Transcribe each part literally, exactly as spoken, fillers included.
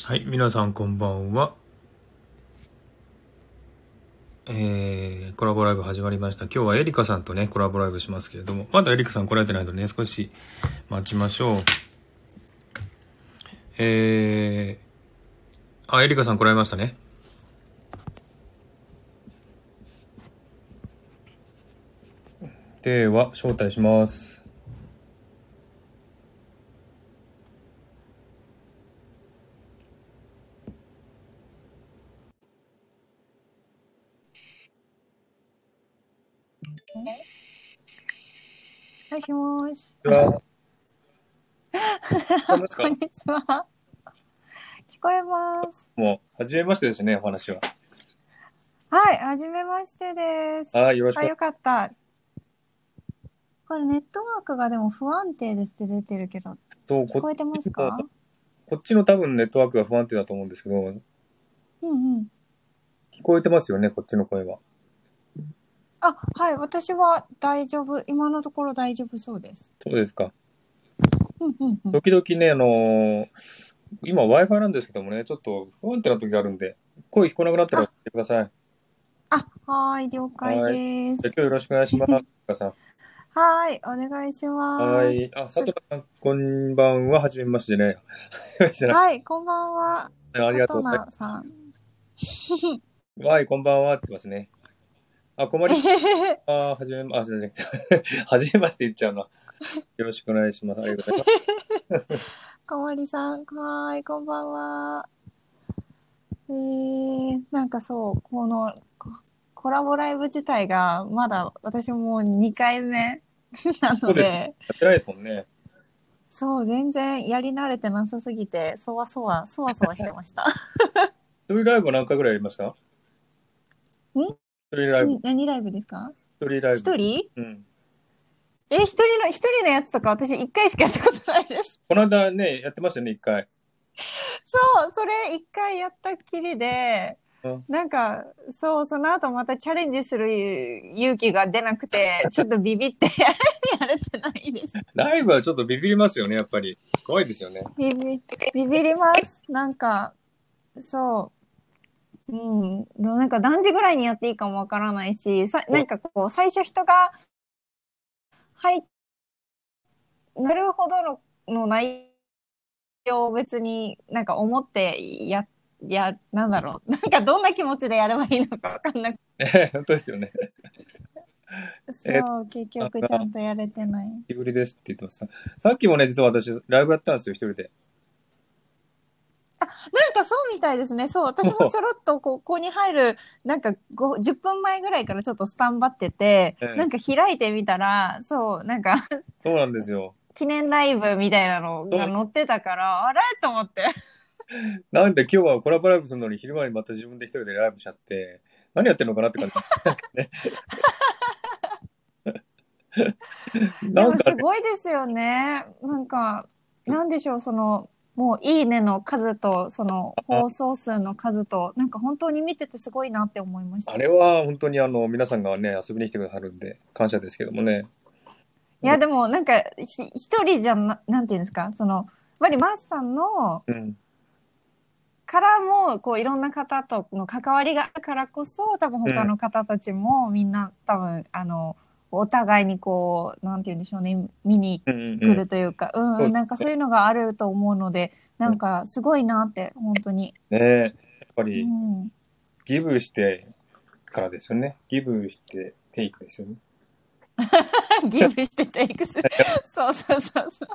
はい、皆さんこんばんは。えー、コラボライブ始まりました。今日はエリカさんとね、コラボライブしますけれども、まだエリカさん来られてないのでね、少し待ちましょう。えー、あ、エリカさん来られましたね。では、招待します。 もしもし。 こんにちは。 こんにちは。聞こえます。 もう、はじめましてですね、お話は。 はい、はじめましてです。 はい、よろしく。 あ、よかった。これネットワークがでも不安定ですって出てるけど、そう聞こえてますか？ こっちの多分ネットワークが不安定だと思うんですけど、うんうん。 聞こえてますよね、こっちの声は。 あ、はい、私は大丈夫。今のところ大丈夫そうです。 そうですか。 うんうんうん。 時々ね、あのー、今 Wi-Fi なんですけどもね、ちょっと不安定な時があるんで、声聞こえなくなったら教えてください。 あ、はーい、了解です。 今日よろしくお願いします。さんはい、お願いします。 はい。あ、佐藤さん、こんばんは。はじめましてね。 はい、こんばんは。 ありがとうございます。 さん。 はい、こんばんはって言ってますね。あ、こまり、あ、はじめま、あ、じゃなくて、はじめまして言っちゃうな。よろしくお願いします。ありがとうございます。 こまりさん、はーい、こんばんは。えー、なんかそう、このコラボライブ自体がまだ私もにかいめなので、そうです。やってないですもんね。 そう、全然やり慣れてなさすぎて、そわそわ、そわそわしてました。 一人ライブは何回ぐらいやりました？ん一人ライブ。 何ライブですか？ 一人ライブ。 一人？ うん。 え、一人の、一人のやつとか私一回しかやったことないです。 この間ね、やってましたね、一回。 そう、それ一回やったっきりで、なんか、そう、その後またチャレンジする勇気が出なくて、ちょっとビビってやれてないです。 ライブはちょっとビビりますよね、やっぱり。怖いですよね。 ビビ、ビビります。なんか、そう。うん。なんか何時ぐらいにやっていいかもわからないし、さ、なんかこう、最初人が、はい、なるほどの、の内容を別になんか思ってや、や、なんだろう。なんかどんな気持ちでやればいいのかわかんなくて。本当ですよね。 そう、結局ちゃんとやれてない。 久しぶりですって言ってます。さっきもね、実は私、ライブやったんですよ、一人で。 あ、なんかそうみたいですね。そう、私もちょろっとここに入る、なんかじゅっぷんまえぐらいからちょっとスタンバってて、ええ、なんか開いてみたら、そう、なんかそうなんですよ。 記念ライブみたいなのが載ってたから、あれと思って。 なんで今日はコラボライブするのに昼間にまた自分で一人でライブしちゃって、何やってるのかなって感じ。 でもすごいですよね。なんか、なんでしょう、その、もういいねの数と、その放送数の数と、なんか本当に見ててすごいなって思いました。 あれは本当にあの、皆さんがね、遊びに来てくださるんで、感謝ですけどもね。 いや、でもなんか、一人じゃな、なんていうんですか、その、やっぱりマスさんの、うん、からも、こう、いろんな方との関わりがあるからこそ、多分他の方たちもみんな、多分、あの、お互いにこう、なんて言うんでしょうね、見に来るというか、うん、うん、うん、なんかそういうのがあると思うので、なんかすごいなって、本当に。 ねえ、やっぱり、うん、ギブしてからですよね。ギブしてテイクですよね。 ギブしてテイクする。そうそうそうそう。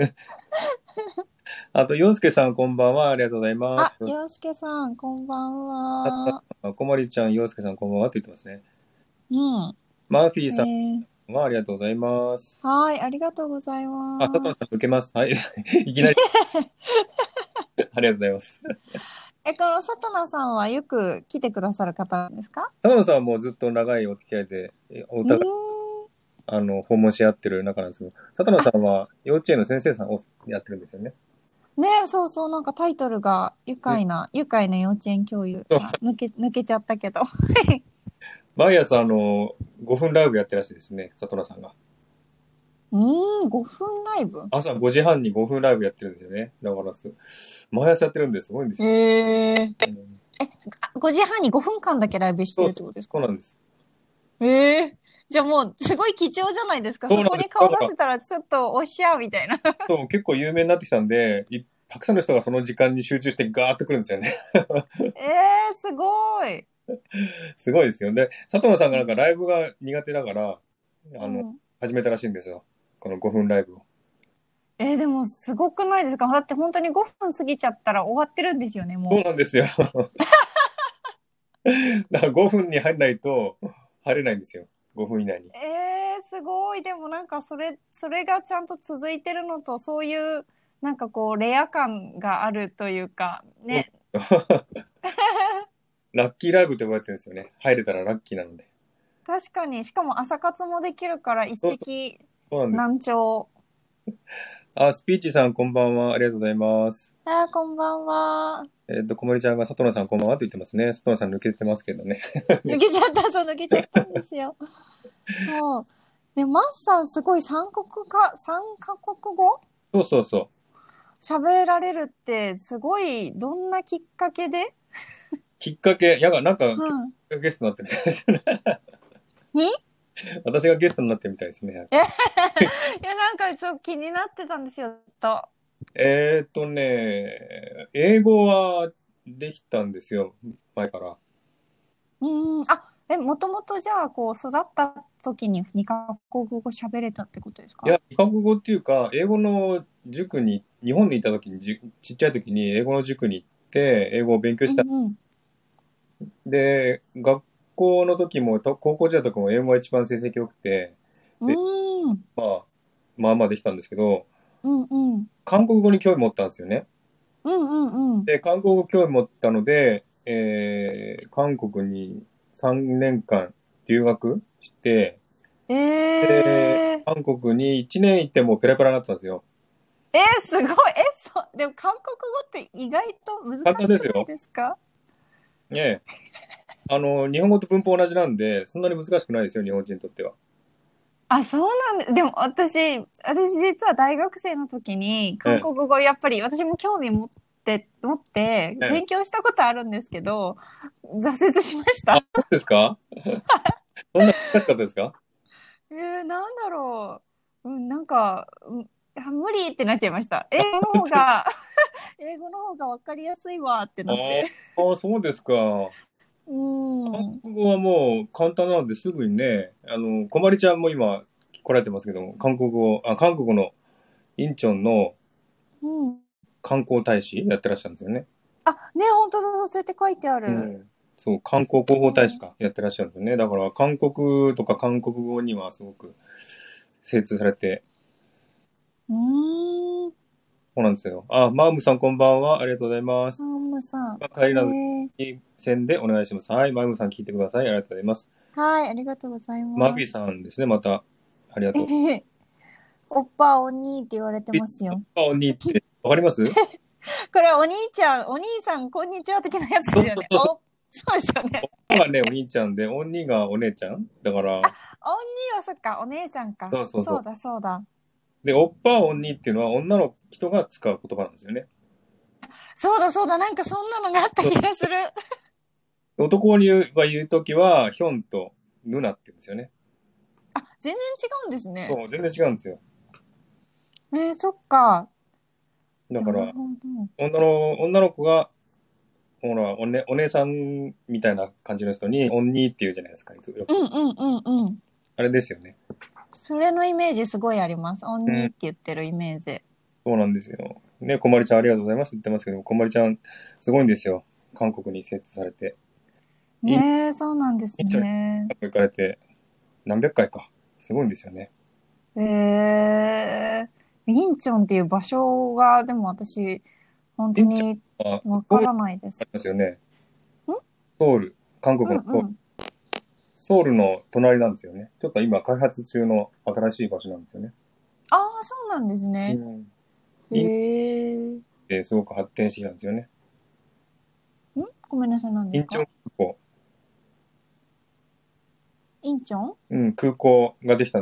あと、洋介さん、こんばんは。ありがとうございます。 あ、洋介さん、こんばんは。 こまりちゃん、洋介さん、こんばんはって言ってますね。 うん。 マーフィーさん、えー、はありがとうございます。 はい、ありがとうございます。 あ、佐藤さん、受けます。はい。いきなり。ありがとうございます。 え、この佐藤さんはよく来てくださる方なんですか？ 佐藤さんはもうずっと長いお付き合いで、お互い、あの、訪問し合ってる仲なんですけど、佐藤さんは幼稚園の先生さんをやってるんですよね。 ねえ、そうそう、なんかタイトルが愉快な、愉快な幼稚園教諭が抜け、抜けちゃったけど。 毎朝、あの、ごふんライブやってらしてですね、佐藤さんが。 ううーん、ごふんライブ？ 朝ごじはんにごふんライブやってるんですよね。だからす、毎朝やってるんですごいんですよ。 へー。 うん、 え、ごじはんにごふんかんだけライブしてるってことですか？ そうなんです。 ええ、じゃあもう、すごい貴重じゃないですか。そこそうなんです。だから、 に顔出せたらちょっとおっしゃーみたいな。 そう、結構有名になってきたんで、いたくさんの人がその時間に集中してガーッと来るんですよね。 ええ、すごい。 すごいですよ。で、佐藤さんがなんかうん。 ライブが苦手だから、あの、 うん。 始めたらしいんですよ。このごふんライブを。 えー、でもすごくないですか？だって本当にごふん過ぎちゃったら終わってるんですよね、もそうなんですよ。だからごふんに入んないと入れないんですよ。ごふん以内に。 う。えー、すごい。でもなんかそれ、それがちゃんと続いてるのと、そういう、なんかこう、レア感があるというか、 そうね。 ラッキーライブって呼ばれてるんですよね。入れたらラッキーなので。 確かに、しかも朝活もできるから一そうそう、 石そうなんです。 何鳥。 あ、スピーチさんこんばんは。ありがとうございます。 あー、こんばんは。 えっと、小森ちゃんが佐藤さんこんばんはと言ってますね。佐藤さん抜けてますけどね。 抜けちゃった、そう、抜けちゃったんですよ。そう。で、マッサンすごい三国か、三カ国語そうそうそ喋られるって、すごい、どんなきっかけで？ う。きっかけ、やが、なんか、 うん。 ゲストになってるみたいですね。 ん私がゲストになってるみたいですね。 えいや、なんかそう気になってたんですよ、ずっと。 えっとね、英語はできたんですよ。前から。 うーん。あ、え、もともとじゃあ、こう、育った時ににカ国語喋れたってことですか？ いや、韓国語っていうか、英語の塾に、日本にいた時に、じちっちゃい時に英語の塾に行って、英語を勉強した。 うんうん。 で、学校の時も、と高校時代とかも英語が一番成績良くて、 うで、 ーん。 まあ、まあまあできたんですけど、 うんうん。 韓国語に興味持ったんですよね。 うんうんうん。 で、韓国語興味持ったので、えー、韓国にさんねんかん留学して、で、 えー。 韓国にいちねんいてもペラペラになってたんですよ。 えー、すごい。え、そう、でも韓国語って意外と難簡単しくないですよ。 ですか？ ねえ。あの、日本語と文法同じなんで、そんなに難しくないですよ、日本人にとっては。 あ、そうなんで、でも私、私実は大学生の時にええ、 韓国語やっぱり私も興味持って、持ってええ。 勉強したことあるんですけど、挫折しましあ、 た。 そうですか？そんな難しかったですか？ えー、なんだろう。うん、なんか、うん、あ無理ってなっちゃいました。英あ、 語の方が、英語の方がわかりやすいわってなって。 ああ、そうですか。 うん。うん韓国語はもう簡単なのですぐにね、あの、こまりちゃんも今来られてますけども、韓国語、あ、韓国のインチョンのうん。 観光大使やってらっしゃるんですよね。 あ、ね、本当だ、そうやって書いてある。 うん。そう、観光広報大使うん。 かやってらっしゃるんですよね。だから韓国とか韓国語にはすごく精通されて、 うーん。 そうなんですよ。あ、マームさんこんばんは。ありがとうございます。 マムさん。 帰りなどへえ。 に線でお願いします。はい、マームさん聞いてください。ありがとうございます。 はい、ありがとうございマフィーます。 さんですね、また。ありがえとう。 へへ、おっぱおにって言われてピッますよ。 パオニってわかります？ これお兄ちゃん、お兄さん、こんにちは的なやつそうですよね。 そうそうそお、そうですよね。 う。おがね、お兄ちゃんで、おにがお姉ちゃんだから、 お兄はそっか、お姉ちゃんか。 そうそうそう。 そうだ、そうだ。 で、おっぱおにっていうのは女の人が使う言葉なんですよね。 そうだ、そうだ、なんかそんなのがあった気がする。 男に言うが言うときは、ヒョンとヌナって言うんですよね。 あ、全然違うんですね。 そう、全然違うんですよ。 えー、そっか。 だから、 なるほど。 女の、女の子が、ほら、おね、お姉さんみたいな感じの人に、おんにって言うじゃないですか、よく。 うんうんうんうん。 あれですよね。 それのイメージすごいあります。おうん、 にって言ってるイメージ。 そうなんですよ。ね、こまりちゃんありがとうございますって言ってますけど、こまりちゃん、すごいんですよ。韓国に設置されて。イン、 ねえ、そうなんですインチョンにね。 行かれて、何百回か。すごいんですよね。 ええー、インチョンっていう場所が、でも私、本当インチにョンは、 わかソウルらないです。 ありますよね。 んソウル。韓国のソウル。 うんうん。 ソウルの隣なんですよね。ちょっと今開発中の新しい場所なんですよね。 ああ、そうなんですね。 うん。 へインえ。んってすごく発展してきたんですよね。 ごめんなさい、何でインチョンすか？ 空港。 インチョン？ うん、空港ができたんですよ。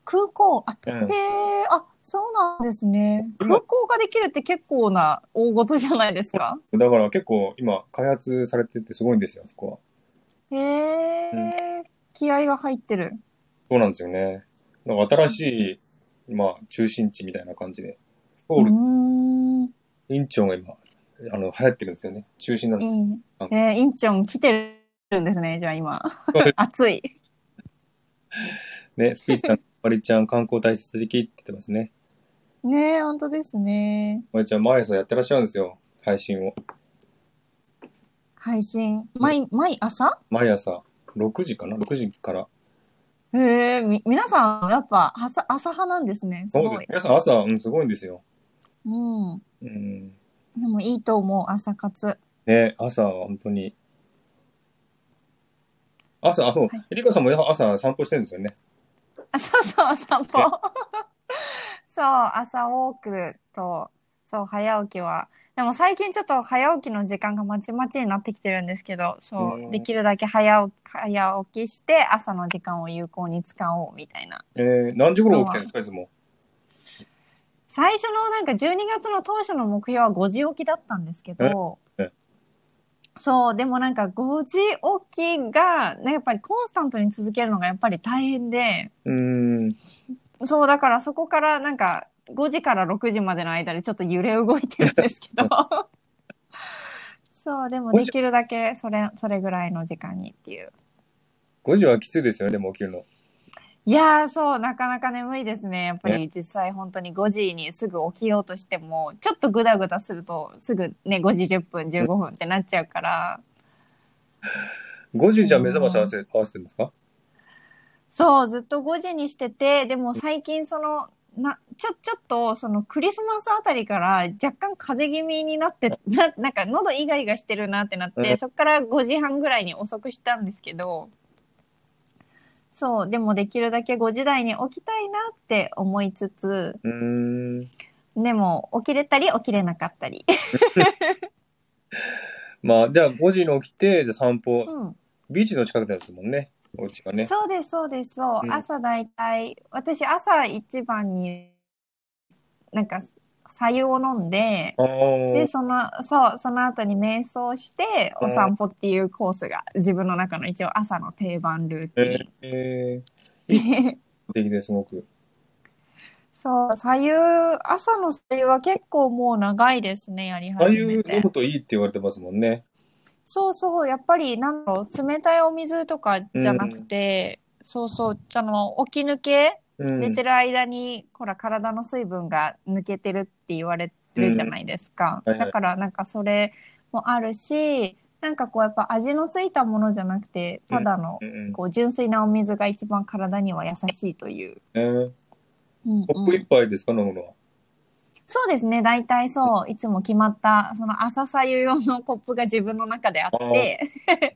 空港。あ、 うん、 へえ、あ、そうなんですね。 今、 空港ができるって結構な大事じゃないですか？ だから結構今開発されててすごいんですよ、そこは。 へうん、 え、気合が入ってる。 そうなんですよね。なんか新しい、まあ、中心地みたいな感じで、ソうーウル、 ん、 インチョンが今、あの、流行ってるんですよね。中心なんです。 いい。えー、インチョン来てるんですね、じゃあ今。暑い。 ね、スピーチさん、まりちゃん観光大使素敵って言ってますね。 ねえ、本当ですね。 まりちゃん、毎朝やってらっしゃるんですよ。配信を。 配信。 ね、 毎、毎朝。 毎朝、ろくじかな？ ろく 時から。 へえ、み、皆さん、やっぱ、朝、朝派なんですね。すそうです。 ごい。 皆さん朝、うん、すごいんですよ。 うん。 うん。 でもいいと思う、朝活。 ね、朝は本当に。朝、あ、そう。 はい。 エリカさんも朝散歩してるんですよね。 あ、そうそう、散歩。 ね、 そう、朝ウォークと、そう、早起きは。でも最近ちょっと早起きの時間がまちまちになってきてるんですけど、 うそう、でん。 きるだけ早起早起きして朝の時間を有効に使おうみたいなえー、何時頃のは。 起きてるんですか、いつも。 最初のなんかじゅうにがつの当初の目標はごじ起きだったんですけえど、 え、 そう、でもなんかごじ起きが、ね、やっぱりコンスタントに続けるのがやっぱり大変で、 うーん。 そう、だからそこからなんかごじからろくじまでの間でちょっと揺れ動いてるんですけど、そう、でも 5時、 できるだけそれ、それぐらいの時間にっていう。 ごじはきついですよね、でも起きるの。 いやー、そう、なかなか眠いですね。やっぱね。 り実際本当にごじにすぐ起きようとしても、ちょっとグダグダするとすぐね、ごじじゅっぷん、じゅうごふんってなっちゃうから、 ごじじゃ目覚まし合わそう。 せ、合わせてるんですか？ そう、ずっとごじにしてて、でも最近その、な、ちょ、ちょっと、そのクリスマスあたりから若干風邪気味になって、な、なんか喉イガイガしてるなってなって、 うん。 そっからごじはんぐらいに遅くしたんですけど、そう、でもできるだけごじ台に起きたいなって思いつつ、 うーん。 でも起きれたり起きれなかったり。 まあ、じゃあごじに起きて、じゃあ散歩。 うん。 ビーチの近くですもんね。お家がね。 そうです、そうです、そう。 うん。 朝だいたい、私朝一番になんか、白湯を飲んで、 あで、 あ、 その、そう、その後に瞑想して、お散あ歩っていうコースが自分の中の一応朝の定番ルーー、 テえー、いい、 ィン。 素敵ですごく。 そう、白湯、朝の白湯は結構もう長いですね、やりああい始めて。 う飲むといいって言われてますもんね。 そうそう、やっぱり、なんだろう、冷たいお水とかうじゃなくん。 て、そうそう、あの、起き抜け、 うん。 寝てる間に、ほら、体の水分が抜けてるって言われうん。 るじゃないですか。 はいはい。 だから、なんかそれもあるし、なんかこう、やっぱ味のついたものじゃなくて、 うん。 ただの、 うん。 こう、純粋なお水が一番体には優しいという。 えー、 うんコップ一うん。 杯ですか、飲むのは。 そうですね、大体そう、いつも決まった、その朝白湯用のコップが自分の中であっああ、 て、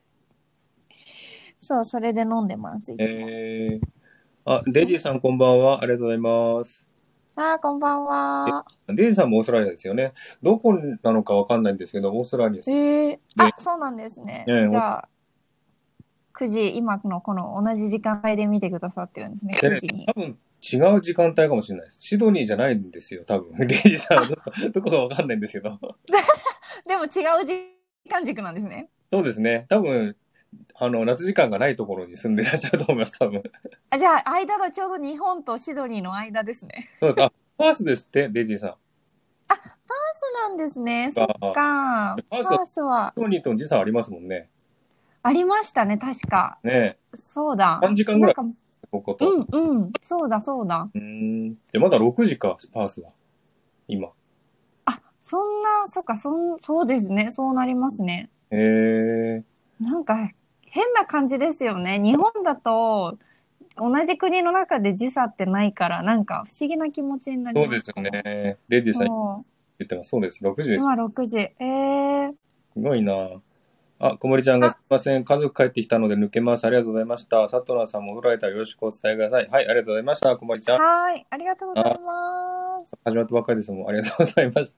そう、それで飲んでます、いつも。 えー、あ、デイジーさんこんばんは。ありがとうございます。 ああ、こんばんえ、 は。 デイジーさんもオーストラリアですよね。どこなのかわかんないんですけど、オーストラリアです。 ええで、 あ、そうなんですね。 ね、オースじゃあ、くじ、今のこの同じ時間帯で見てくださってるんですね、 でね、 くじに。 多分違う時間帯かもしれないです。シドニーじゃないんですよ、多分。デイジーさんはあ、 どこ、どこかわかんないんですけど。 でも違う時間軸なんですね。 そうですね。多分、あの、夏時間がないところに住んでいらっしゃると思います、多分。 あ、じゃあ、間がちょうど日本とシドニーの間ですね。 そうです。あ、パースですって、デイジーさん。 あ、パースなんですね。そっが、 か。 パースはパースはシドニーとの時差ありますもんね。 ありましたね、確か。 ねそうだ。 さんじかんぐらい、 なんか、 ここと。 うんうん。そうだ、そうだ。 うーん。で、まだろくじか、パースは。今。 あ、そんな、そっか、そん、そうですね。そうなりますね。 へえ。 なんか変な感じですよね。日本だと同じ国の中で時差ってないから、なんか不思議な気持ちになります、 そうですよこの。 ね。デイジーさんそ言ってます。そうです。ろくじう。 です。 今ろくじ。えー。 すごいな。あ、小森ちゃんがすあ、 いません。家族帰ってきたので抜けます。ありがとうございました。佐藤奈さんもお風呂入ったらよろしくお伝えください。はい、ありがとうございました。小森ちゃん。 はーい。ありがとうございあ、 ます。 始まったばっかりですもん。ありがとうございました。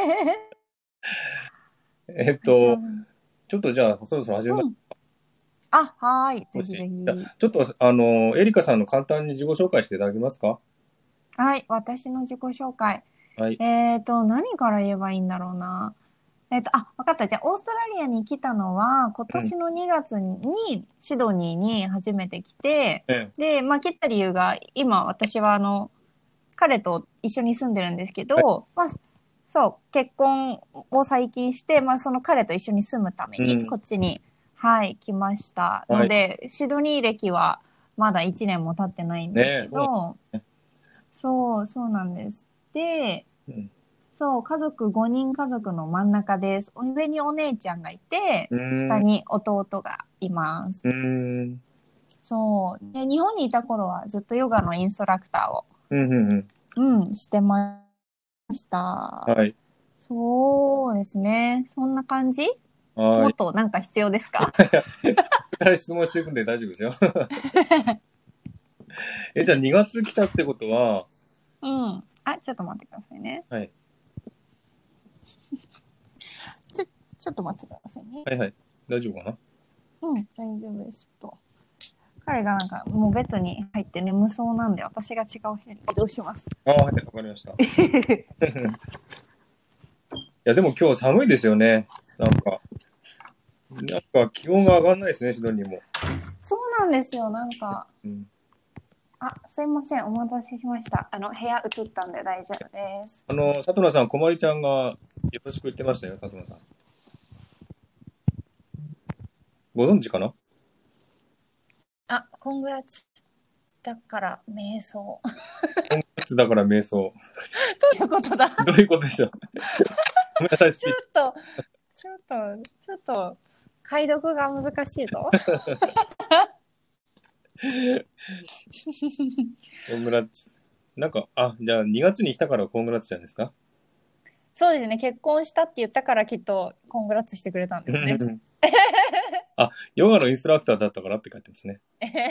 えっと、 始まる。 ちょっとじゃあ、そろそろ始めまうん。 あ、はーい。ぜもし、 ひぜひ。 ちょっと、あの、エリカさんの簡単に自己紹介していただけますか？ はい。私の自己紹介。 はい。 えっと、何から言えばいいんだろうな。えっと、あ、わかった。じゃあ、オーストラリアに来たのは、今うん。 年のにがつにシドニーに初めて来て、 ええ。 で、まあ、来た理由が、今私はあの、彼と一緒に住んでるんですけはい。 ど、まあ、そう、結婚を最近して、まあ、その彼と一緒に住むために、こうん。 っちに、はい、来ましたはい。 ので、シドニー歴はまだいちねんも経ってないんですねえ、 けそうなんでど、 すね。 そう、そうなんです。で、 うん。 そう、家族ごにん家族の真ん中です。上にお姉ちゃんがいて、 うーん。 下に弟がいます。 うーん。 そう。で、日本にいた頃はずっとヨガのインストラクターを、 うん。うん。うん。 うん、してました。 はい。 そうですね。そんな感じ。もはい。 っとなんか必要ですか？ これから質問していくんで大丈夫ですよ。え、じゃあにがつ来たってことは、 うん。あ、ちょっと待ってくださいね。 はい。 ちょ、ちょっと待ってくださいね。 はいはい。大丈夫かな？ うん、大丈夫です。ちょっと。彼がなんかもうベッドに入って眠そうなんで、私が違う部屋に移動します。 ああ、はい、わかりました。いや、でも今日寒いですよね。なんか、なんか気温が上がらないですね、シドニーも。 そうなんですよ。なんか、 うん。 あ、すいません。お待たせしました。あの、部屋移ったんで大丈夫です。 あの、佐藤さん、こまりちゃんがよろしく言ってましたよ、佐藤さん。ご存知かな？ あ、コングラッツだから瞑想。 今月だから瞑想。 どういうことだ？ どういうことでしょう？ごめんなさい、スちょピーっと、ちょっと、ちょっと、解読が難しいぞ。 コングラッツ。なんか、あ、じゃあにがつに来たからコングラッツじゃないですか？ そうですね。結婚したって言ったからきっとコングラッツしてくれたんですね。 あ、ヨガのインストラクターだったからって書いてますね。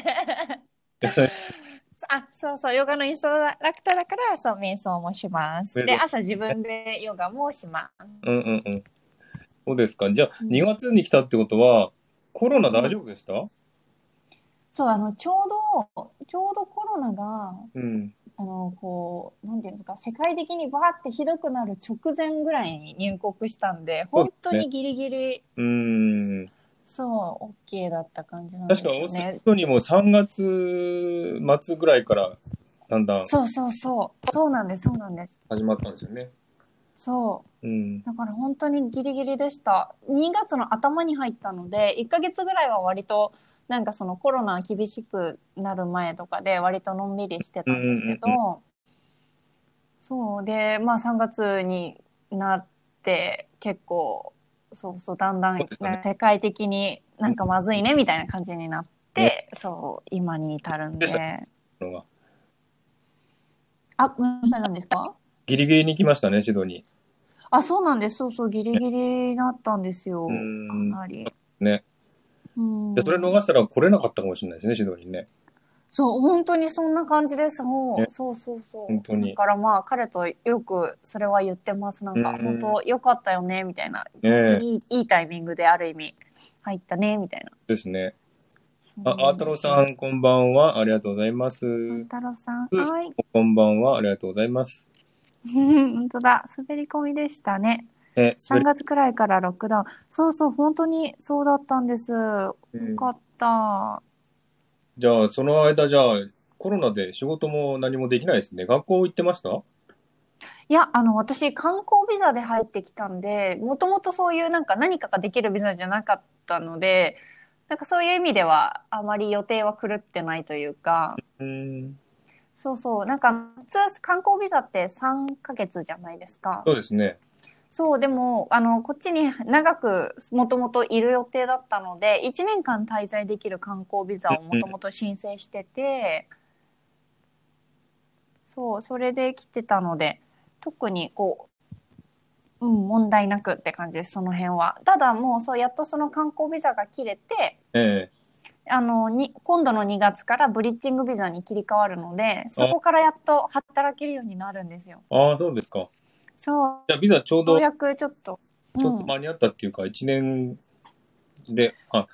あ、そうそう、ヨガのインストラクターだから、そう、瞑想もします。で、 瞑想。 朝自分でヨガもします。 うんうんうん。そうですか。じゃあ、 うん、 にがつに来たってことは、コロナ大うん、 丈夫でした？ そう、あの、ちょうど、ちょうどコロナが、 うん。 あの、こう、なんていうんですか、世界的にバーってひどくなる直前ぐらいに入国したんで、 そうで本当すね。 にギリギリ、 うーん。 そう、OK だった感じなんで確か、オースすよね。 トにもさんがつ末ぐらいから、だんだんそうそうそう、そうなんです、そうなんです。 始まったんですよね。 そう。 うん。 だから本当にギリギリでした。にがつの頭に入ったので、いっかげつぐらいは割と、なんかそのコロナ厳しくなる前とかで割とのんびりしてうんたんですけうんうん。 ど、そうで、まあさんがつになって結構、そうそう、だんだんそうでしたね。 世界的になんかまずいねみたいな感じになっね。 て、そう、今に至るんでしたで。 のが。 あ、ごめんなさい、何ですか？ ギリギリに来ましたね、シドニあ、そうなんです。そうそう、ギリー。ね。 ギリだったんですうーよ。かん。 なり。 ね。 うで、それん。 逃したら来れなかったかもしれないですね、シドニーね。 そう、本当にそんな感じです。もね。 う、そうそうそう。だ本当に。 からまあ、彼とよくそれは言ってます。なうんか、本ーん。 当良かったよね、みたいな。 ねえ。 いい、いいタイミングである意味入ったね、みたいな。 ですね。 そうあ、アーなんです。 トロさん、こんばんは。ありがとうございます。ス万太郎さん、 ーさんはい。 もこんばんは。ありがとうございます。 本当だ。滑り込みでしたね。 え、滑 3 り、 月くらいからロックダウン。そうそう、本当にそうだったんです。ようん。 かった。 じゃあ、その間、じゃあ、コロナで仕事も何もできないですね。学校行ってました？ いや、あの、私、観光ビザで入ってきたんで、もともとそういうなんか何かができるビザじゃなかったので、なんかそういう意味では、あまり予定は狂ってないというか、 うーん。 そうそう、なんか普通観光ビザってさんかげつじゃないですか。 そうですね。 そう、でも、あの、こっちに長くもともといる予定だったので、いちねんかん滞在できる観光ビザをもうん。 ともと申請してて、そう、それで来てたので、特にこう、うん、問題なくって感じです、その辺は。ただもう、そう、やっとその観光ビザが切れて、 ええ。 あの、に、今度のにがつからブリッジングビザに切り替わるので、そあ、 こからやっと働けるようになるんですよ。 ああ、そうですか。 そう、 じゃあ、ビザちょうど、 ようやくちょっと、うん。 ちょうど間に合ったっていうか、いちねんで、あ、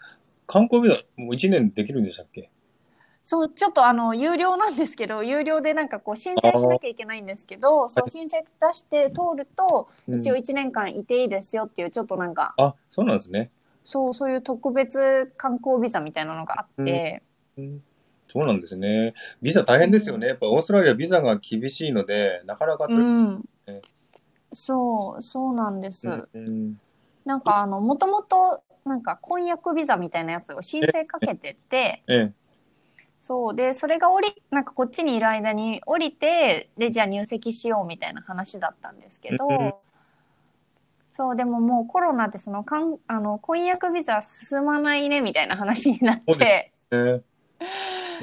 観光ビザ、もういちねんできるんでしたっけ？ そう、ちょっとあの、有料なんですけど、有料でなんかこう申請しなきゃいけないんですけど、そう、申請出して通ると、一応いちねんかんいていいですよっていう、ちょっとなんか、 あ、そうなんですね。 そう、そういう特別観光ビザみたいなのがあって、 うんうん、そうなんですね。ビザ大変ですよね。やっぱオーストラリアビザが厳しいので、なかなか取れない、ね。 うん。そう、そうなんです。 うんうん、 なんかあの、もともと、なんか婚約ビザみたいなやつを申請かけてて、 ええ、 そう。で、それが降り、なんかこっちにいる間に降りて、で、じゃあ入籍しようみたいな話だったんですけうん、 ど、そう、でももうコロナってその、かん、あの、婚約ビザ進まないねみたいな話になっそうですて、 ね。うん、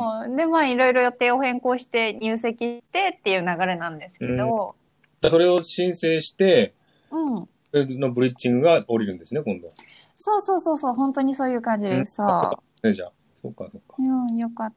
そう。で、まあいろいろ予定を変更して入籍してっていう流れなんですうん。 けど、 それを申請して、 うん。 それのブリッジングが降りるんですね、今度。 そうそうそうそう、本当にそういう感じうん。 です。 あ、よかっそたね、じゃあ。そうか、そうか。 う。うん、よかった。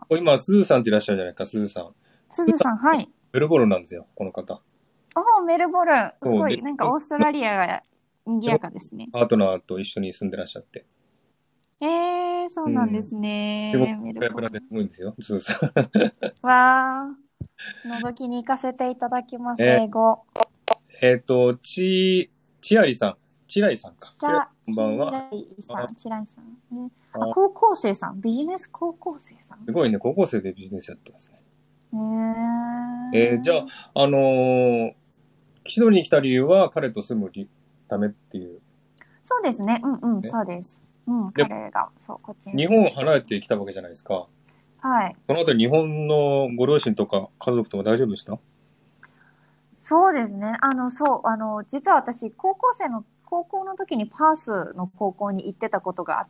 今、スーさんっていらっしゃるじゃないか、スーさん。スーさん、 すずさん、はい。 メルボルンなんですよ、この方。 おー、メルボルン。すそう、で、 ごい、なんかオーストラリアが賑やかですね。 パートナーと一緒に住んでらっしゃって。 えー、そううん。 なんですで、僕、 ね。メルボルン。 役なんですごいんですよ、スーさん。 わー、覗きに行かせていただきます、 え英語。 えっ、と、ち、ちありさん。ちらいさんか。ちらい、 チャ、 こんチばんは。 ライさあ、 ん、チライさん。ね、あ、 あ、 高校生さん。ビジネス高校生さん。 すごいね、高校生でビジネスやってますね。 へえー、じゃあ、 ー。 あのー、シドニーに来た理由は彼と住むりためっていう。 そうですね。うんうん、 ね。 そうです。うん、 で、 彼が、そう、こっちに日住んでる。 本を離れてきたわけじゃないですか。 はい。 その後日本のご両親とか家族とか大丈夫でした？ そうですね。あの、そう、あの、実は私、高校生の、高校の時にパースの高校に行ってたことがあって、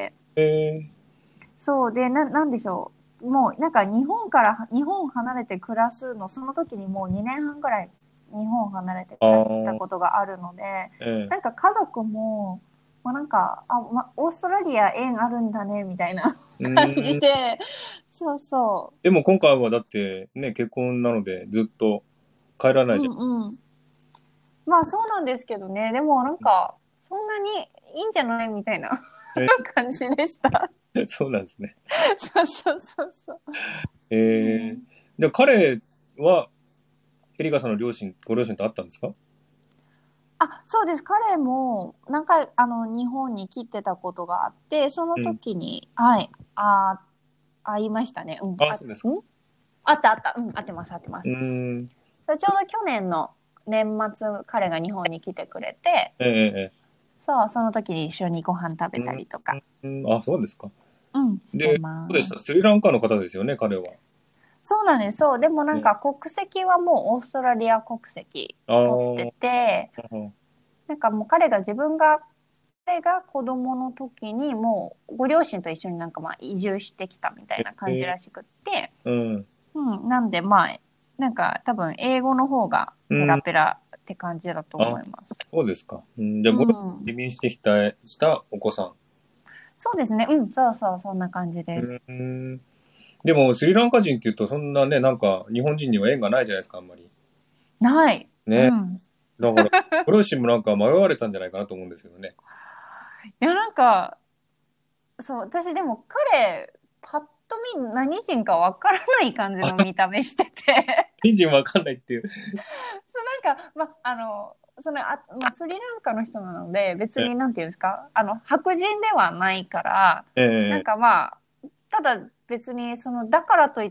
えー、 そうで、な、なんでしょう。もう、なんか日本から、日本離れて暮らすの、その時にもうにねんはんぐらい日本離れてあ暮らしたー、 ことがあるので、 えなんか家族も、まあ、なんか、あ、ま、オーストラリア縁あるんだね、みたいなー、う感じーん。 で、そうそでも今回はだってね、結婚なのでずっと帰らなう。ういじゃんうん。まあそうなんですけどね、でもなんか、そんなにいいんじゃないみたいなん。え感じでした。 ー、そうなんですね。 そうそうそうそう。うえー、 ん、 じゃあ彼はエリカさんの両親、ご両親と会ったんですか？ あ、そうです。彼も何回、あの、日本に来てたことがあって、そのうん。 時に、はい、あ、会いましたね。うん。 あ、 あ、んそうですか。 あったあった。うん、会ってます、会ってまうーす。 ん。 それちょうど去年の年末、彼が日本に来てくれて、 ええ、えそう、その時に一緒にご飯食べたえ。 りとか、 うん。あ、そうですか。 うん、してで、そうでした。 ます。 スリランカの方ですよね、彼は。 そうなんです。そう。でもなんね。 か国籍はもうオーストラリア国籍あ取ってあ、 て、なんかもう彼が自分が、彼が子供の時にもうご両親と一緒になんかまあ移住してきたみたいな感じええ、 らしくって、 うん。 うん。なんでまあ、なんか多分英語の方がペラうん。 ペラって感じだと思あ、 います。 そうですか。うん、じゃあ、 うご移ん。 民してきた、したお子さそうですね。うん。そうそう、そんな感じん。 です。 うん。でも、スリランカ人って言うと、そんなね、なんか、日本人には縁がないじゃないですか、あんまり。 ない。うね。 ん。 だから、ご両親もなんか迷われたんじゃないかなと思うんですけどね。 いや、なんか、そう、私でも彼、パッと見何人かわからない感じの見た目してて日人わかんないっていう。 そうなんか、ま、あの、そのあ、まあ、スリランカの人なので、別えになんていうんですか、あの、白人ではないから、なんえ、 かまあ、ただ別に、その、だからといって、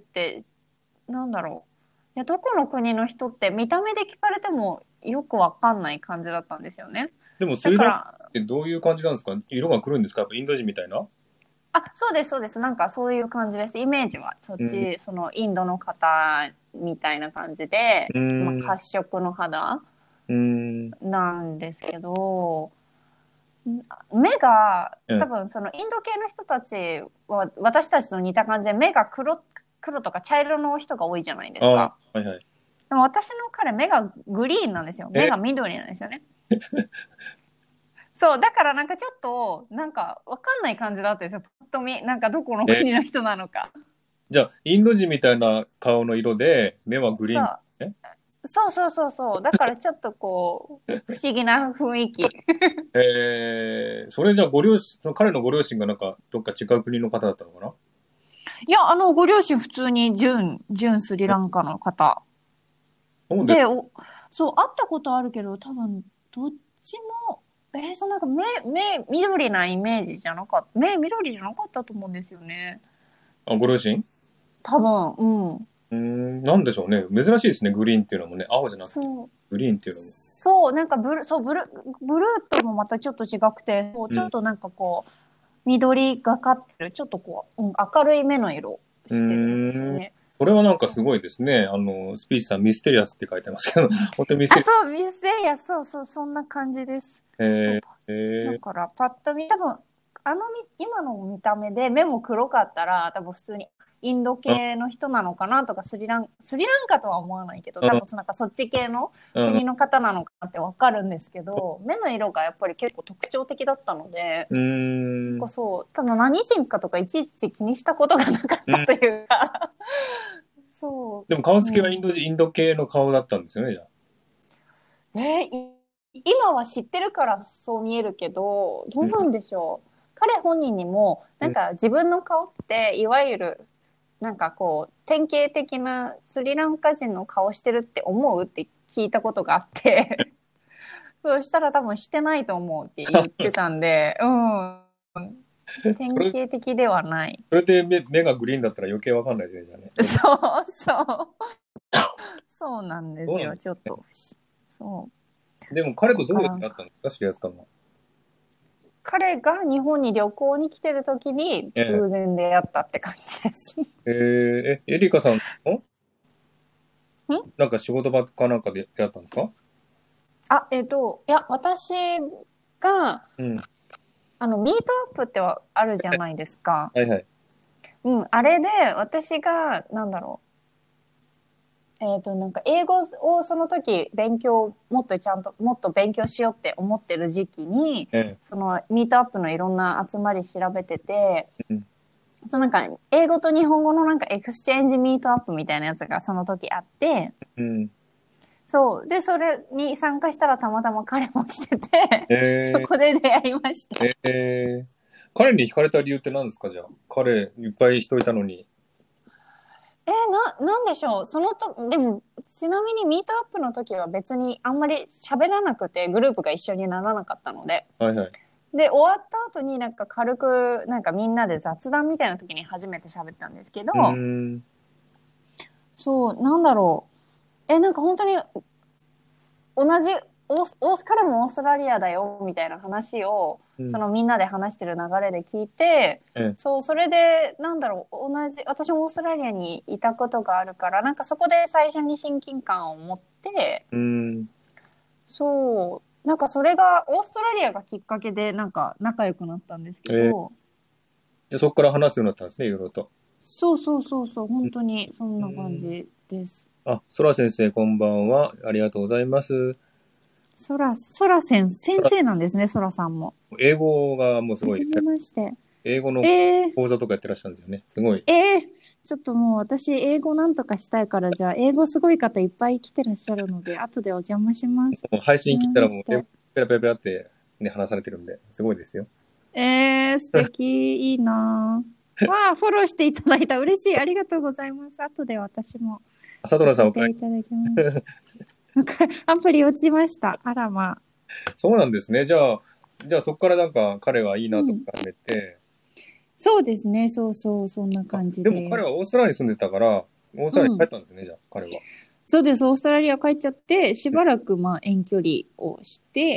なんだろう。いや、どこの国の人って見た目で聞かれてもよくわかんない感じだったんですよね。 でもスリランカっだから、 てどういう感じなんですか？色が来るんですか？やっぱインド人みたいな？ あ、そうです、そうです。なんかそういう感じです。イメージは、そっうん。 ち、そのインドの方みたいな感じで、 うまあ、 ん。 褐色の肌うん。 なんですけど、目が、 うん。 多分そのインド系の人たちは、私たちと似た感じで、目が黒、黒とか茶色の人が多いじゃないでああ、 すか。 はいはい。 でも私の彼、目がグリーンなんですよ。目え、 が緑なんですよね。そう、だからなんかちょっと、なんかわかんない感じだったんですよ。ぱっと見。なんかどこのえ、 国の人なのか。 じゃあ、インド人みたいな顔の色で、目はグリーンそう。 ね。 そうそうそうそう。だからちょっとこう、不思議な雰囲気。 えー、それじゃあご両親、その彼のご両親がなんかどっか違う国の方だったのかな？ いや、あの、ご両親普通に純、純スリランカの方。 そうです。 で、お、そう、会ったことあるけど、多分、どっちも、えー、そうなんか目、目、緑なイメージじゃなかった。目、緑じゃなかったと思うんですよね。 あ、ご両親？ 多分、うん。 うーん、なんでしょうね。珍しいですね、グリーンっていうのもね。青じゃなくて、 そう。 グリーンっていうのも。 そう、なんかブルー、そう、ブルー、ブルーともまたちょっと違くて、そううん。 ちょっとなんかこう、緑がかってる、ちょっとこう、うん、明るい目の色うーしてるんですよん。 ね。 これはなんかすごいですね。あの、スピーチさんミステリアスって書いてますけど、本当にミステあ、 リそう、ミステリアス、そうそう、そんな感じです。 アス。 そう、 えパー、えー、 だから、パッと見、多分、あのみ、今の見た目で目も黒かったら、多分普通にインドうん、 系の人なのかなとか、スリラン、スリランカとは思わないけど、 うん、 多分なんかそっち系のうん、 国の方なのかなってわかるんですけど、目の色がやっぱり結構特徴的だったので、 うーなんん。 かそう、ただ何人かとかいちいち気にしたことがなかっうん。 たというか、そでも顔う、 つきはインうん。 ド人、インド系の顔だったんですよね、じゃあ。 えーい今は知ってるからそう見えるけど、どうん、 うなんでしょう。彼本人にも、なんうん、 か自分の顔って、いわゆる、なんかこう、典型的なスリランカ人の顔してるって思うって聞いたことがあって、そうしたら多分してないと思うって言ってたんで、うん。 それ、 典型的ではない。 それで目、目がグリーンだったら余計わかんないですね、じゃあね。 そうそう。そうなんですよ、 どうなんですか？ ちょっと。そでも彼う。わとどうからんか。 やって会ったんですか、知り合ったのは。 彼が日本に旅行に来てる時にえ偶然出会ったって感じです。んええー、え、エリカさんのなんか仕事場かなんかで出会ったんですか？ あ、えっと、いや、私が、 うん。 あの、ミートアップってはあるじゃないですか。 はいはい。 うん、あれで私が、なんだろう。えっと、なんか英語をその時勉強、もっとちゃんと、もっと勉強しようって思ってる時期に、 えそのミートアップのいろんな集まり調べてて、 え、うん。 そのなんか、英語と日本語のなんかエクスチェンジミートアップみたいなやつがその時あって、 うん。 そう。で、それに参加したらたまたま彼も来てて、そえこで出会いましー、 た。 えー、彼に惹かれた理由って何ですか、じゃあ。彼、いっぱい人いたのに。 えーな、なんでしょう。そのと、でも、ちなみにミートアップの時は別にあんまり喋らなくて、グループが一緒にならなかったので。 はいはい。 で、終わった後になんか軽く、なんかみんなで雑談みたいな時に初めて喋ったんですけうーど、 ん。 そう、なんだろう。え、なんか本当に同じオース、オース、彼もオーストラリアだよ、みたいな話を、 うん。 そのみんなで話してる流れで聞いて、 ええ。 そう、それで、なんだろう、同じ、私もオーストラリアにいたことがあるから、なんかそこで最初に親近感を持って、 うーん。 そう、なんかそれが、オーストラリアがきっかけで、なんか仲良くなったんですけええ。 ど、 で、そこから話すようになったんですね、いろいろと。 そうそうそうそう、 うん。 本当にそんうな感ーん。 じです。 あ、ソラ先生、こんばんは。ありがとうございます。 ソラ、ソラ先、先生なんですね、ソラさんも。 英語がもうすはじめごいですね。 まして。 英語のえー、 講座とかやってらっしゃるんですよね。すごい。 えー、ちょっともう私英語なんとかしたいから、じゃあ英語すごい方いっぱい来てらっしゃるので、後でお邪魔します。 もう配はじ信聞いたらもう、英語めまして。 ペラペラペラってね、話されてるんで、すごいですよ。 えー、素敵、いいなぁ。わあ、フォローしていただいた。嬉しい。ありがとうございます。後で私も朝ドラさんおかえさせていただきます。なんかアプリ落ちました。あらまあ。 り。そうなんですね。じゃあ、じゃあそこからなんか彼はいいなとかうん。 始めて、 そうですね。そうそう。そんなあ、 感じでも彼で。 はオーストラリアに住んでたから、オーストラリアに帰うん。 ったんですね、じゃあ、彼は。 そうです。オーストラリア帰っちゃって、しばらくまあ遠距離をして、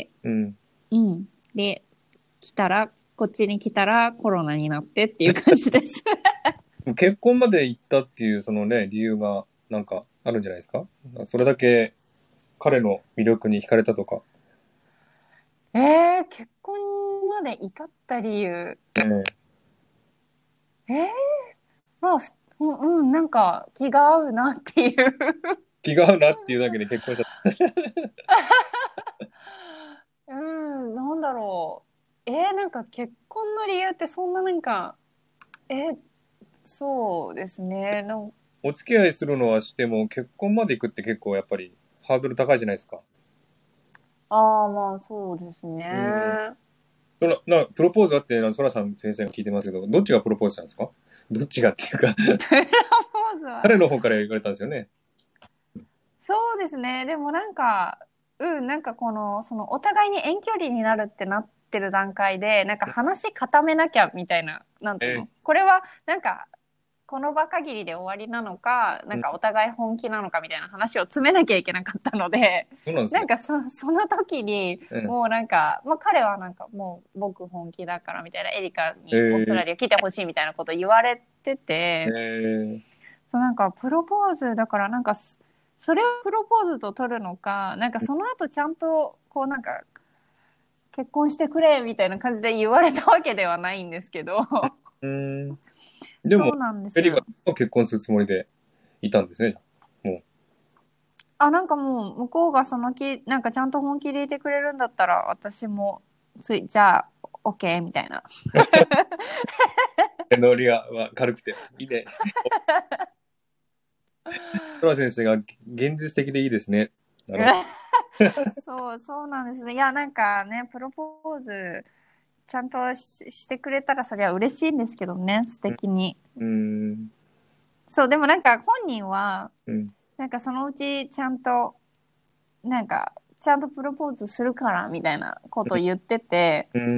うん。 うん。で、来たら、こっちに来たらコロナになってっていう感じです。 結婚まで行ったっていうそのね、理由がなんかあるんじゃないですか？それだけ彼の魅力に惹かれたとか。 えー、結婚まで至った理由。 ええ、 えー、まあ、ふうん、うん、なんか気が合うなっていう。 気が合うなっていうだけで結婚しちゃった。 うん、なんだろう。えー、なんか結婚の理由ってそんななんか、えー、そうですね。なんお付き合いするのはしても結婚まで行くって結構やっぱりハードル高いじゃないですか。 ああ、まあそうですね。 そのなプロポーズあって、ソラさん先生が聞いてますけど、どっちがプロポーズしたんですか？どっちがっていうかプロポーズは。 彼の方から言われたんですよね。 そうですね。でもなんか、うん、なんかこの、そのお互いに遠距離になるってなってる段階で、なんか話固めなきゃみたいな、なんていうの、 えー、 これはなんか、この場限りで終わりなのか、なんかお互い本気なのかみたいな話を詰めなきゃいけなかったので、 そうなんですね。 なんかそその時に、もうなんか、まあ彼はなんかもう僕本気だからみたいな、エリカにオーストラリア来てほしいみたいなこと言われてて、 えー、 そうなんかプロポーズだからなんか、それをプロポーズと取るのか、なんかその後ちゃんとこうなんか、結婚してくれみたいな感じで言われたわけではないんですけど。 うん。でも、 そうなんですよ。 エリカと結婚するつもりでいたんですね。もう。 あ、なんかもう向こうがその気、なんかちゃんと本気でいてくれるんだったら、私もつい、じゃあ、OK みたいな。 ノリが軽くていいね。ソラ先生が現実的でいいですね。なるほど。そう、そうなんですね。いや、なんかね、プロポーズ、ちゃんと し, してくれたらそりゃ嬉しいんですけどね、素敵に。 うん。 そう、でもなんか本人は、 うん、 なんかそのうちちゃんと、なんか、ちゃんとプロポーズするからみたいなことを言ってて、 うん。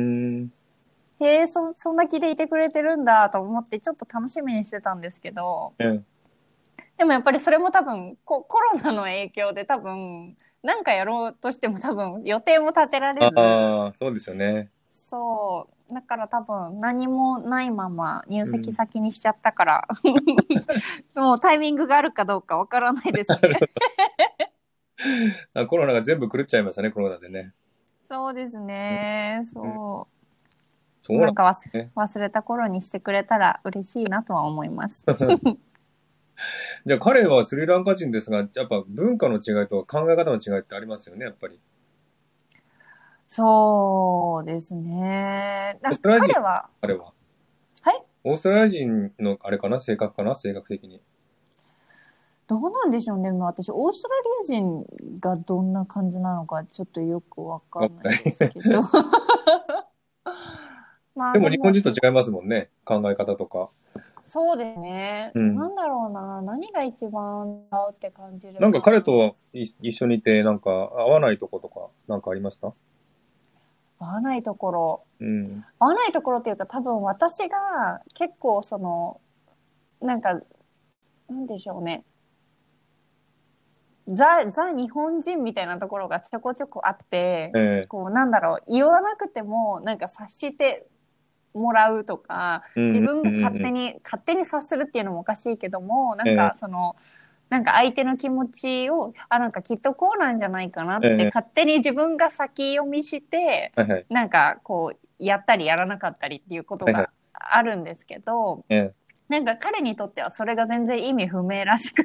へえ、そ、そんな気でいてくれてるんだと思ってちょっと楽しみにしてたんですけど、 うん、 でもやっぱりそれも多分コ、コロナの影響で多分、なんかやろうとしても多分予定も立てられず、 ああ、そうですよね。 そう、だから多分何もないまま入籍先にしちゃったから、うん、もうタイミングがあるかどうかわからないですね。 あ、コロナが全部狂っちゃいましたね、コロナでね。 そうですね、そう。 そうなんか忘ね、 れ、忘れた頃にしてくれたら嬉しいなとは思います。 じゃあ彼はスリランカ人ですが、やっぱ文化の違いと考え方の違いってありますよね、やっぱり。 そうですね。 オーストラリア人、 彼は、 あれは。 はい、 オーストラリア人のあれかな、性格かな、性格的に。 どうなんでしょうね。私、オーストラリア人がどんな感じなのかちょっとよくわかんないですけど。まであでも、 も日本人と違いますもんね、考え方とか。 そうですね。 うん、 なんだろうな。何が一番合うって感じるなんかかな。 彼と一緒にいて、なんか合わないとことか、なんかありました？ 合わないところ。 うん。 合わないところっていうか多分私が結構その、なんか、なんでしょうね。ザ、ザ日本人みたいなところがちょこちょこあって、 えこうなんだろう、言わなくてもなんか察してもらうとか、 ー、うん自分がうんうんうん。 勝手に、勝手に察するっていうのもおかしいけども、なんえかその、なんか相手の気持ちを、あ、なんかきっとこうなんじゃないかなっー、えー、 て勝手に自分が先読みして、 はいはい。 なんかこう、やったりやらなかったりっていうことはいはい。 があるんですけど、 えー、 なんか彼にとってはそれが全然意味不明らしくって、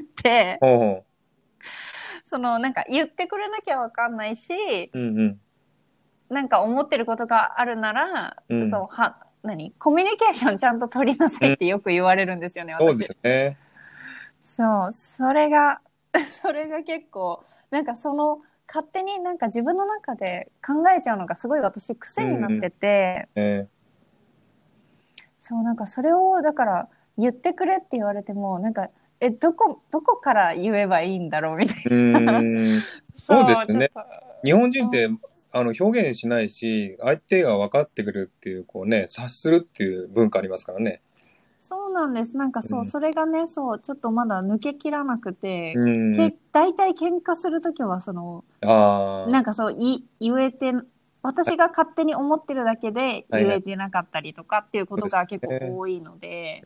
ほうほそのなんか言ってくれなきゃわかんないし、 う。うんうん。 なんか思ってることがあるなら、 うん。 そう、は、何コミュニケーションちゃんと取りなさうん、 いってよく言われるんですよね、 そうで私。 すね。 そう、それが、それが結構、なんかその、勝手になんか自分の中で考えちゃうのがすごい私癖になってて、 うんうん、えそう、なんかそれを、だから言ってくれって言われても、なんか、え、どこ、どこから言えばいいんだろうみたー、ういな。 ーん。そうですそう、ちょっね。 と、 日本人っそう、 て、あの、表現しないし、相手が分かってくるっていう、こうね、察するっていう文化ありますからね。 そうなんです。なんかそう、 うん。 それがね、そう、ちょっとまだ抜けきらなくて、 うん。 け、大体喧嘩するときは、その、 あなんかそう、い、言えて、私が勝手に思ってるだけであ、はいはい。 言えてなかったりとかっていうこそうですとが結構ね。 多いので、 うん。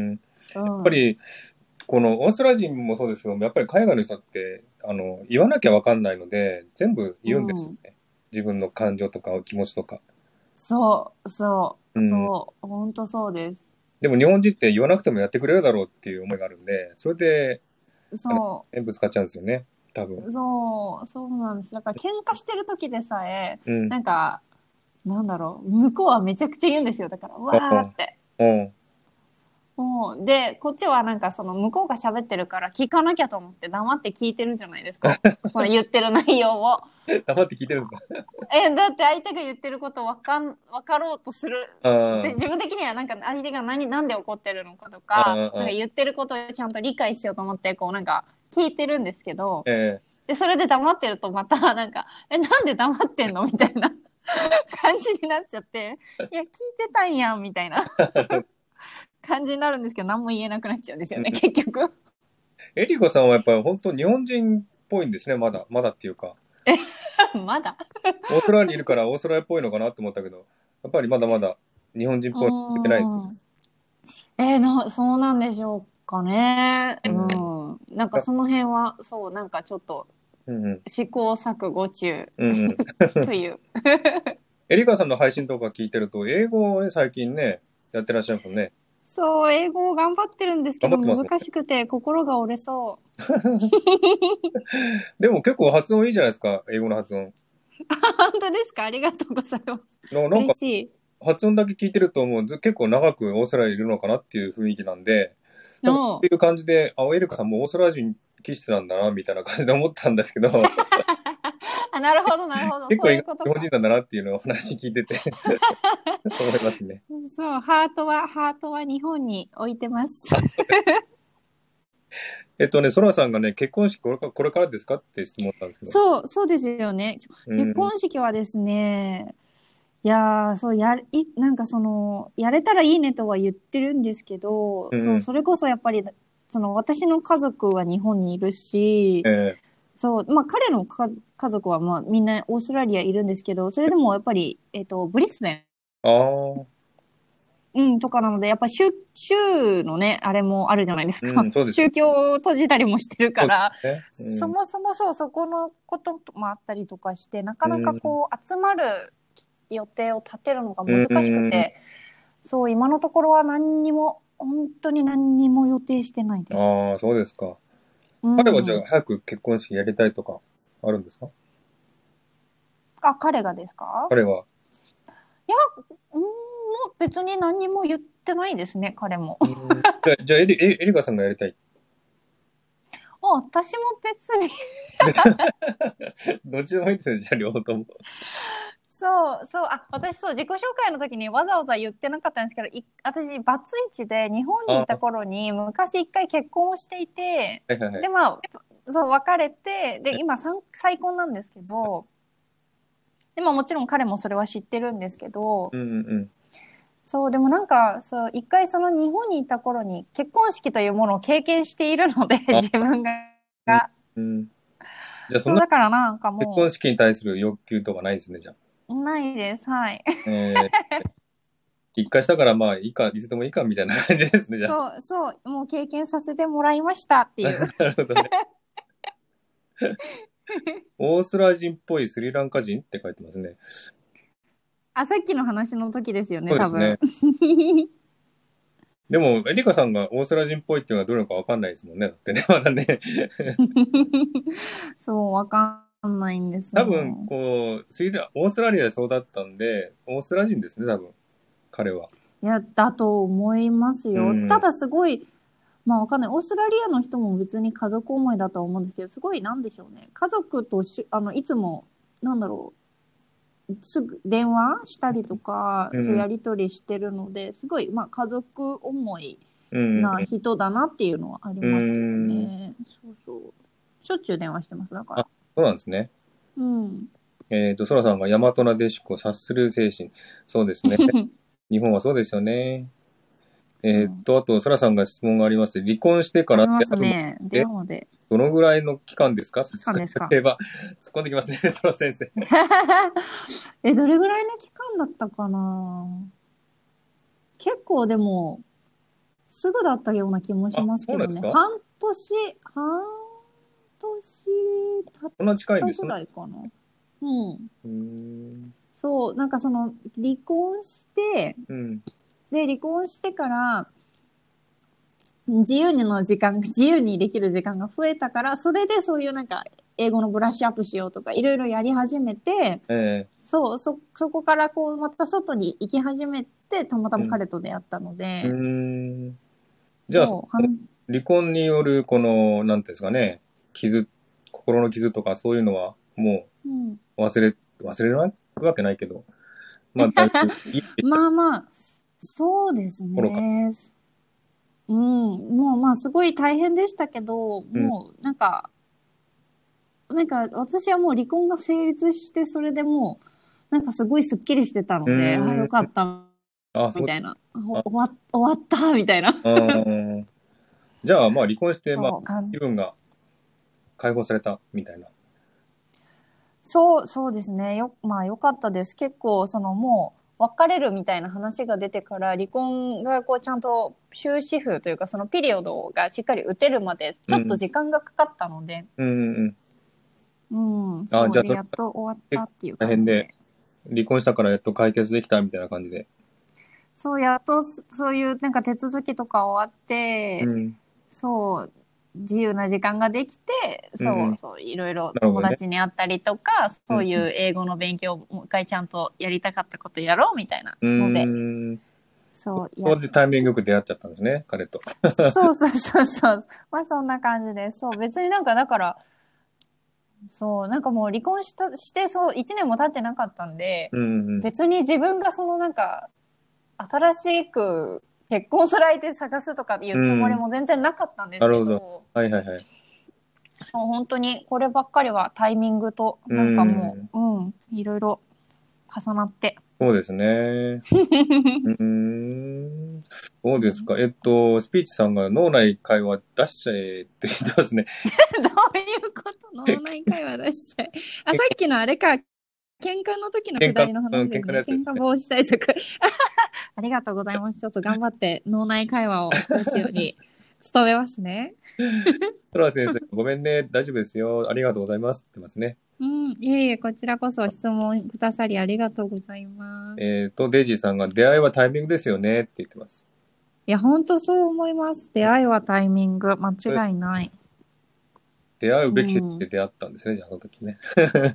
やっうん。 ぱり、このオーストラリア人もそうですけども、やっぱり海外の人って、あの、言わなきゃ分かんないので、全部う言うんですよん。 ね。自分の感情とか気持ちとか。 そう、そう、 うん。 そう、ほんとそうです。 でも日本人って言わなくてもやってくれるだろうっていう思いがあるんで、それで、あの、 そぶつかっちゃうんですよね。多分。 う、そう、そうなんです。だから喧嘩してる時でさえ、 うん。 なんか、なんだろう、向こうはめちゃくちゃ言うんですよ。だから、わおうーって。 おう。 もそう。で、こっちはなんかその向こうが喋ってるから聞かなきゃと思って黙って聞いてるじゃないですか。その言ってる内容を。 黙って聞いてるんですか？ え、だって相手が言ってることわかん、わかろうとする。で、自分的にはなんか相手が何、なんで怒ってるのかとか、なんか言ってることをちゃんと理解しようと思って、こうなんか聞いてるんですけど、 ええ、 で、それで黙ってるとまたなんか、え、なんで黙ってんのみたいな感じになっちゃって、いや、聞いてたんやん、みたいな感じになるんですけど、何も言えなくなっちゃうんですよね、結局。 エリコさんはやっぱり本当日本人っぽいんですね、まだ。まだっていうか。 まだオーストラリアにいるからオーストラリアっぽいのかなと思ったけど、やっぱりまだまだ日本人っぽいの言ってないですね。 えー、な、そうなんでしょうかね。うん。なんかその辺は、そう、なんかちょっと、試行錯誤中、うんうん、という。 エリカさんの配信とか聞いてると、英語をね、最近ね、やってらっしゃるもんね。 そう、英語を頑張ってるんですけど、難しくて心が折れそう。 でも結構発音いいじゃないですか、英語の発音。 本当ですか？ありがとうございます。 なんか嬉しい。発音だけ聞いてると、もう結構長くオーストラリアにいるのかなっていう雰囲気なんで、なんかそういう感じで、あ、エリカさんもオーストラリア人気質なんだな、みたいな感じで思ったんですけど。 あ、なるほど、なるほど。 結構日本人なんだなっていうのを話聞いてて思いますね。 そう、ハートは、ハートは日本に置いてます。 えっとね、ソラさんがね、結婚式これかこれからですかって質問なんですけど。 そう、そうですよね。結婚式はですね、いやー、そう、やる、い、なんかその、やれたらいいねとは言ってるんですけど、うん、そう、それこそやっぱり、その、私の家族は日本にいるし、えー、そう、まあ彼のか家族はまあみんなオーストラリアいるんですけど、それでもやっぱり、えっと、ブリスベン。 ああ。 うん、とかなので、やっぱ宗、宗のね、あれもあるじゃないですか。うん、そうです宗教を閉じたりもしてるから、ねうん、そもそもそう、そこのこともあったりとかして、なかなかこう、集まる予定を立てるのが難しくて、うん、そう、今のところは何にも、本当に何にも予定してないです。 ああ、そうですか。うん、彼はじゃあ早く結婚式やりたいとかあるんですか？ あ、彼がですか？ 彼は。 いや、うん、もう別に何にも言ってないですね、彼も。 じゃあ、じゃあエリ、エリカさんがやりたい。 あ、私も別に。 どっちでもいいですね、じゃあ両方とも。 そう、そう、あ、私そう、自己紹介の時にわざわざ言ってなかったんですけど、い私、バツイチで日本にいた頃に昔一回結婚をしていて、はいはいはい、で、まあ、そう、別れて、で、今、再婚なんですけど、でももちろん彼もそれは知ってるんですけど、うんうん、そう、でもなんか、そう、一回その日本にいた頃に結婚式というものを経験しているので、自分が。うんうん、 じゃあそんな、だからなんかもう結婚式に対する欲求とかないですね、じゃあ。 ないです、はい。 えー、一回したからまあいいか、いつでもいいかみたいな感じですね、じゃあ。そう、そう、もう経験させてもらいましたっていう。なるほどね。 オーストラリア人っぽいスリランカ人って書いてますね。 あ、さっきの話の時ですよね、多分。そうですね。 でも、エリカさんがオーストラリア人っぽいっていうのはどれかわかんないですもんね。だってね、まだね。 そう、わかんないんですよ。多分、こう、スリラ、オーストラリアでそうだったんで、オーストラリア人ですね、多分。彼は。 いや、だと思いますよ。うん、ただすごい、まあわかんない。オーストラリアの人も別に家族思いだとは思うんですけど、すごいなんでしょうね。家族とし、あの、いつも、なんだろう、すぐ電話したりとか、うん、そうやりとりしてるので、すごい、まあ家族思いな人だなっていうのはありますけどね。うん、そうそう。しょっちゅう電話してます、だから。 あ、そうなんですね。うん。えっと、ソラさんが大和なでしこ察する精神。そうですね。日本はそうですよね。えっと、あと、ソラさんが質問があります。離婚してからって。ありますね。電話で。 どのぐらいの期間ですか？ 期間ですか？ 例えば、突っ込んできますね、ソラ先生。 え、どれぐらいの期間だったかな？結構でも、すぐだったような気もしますけどね。半年、半年経ったぐらいかな。うん。うんそう、なんかその、離婚して、うん、で、離婚してから、自由にの時間、自由にできる時間が増えたから、それでそういうなんか、英語のブラッシュアップしようとか、いろいろやり始めて、えー、そう、そ、そこからこう、また外に行き始めて、たまたま彼と出会ったので。うん、 じゃあ、離婚によるこの、なんていうんですかね、傷、心の傷とかそういうのはもう忘れ、うん、忘れるわけないけど、まあ、だいぶいいまあまあ、そうですね。うん、もうまあすごい大変でしたけど、うん、もうなんか、なんか私はもう離婚が成立して、それでもう、なんかすごいスッキリしてたので、ああ、よかった、みたいな。終わ終わった、みたいな。 じゃあ、まあ離婚して、まあ気分が解放された、みたいな。 そう、そうですね。よ、まあよかったです。結構、そのもう、別れるみたいな話が出てから、離婚がこうちゃんと終止符というか、そのピリオドがしっかり打てるまで、ちょっと時間がかかったので、 うんうんうん。 うん、そうで、やっと終わったっていう感じで。大変で、 離婚したからやっと解決できたみたいな感じで。 そう、やっとそういうなんか手続きとか終わって、うん、そう、自由な時間ができて、そう、うん、そう、いろいろ友達に会ったりとか、ね、そういう英語の勉強をもう一回ちゃんとやりたかったことやろうみたいなので。うんそう。そこでタイミングよく出会っちゃったんですね、彼と。 そうそうそうそう。まあそんな感じです。そう、別になんかだから、そう、なんかもう離婚した、して、そう、一年も経ってなかったんで、うんうん、別に自分がそのなんか、新しく結婚する相手探すとかいうつもりも全然なかったんですけど、うん、なるほど。 はいはいはい。 そう、本当にこればっかりはタイミングと、なんかもう、うん、うん、いろいろ重なって。 そうですね。うん。そうですか。えっと、スピーチさんが脳内会話出しちゃえって言ってますね。 どういうこと？脳内会話出しちゃえ。あ、さっきのあれか。喧嘩の時のくだりの話ですね。喧嘩、うん、喧嘩防止対策。ありがとうございます。ちょっと頑張って脳内会話を出すように努めますね。 トラ先生、ごめんね。大丈夫ですよ。ありがとうございますって言ってますね。 うん。いえいえ、こちらこそ質問くださりありがとうございます。 えっと、デイジーさんが出会いはタイミングですよねって言ってます。 いや、ほんとそう思います。出会いはタイミング。間違いない。 出会うべきで出会ったんですね、うん、じゃあ、その時ね。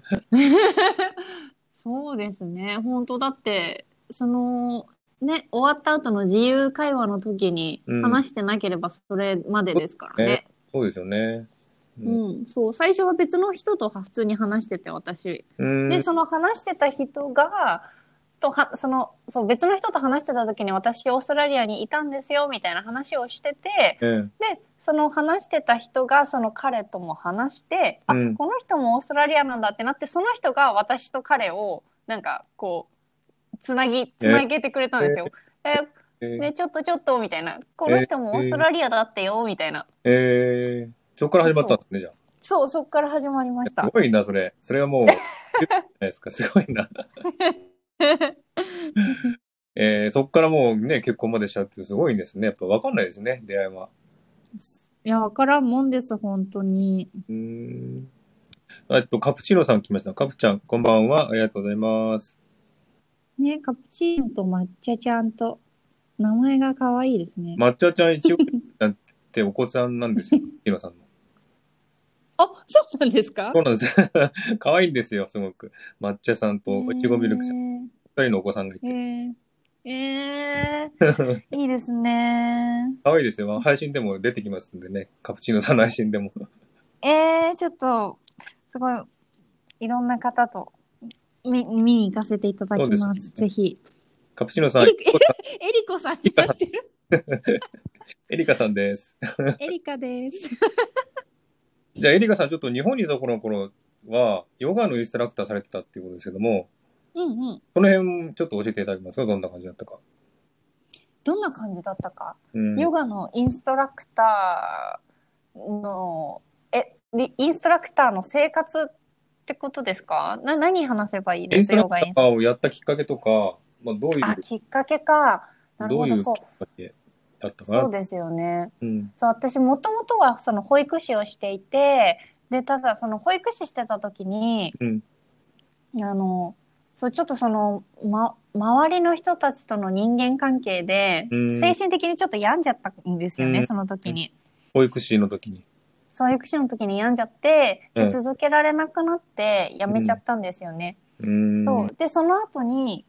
そうですね。本当だって、その、ね、終わった後の自由会話の時に話してなければそれまでですからね。 うん、そうですよね。 うん、うん、そう。最初は別の人と普通に話してて、私。で、その話してた人が、とは、その、そう、別の人と話してた時に私オーストラリアにいたんですよ、みたいな話をしてて、うん、で、その話してた人がその彼とも話して、うん、あ、この人もオーストラリアなんだってなって、その人が私と彼を、なんか、こう、つなぎ、つなげてくれたんですよ。えー、えー、ね、ちょっとちょっと、みたいな。この人もオーストラリアだってよ、みたいな。 えー、そこから始まったんですね、じゃあ。 そう、そこから始まりました。 すごいな、それ。それはもう、じゃないですか、すごいな。えー、そこからもうね、結婚までしちゃうってすごいんですね。やっぱ分かんないですね、出会いは。 いや、分からんもんです、本当に。 うーん。えっと、カプチーノさん来ました。カプちゃん、こんばんは。ありがとうございます。 ね、カプチーノと抹茶ちゃんと、名前が可愛いですね。 抹茶ちゃん一応、だってお子さんなんですよ、ヒロさんの。 あ、そうなんですか？ そうなんです。可愛いんですよ、すごく。抹茶さんといちごミルクさん。二人のお子さんがいて。 えー、えー、いいですね。 可愛いですよ。配信でも出てきますんでね。カプチーノさんの配信でも。 えー、ちょっと、すごい、いろんな方と見見に行かせていただきます。すね、ぜひ。 カプチーノさん。エリコさんになってる。 エリカさんです。 エリカです。 じゃあ、エリカさん、ちょっと日本にいた頃の頃は、ヨガのインストラクターされてたっていうことですけども、 うんうん。 その辺、ちょっと教えていただけますか？どんな感じだったか。 どんな感じだったか、うん、ヨガのインストラクターの、え、インストラクターの生活ってことですか？な、何話せばいいですか？ インストラクターをやったきっかけとか、まあ、どういう。 あ、きっかけか。なるほど、 どういうきっかけだったかな。 そうですよね。うん、そう、私もともとはその保育士をしていて、で、ただその保育士してた時に、うん、あの、そう、ちょっとその、ま、周りの人たちとの人間関係で、精神的にちょっと病んじゃったんですよね、うん、その時に。 保育士の時に。 そう、保育士の時に病んじゃって、で、続けられなくなって辞めちゃったんですよね。うん、そう。で、その後に、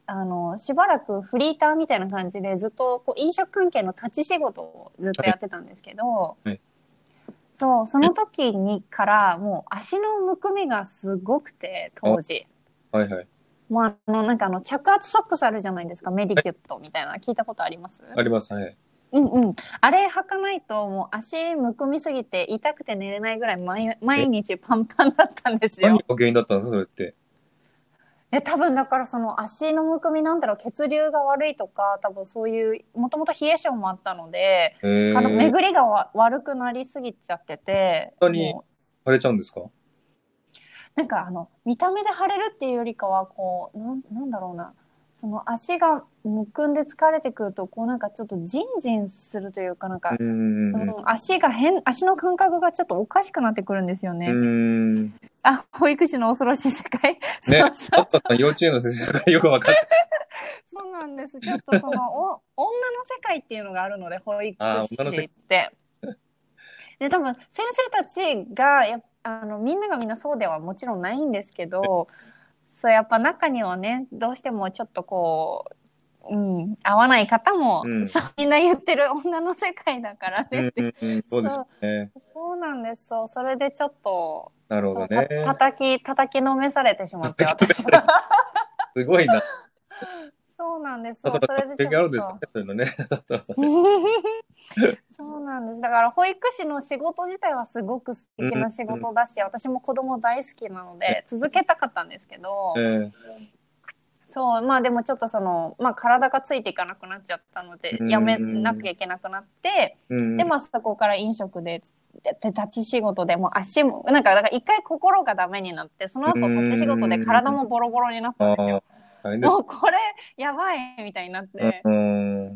あの、しばらくフリーターみたいな感じでずっとこう飲食関係の立ち仕事をずっとやってたんですけど、 はい、 そう、その時にからもう足のむくみがすごくて、当時。 はいはい。 もうあの、なんかあの、着圧ソックスあるじゃないですか、メディキュットみたいな。聞いたことあります？ あります、はい。 うんうん。あれ履かないともう足むくみすぎて痛くて寝れないぐらい毎毎日パンパンだったんですよ。 何が原因だったんですか、それって。 え、多分だからその足のむくみなんだろう、血流が悪いとか、多分そういう、もともと冷え性もあったので、 えからー、 巡りがわ悪くなりすぎちゃってて、 本当にも腫れちゃうんですか？ う、なんかあの、見た目で腫れるっていうよりかは、こう、なん、なんだろうな、その足がむくんで疲れてくると、こうなんかちょっとジンジンするというかなんか、 うーん。 ううん、足が変、足の感覚がちょっとおかしくなってくるんですよーね。 ん。 あ、保育士の恐ろしい世界。そね、 うそうそう。 あったさん幼稚園の先生がよくわかって。 そうなんです。ちょっとその、お、女の世界っていうのがあるので、保育ああ、女の士世界。 って。で、多分、先生たちが、やあの、みんながみんなそうではもちろんないんですけど、そう、やっぱ中にはね、どうしてもちょっとこう、うん、合わない方も、 うん。 そう、みんな言ってる女の世界だからうん、 ねって。 うん、うん、そうですよそう、 ね。 そうなんです。そう、それでちょっと、 なるほそう、た、 どね。 叩き、叩きのめされてしまって、私は。 すごいな。 そうなんです。そう、 だから、 それでちょっ経験あるんですかと。 ね、そういうのね。だったらさ。 そうなんです。だから保育士の仕事自体はすごく素うん、 敵な仕うん。 事だし、私も子供大好きなのえ、 で続けたかったんですけえど、 ー、 そう、まあでもちょっとその、まあ体がついていかなくなっちゃったのうで、やめなきん、 ゃいけなくなって、 うん、 で、まあそこから飲食で、で立ち仕事でもう足も、なんか、だから一回心がダメになって、そのう後立ち仕事でん。 体もボロボロになったんですよ。 ああ、大変です。 もうこれやばいみたいになって。 うん。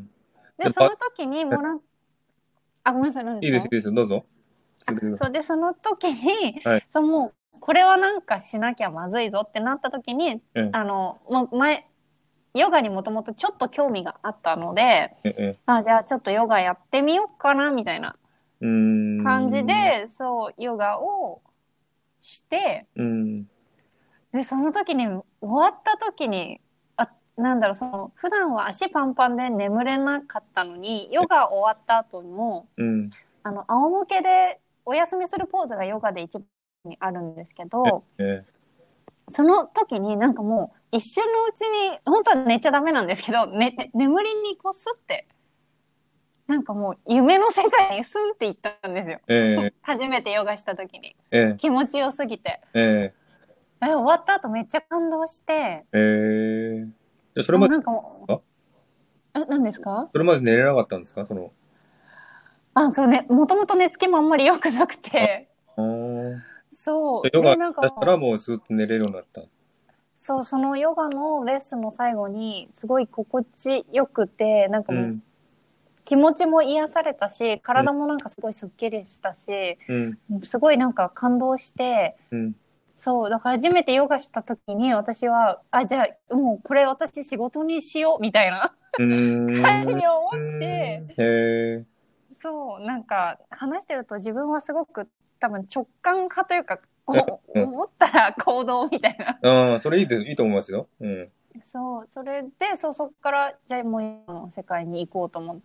で、 で、 そば、 の時にもうなん、あ、ごめんなさい、何でいいです、いいすか？ です。どうぞ。 あ、 続けてくだそうで、その時に、 さい。はい。 そう、もう、これはなんかしなきゃまずいぞってなった時に、 えあの、もう前、ヨガにもともとちょっと興味があったので、 え、ええ。 あ、じゃあちょっとヨガやってみようかな、みたいなうー感じん。 で、そう、ヨガをして、 うん。 で、その時に、終わった時に、あ、なんだろう、その、普段は足パンパンで眠れなかったのに、ヨガ終わった後も、 うん。 あの、仰向けでお休みするポーズがヨガで一番にあるんですけえど、 え。 その時になんかもう一瞬のうちに、本当は寝ちゃダメなんですけど、ね、眠りにこうスって、なんかもう夢の世界にスンって行ったんですよ。 ええ。 初めてヨガした時に。 え気持ちよすぎて。 え。 え、終わった後めっちゃ感動して、 ええ。じゃ、それそう、 まで、 なんかもあ、 う、え、何ですか？ それまで寝れなかったんですか？その、 あ、そうね、もともと寝つきもあんまり良くなくあ、 て、 あー、 そう。で、 ヨガなんか出したらもう、 もうスーッと寝れるようになった。 そう、そのヨガのレッスンの最後に、すごい心地よくて、なんかもう、 うん。 気持ちも癒されたし、 うん。 体もなんかすごいスッキリしたし、 うん。 すごいなんか感動して、 うん。 そう、だから初めてヨガした時に私は、あ、じゃあもうこれ私仕事にしようみたいなうー感じん。 に思うって、 ーん。へえ。 そう、なんか話してると自分はすごく多分直感派というか、 うん。 こう、 うん。 思ったら行動みたいな。 ああ、それいいです、いいと思いますよ。うん。 そう、それで、そう、そこから、じゃあもう今の世界に行こうと思って、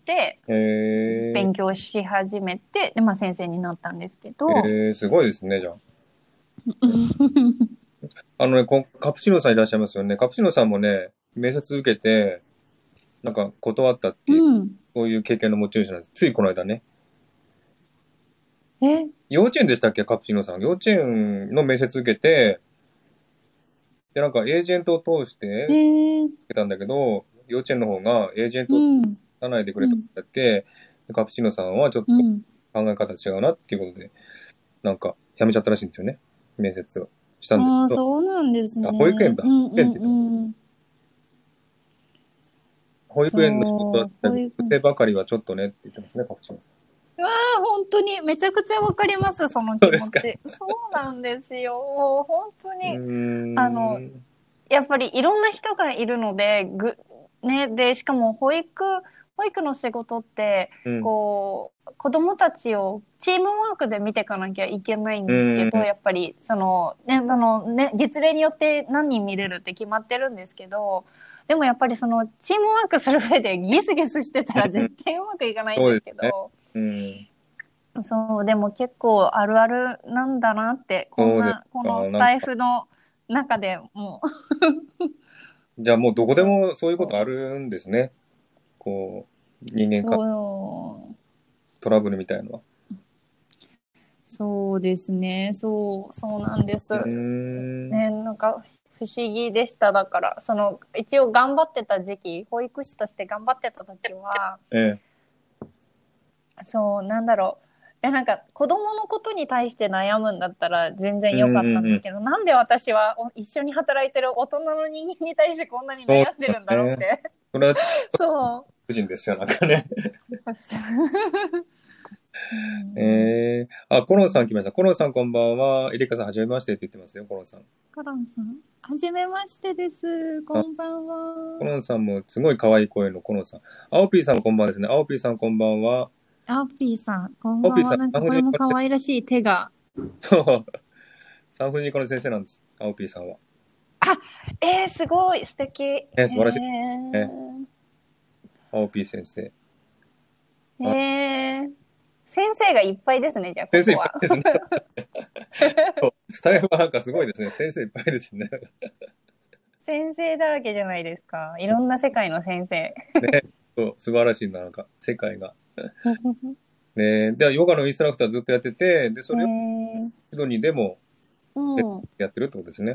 へえ。 勉強し始めて、で、まあ先生になったんですけど、 ええ、すごいですね、じゃあ。あのね、こカプチーノさんいらっしゃいますよね。カプチーノさんもね、面接受けて、なんか断ったっていう、 うん。 そういう経験の持ち主なんです。ついこの間ね。 え、 幼稚園でしたっけ、カプチーノさん。幼稚園の面接受けて、で、なんかエージェントを通しえてー、 受けたんだけど、幼稚園の方がエージェンうトをん、 出さないでくれとうん、 言って、でカプチーノさんはちょっとうん。 考え方違うなっていうことで、なんか辞めちゃったらしいんですよね。面接をしたんですああ、 けど、 そうなんですあ、保育園ね。 だ。保うん、う育園って言っても、 ん、うん。 保育園の仕事はそう、保育園。 学生ばかりはちょっとねって言ってますね、カプチーノさん。 うわあ、本当にめちゃくちゃわかります、そのそうですか。 気持ち。そうなんですよ。もう本当うーに、あの、 ん。 やっぱりいろんな人がいるので、ぐ、ね、で、しかも保育、保育の仕事って、 うん。 こう、子供たちをチームワークで見ていかなきゃいけないんうですけど、 ん。 やっぱり、その、ね、あの、ね、月齢によって何人見れるって決まってるんですけど、 でもやっぱりそのチームワークする上でギスギスしてたら絶対うまくいかないんですけど、 そうですね。 うん、そう、でも結構あるあるなんだなって、こんな、このスタイフの中でもう。 じゃあもうどこでもそういうことあるんですね。こう、人間関係トラブルみたいのは。 そうですね。そう、そうなんです。 うーんね、なんか不思議でした。だから、その、一応頑張ってた時期、保育士として頑張ってた時は、 ええ、 そう、なんだろう。え、なんか子供のことに対して悩むんだったら全然良かったんですけど、うんうんうん、なんで私は一緒に働いてる大人の人間に対してこんなに悩んでるんだろうって。 それはそう。 不人ですよ、なんかね。えー、あ、コロンさん来ました。コロンさんこんばんは。エリカさんはじめましてって言ってますよ、コロンさん。 コロンさんはじめましてです。こんばんは。 コロンさんもすごい可愛い声のコロンさん。アオピーさんこんばんはですね。アオピーさんこんばんは。 アオピーさん、こんばんは。なんかこれも可愛らしい手が。 産婦人科の先生なんです、アオピーさんは。 あ、えー、すごい、素敵。えー、素晴らしい。えー、アオピー先生。 えー、先生がいっぱいですね、じゃあ、ここは。 先生いっぱいですね。スタイフはなんかすごいですね。先生いっぱいですね。 先生だらけじゃないですか。いろんな世界の先生。 ね、そう、素晴らしいな、なんか、世界が。ね、で、ヨガのインストラクターずっとやってて、で、それをシドニーでもやってるってことですね。うん、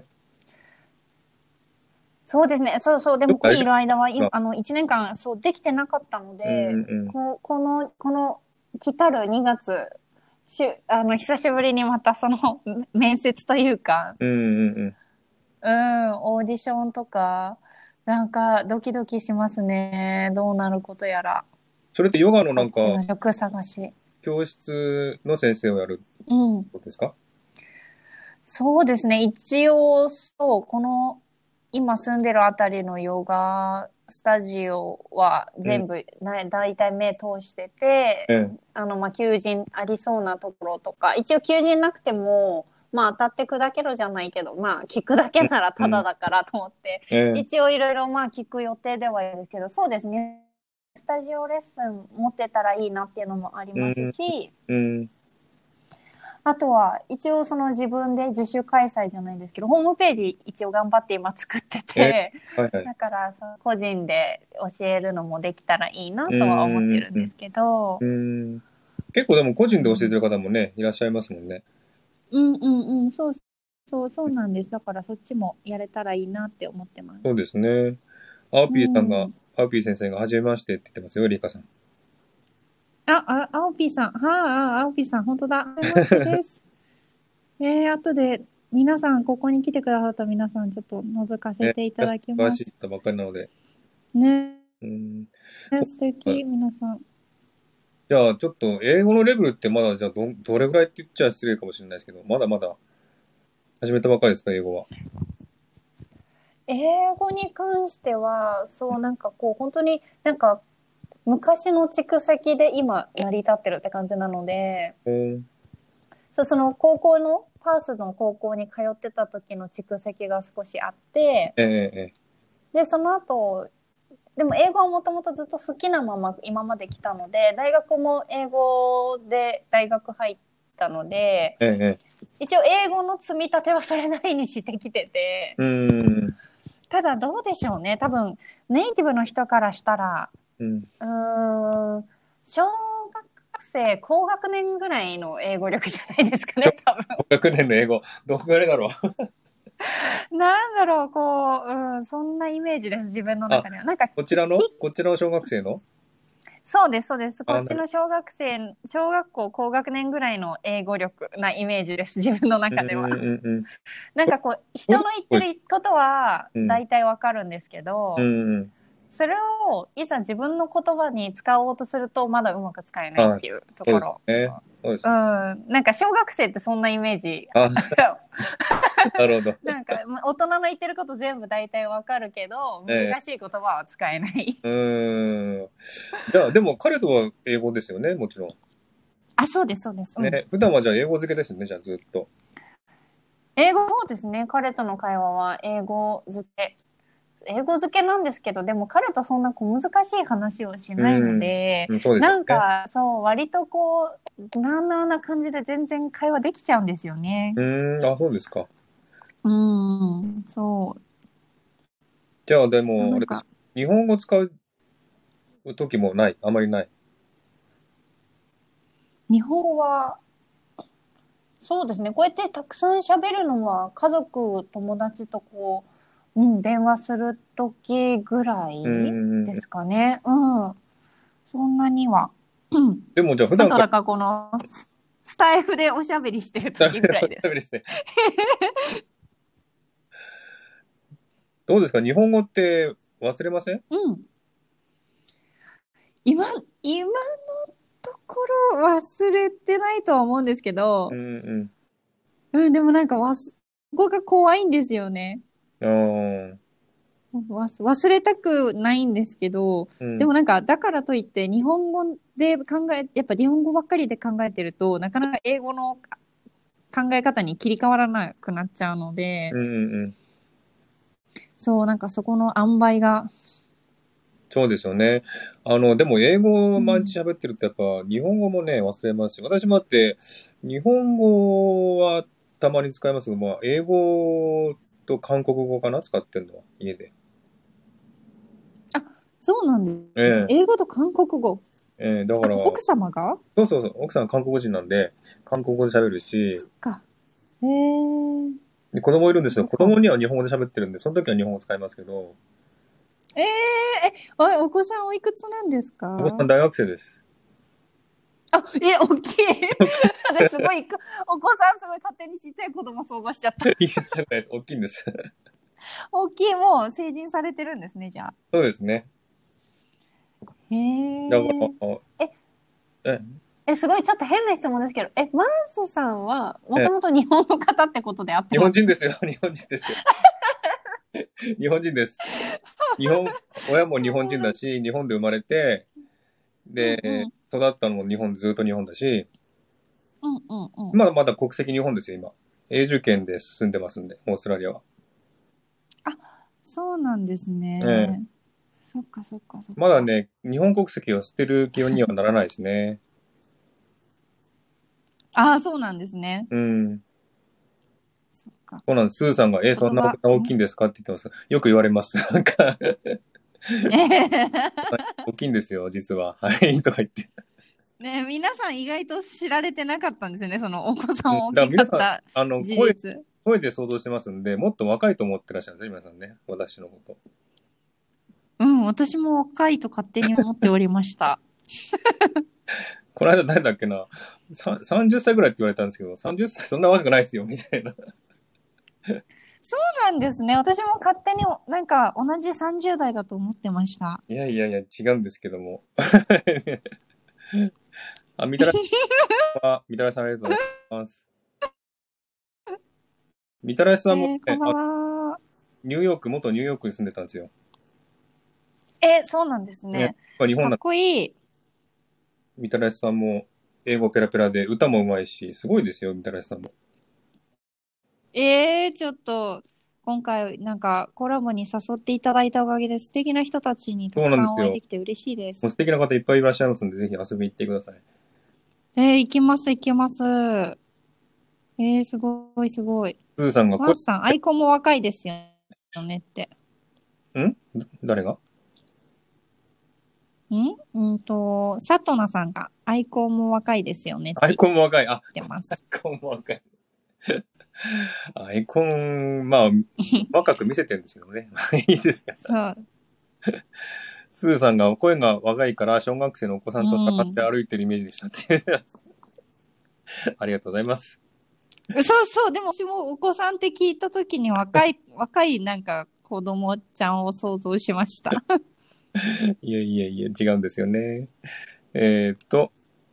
そうですね。そうそう。でも、ここにいる間は、あの、いちねんかん、そう、できてなかったので、うんうん、ここの、この、来たるにがつ、しゅあの、久しぶりにまたその、面接というか、 うんうんうん。 うん、オーディションとか、なんか、ドキドキしますね。どうなることやら。 それってヨガのなんか、 職探し。 教室の先生をやることですか？うん、 そうですね。一応、そう、この、今住んでるあたりのヨガスタジオは全部、うん、だいたい目通してて、うん、あの、まあ、求人ありそうなところとか、一応求人なくても、まあ、当たって砕けろじゃないけど、まあ、聞くだけならタダだからと思って、うん、一応いろいろまあ、聞く予定ではいるけど、そうですね。スタジオレッスン持ってたらいいなっていうのもありますし、うんうん、あとは、一応その自分で自主開催じゃないんですけど、ホームページ一応頑張って今作ってて、はいはい、だからその個人で教えるのもできたらいいなとは思ってるんですけど。 うんうん、結構でも個人で教えてる方もね、いらっしゃいますもんね。 うんうんうん、そうそうそうなんです。だからそっちもやれたらいいなって思ってます。 そうですね。アオピーさんが、うん、アオピー先生が初めましてって言ってますよ、リカさん。 あ、あ、アオピーさん。はあ、アオピーさん、本当だ。はじめましてです。えー、後で、皆さん、ここに来てくださった皆さん、ちょっと覗かせていただきます。 ね、素晴らしいばっかりなので。 ね。うん。ね、素敵、皆さん。 じゃあ、ちょっと、英語のレベルってまだ、じゃあど、どれぐらいって言っちゃ失礼かもしれないですけど、まだまだ、始めたばっかりですか、英語は。 英語に関しては、そう、なんかこう、本当になんか、昔の蓄積で今成り立ってるって感じなので、うん、そう、その高校の、パースの高校に通ってた時の蓄積が少しあって、ええ、で、その後、でも英語はもともとずっと好きなまま今まで来たので、大学も英語で大学入ったので、ええ、一応英語の積み立てはそれなりにしてきてて、うん、ただどうでしょうね。多分ネイティブの人からしたら、うん、うーん、小学生高学年ぐらいの英語力じゃないですかね、多分。 高学年の英語、どこぐらいだろう。 なんだろう、こう、うん、そんなイメージです、自分の中では。なんか、 こちらのこちらの小学生のそうです、そうです。こっちの小学生、小学校高学年ぐらいの英語力なイメージです、自分の中では。うんうんうん、なんかこう、人の言ってることは大体わかるんですけど、うんうん、それをいざ自分の言葉に使おうとするとまだうまく使えないっていうところ。そうですね。そうですね。うん。なんか小学生ってそんなイメージ。あなるほど。なんか大人の言ってること全部大体わかるけど、難しい言葉は使えない。 えー、うーん。じゃあ、でも彼とは英語ですよね、もちろん。 あ、そうです、そうです。 ね、うん、普段はじゃあ英語漬けですね、じゃあずっと。 英語、そうですね。彼との会話は英語漬け。 英語漬けなんですけど、でも彼とそんな小難しい話をしないので、 うん、そうですよね。 なんか、そう、割とこう、なあなあな感じで全然会話できちゃうんですよね。 うーん、あ、そうですか。 うん、そう。 じゃあ、でも、 なんか、 あれです。日本語使う時もない。あまりない。 日本語は、そうですね。こうやってたくさん喋るのは、家族、友達とこう、うん、電話するときぐらういでん。 すかね。うん。そんなには。うん。 でも、じゃあ、普段から、 あとだからこの、ススタイフでおしゃべりしてるときぐらいです。 ですね。どうですか日本語って忘れません？ うん。今、今のところ忘れてないとは思うんですけど、 うんうん。 うん、でもなんか忘、ここが怖いんですよね。 ああ、 忘忘れたくないんですけど、 うん。 でもなんか、だからといって、日本語で考え、やっぱ日本語ばっかりで考えてると、なかなか英語の考え方に切り替わらなくなっちゃうので、 うんうんうん。 そう、なんかそこの塩梅が、 そうですよね。あの、でも英語を毎うん、 日喋ってるとやっぱ日本語もね、忘れますし、私もあって、日本語はたまに使いますけど、まあ、英語と韓国語かな使ってるのは、家で。 あ、そうなんですね。 え英語と韓国語。 え、ええ、だかあ、 ら、 奥様がそうそうそう、奥さん韓国人なんで、韓国語で喋るし、 そっか。へえ、 で子供いるんですけど、子そっかそっか。 供には日本語で喋ってるんで、その時は日本語使いますけど、 えー、え、お、お子さんおいくつなんですか？ お子さん大学生です。 あ、え、大きい。私すごい、お子さんすごい勝手にちっちゃい子供想像しちゃった。 いえ、ちっちゃくないです。大きいんです。 大きい、もう成人されてるんですね、じゃあ。 そうですね。 へだかえ。 ら、 え、 え、 え、すごいちょっと変な質問ですけど、え、マースさんはもえ、 ともと日本の方ってことで合って日本ます？ 人ですよ。日本人ですよ。日本人です。日本、親も日本人だし、日本で生まれて、で、 うんうん。 育ったのも日本、ずっと日本だし、 うんうんうん。 まだまだ国籍日本ですよ、今。永住権で住んでますんで、オーストラリアは。 あ、そうなんですええ。 ね。そっかそっかそっか。 まだね、日本国籍を捨てる気にはならないですね。 ああ、そうなんですね。 うん。 そっか。 そうなんです。スーさんが、え、そんな言葉、 大きいんですかって言ってます。よく言われます。なんか大きいんですよ、実は。はい、とか言って。 ね、皆さん意外と知られてなかったんですよね。そのお子さうん、だん大きから皆さん、 かったあの、声、 事実。 声で想像してますんで、もっと若いと思ってらっしゃるんですよ、皆さんね。私のこと。 うん、私も若いと勝手に思っておりました。 この間誰だっけな、ささんじゅっさいぐらいって言われたんですけど、さんじゅっさいそんな若くないですよ、みたいな。 そうなんですね。私も勝手になんか同じさんじゅう代だと思ってました。 いやいやいや、違うんですけども。あ、みたらしは、みたらしさんありがとうございます。みたらしさんもえー、こんね、 ばんあ、 は。 ニューヨーク、元ニューヨークに住んでたんですよ。 えー、そうなんですね、 ね。かっ日本な、 こいい。 みたらしさんも英語ペラペラで歌もうまいし、すごいですよ、みたらしさんも。 えー、ちょっと、今回なんかコラボに誘っていただいたおかげで素敵な人たちにたそうくさんなんですよ。 お会いできて嬉しいです。 もう素敵な方いっぱいいらっしゃいますんで、ぜひ遊びに行ってください。 えー、行きます行きます。えー、すごいすごい。 スーさんが声、 マースさん、アイコンも若いですよねって。 ん誰が？ んうんと、サトナさんがアイコンも若いですよねってアイ言っコンも若い。あ、 てまアイす。 コンも若い。アイコン、まあ、若く見せてるんですけどね。いいですか。 そう。 スーさんが声が若いから小学生のお子さうんと並んでん。 歩いてるイメージでしたっていう。ありがとうございます。 そうそう。でも私もお子さんって聞いたときに若い、若いなんか子供ちゃんを想像しました。 いえいえいえ、違うんですよね。えーっと、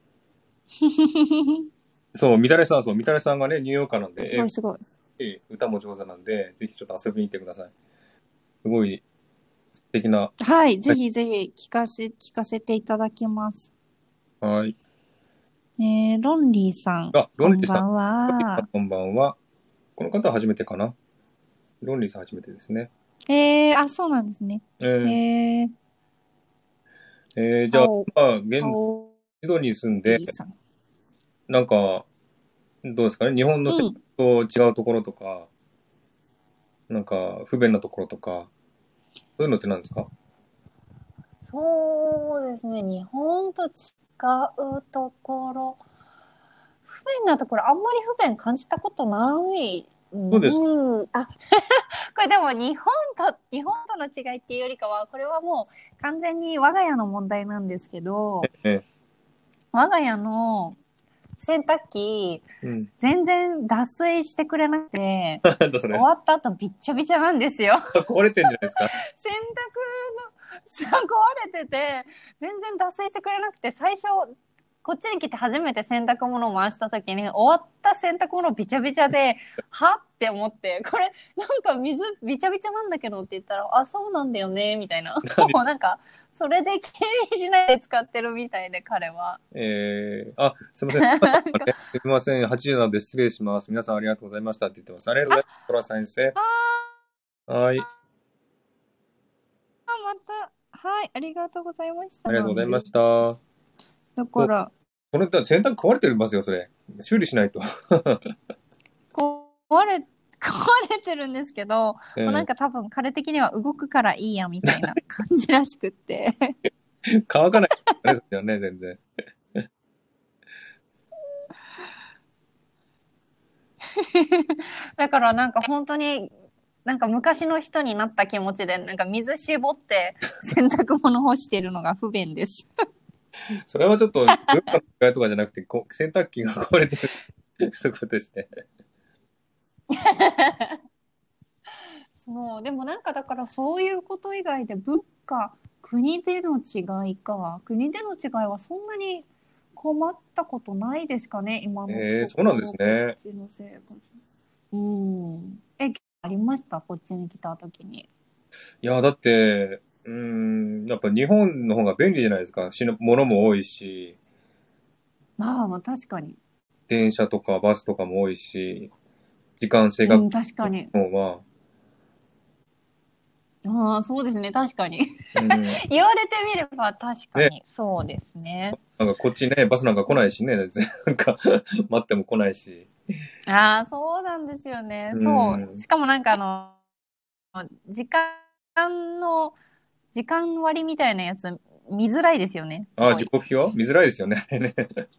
そう、みたらしさん、そう、みたらしさんがね、ニューヨーカーなんで、 すごいすごい。 え歌も上手なんで、ぜひちょっと遊びに行ってください。すごい素敵な、 はい。ぜひぜひ聞かせ、聞かせていただきます。 はい。 えー、ロンリーさん、 あ、ロンリーさん。 こんばんは。 こんばんは。この方は初めてかな。ロンリーさん初めてですね。 へえ、あ、そうなんですね。 えーへえ、 えーじゃあ、 青、 まあ、現在、 青シドニー住んで、 ピーさん。 なんか、どうですかね、日本の生うん。 活と違うところとか、なんか、不便なところとか、そういうのって何ですか？ そうですね。日本と違うところ。不便なところ、あんまり不便感じたことない。 そうです。 うん。あ、これでも日本と、日本との違いっていうよりかは、これはもう完全に我が家の問題なんですけど、 え我が家の洗濯機、 うん。 全然脱水してくれなくて、 なんだそれ。 終わった後びっちゃびちゃなんですよ。 壊れてんじゃないですか？ 洗濯の、壊れてて、全然脱水してくれなくて、最初、こっちに来て初めて洗濯物を回した時に、終わった洗濯物びちゃびちゃで、はって思って、これ、なんか水びちゃびちゃなんだけどって言ったら、あ、そうなんだよね、みたいな。 何です。 もうなんか、それで気にしないで使ってるみたいで、彼は。 えー、あ、すみません。 なんか、 ね、すみません。はちじなので失礼します。皆さんありがとうございましたって言ってます。ありがとうございます。トラ先生。 あはい。 ー、また、はい、ありがとうございました。 ありがとうなんで。 ございました。そう、 だから、 それだ、洗濯壊れてますよ、それ。修理しないと。 壊れ、壊れてるんですけど、 うん。 もうなんか多分彼的には動くからいいやみたいな感じらしくって。 乾かないですよね、全然。 だからなんか本当に、なんか昔の人になった気持ちで、なんか水絞って洗濯物干してるのが不便です。 それはちょっと、文化の違いとかじゃなくて、こ洗濯機が壊れてるってことですね。 そう、でもなんかだからそういうこと以外で物価、国での違いか。国での違いはそんなに困ったことないですかね、今のえー、 とそうなんですころ、こっね。 ちの生活。うん。え、ありましたこっちに来た時に。 いや、だって、うーん、やっぱ日本の方が便利じゃないですか。しの物も多いし、 まあまあ確かに。 電車とかバスとかも多いし、時間制限うん、確かに。 のは、 ああ、そうですね、確かに。 うん、 言われてみれば確かね、 に、そうですね。 なんかこっちね、バスなんか来ないしね、全然なんか待っても来ないし。 ああ、そうなんですよね。 うそう。 ん。 しかもなんかあの、時間の、時間割みたいなやつ見づらいですよね。すあ、 ごい。 時刻表見づらいですよね、あれね。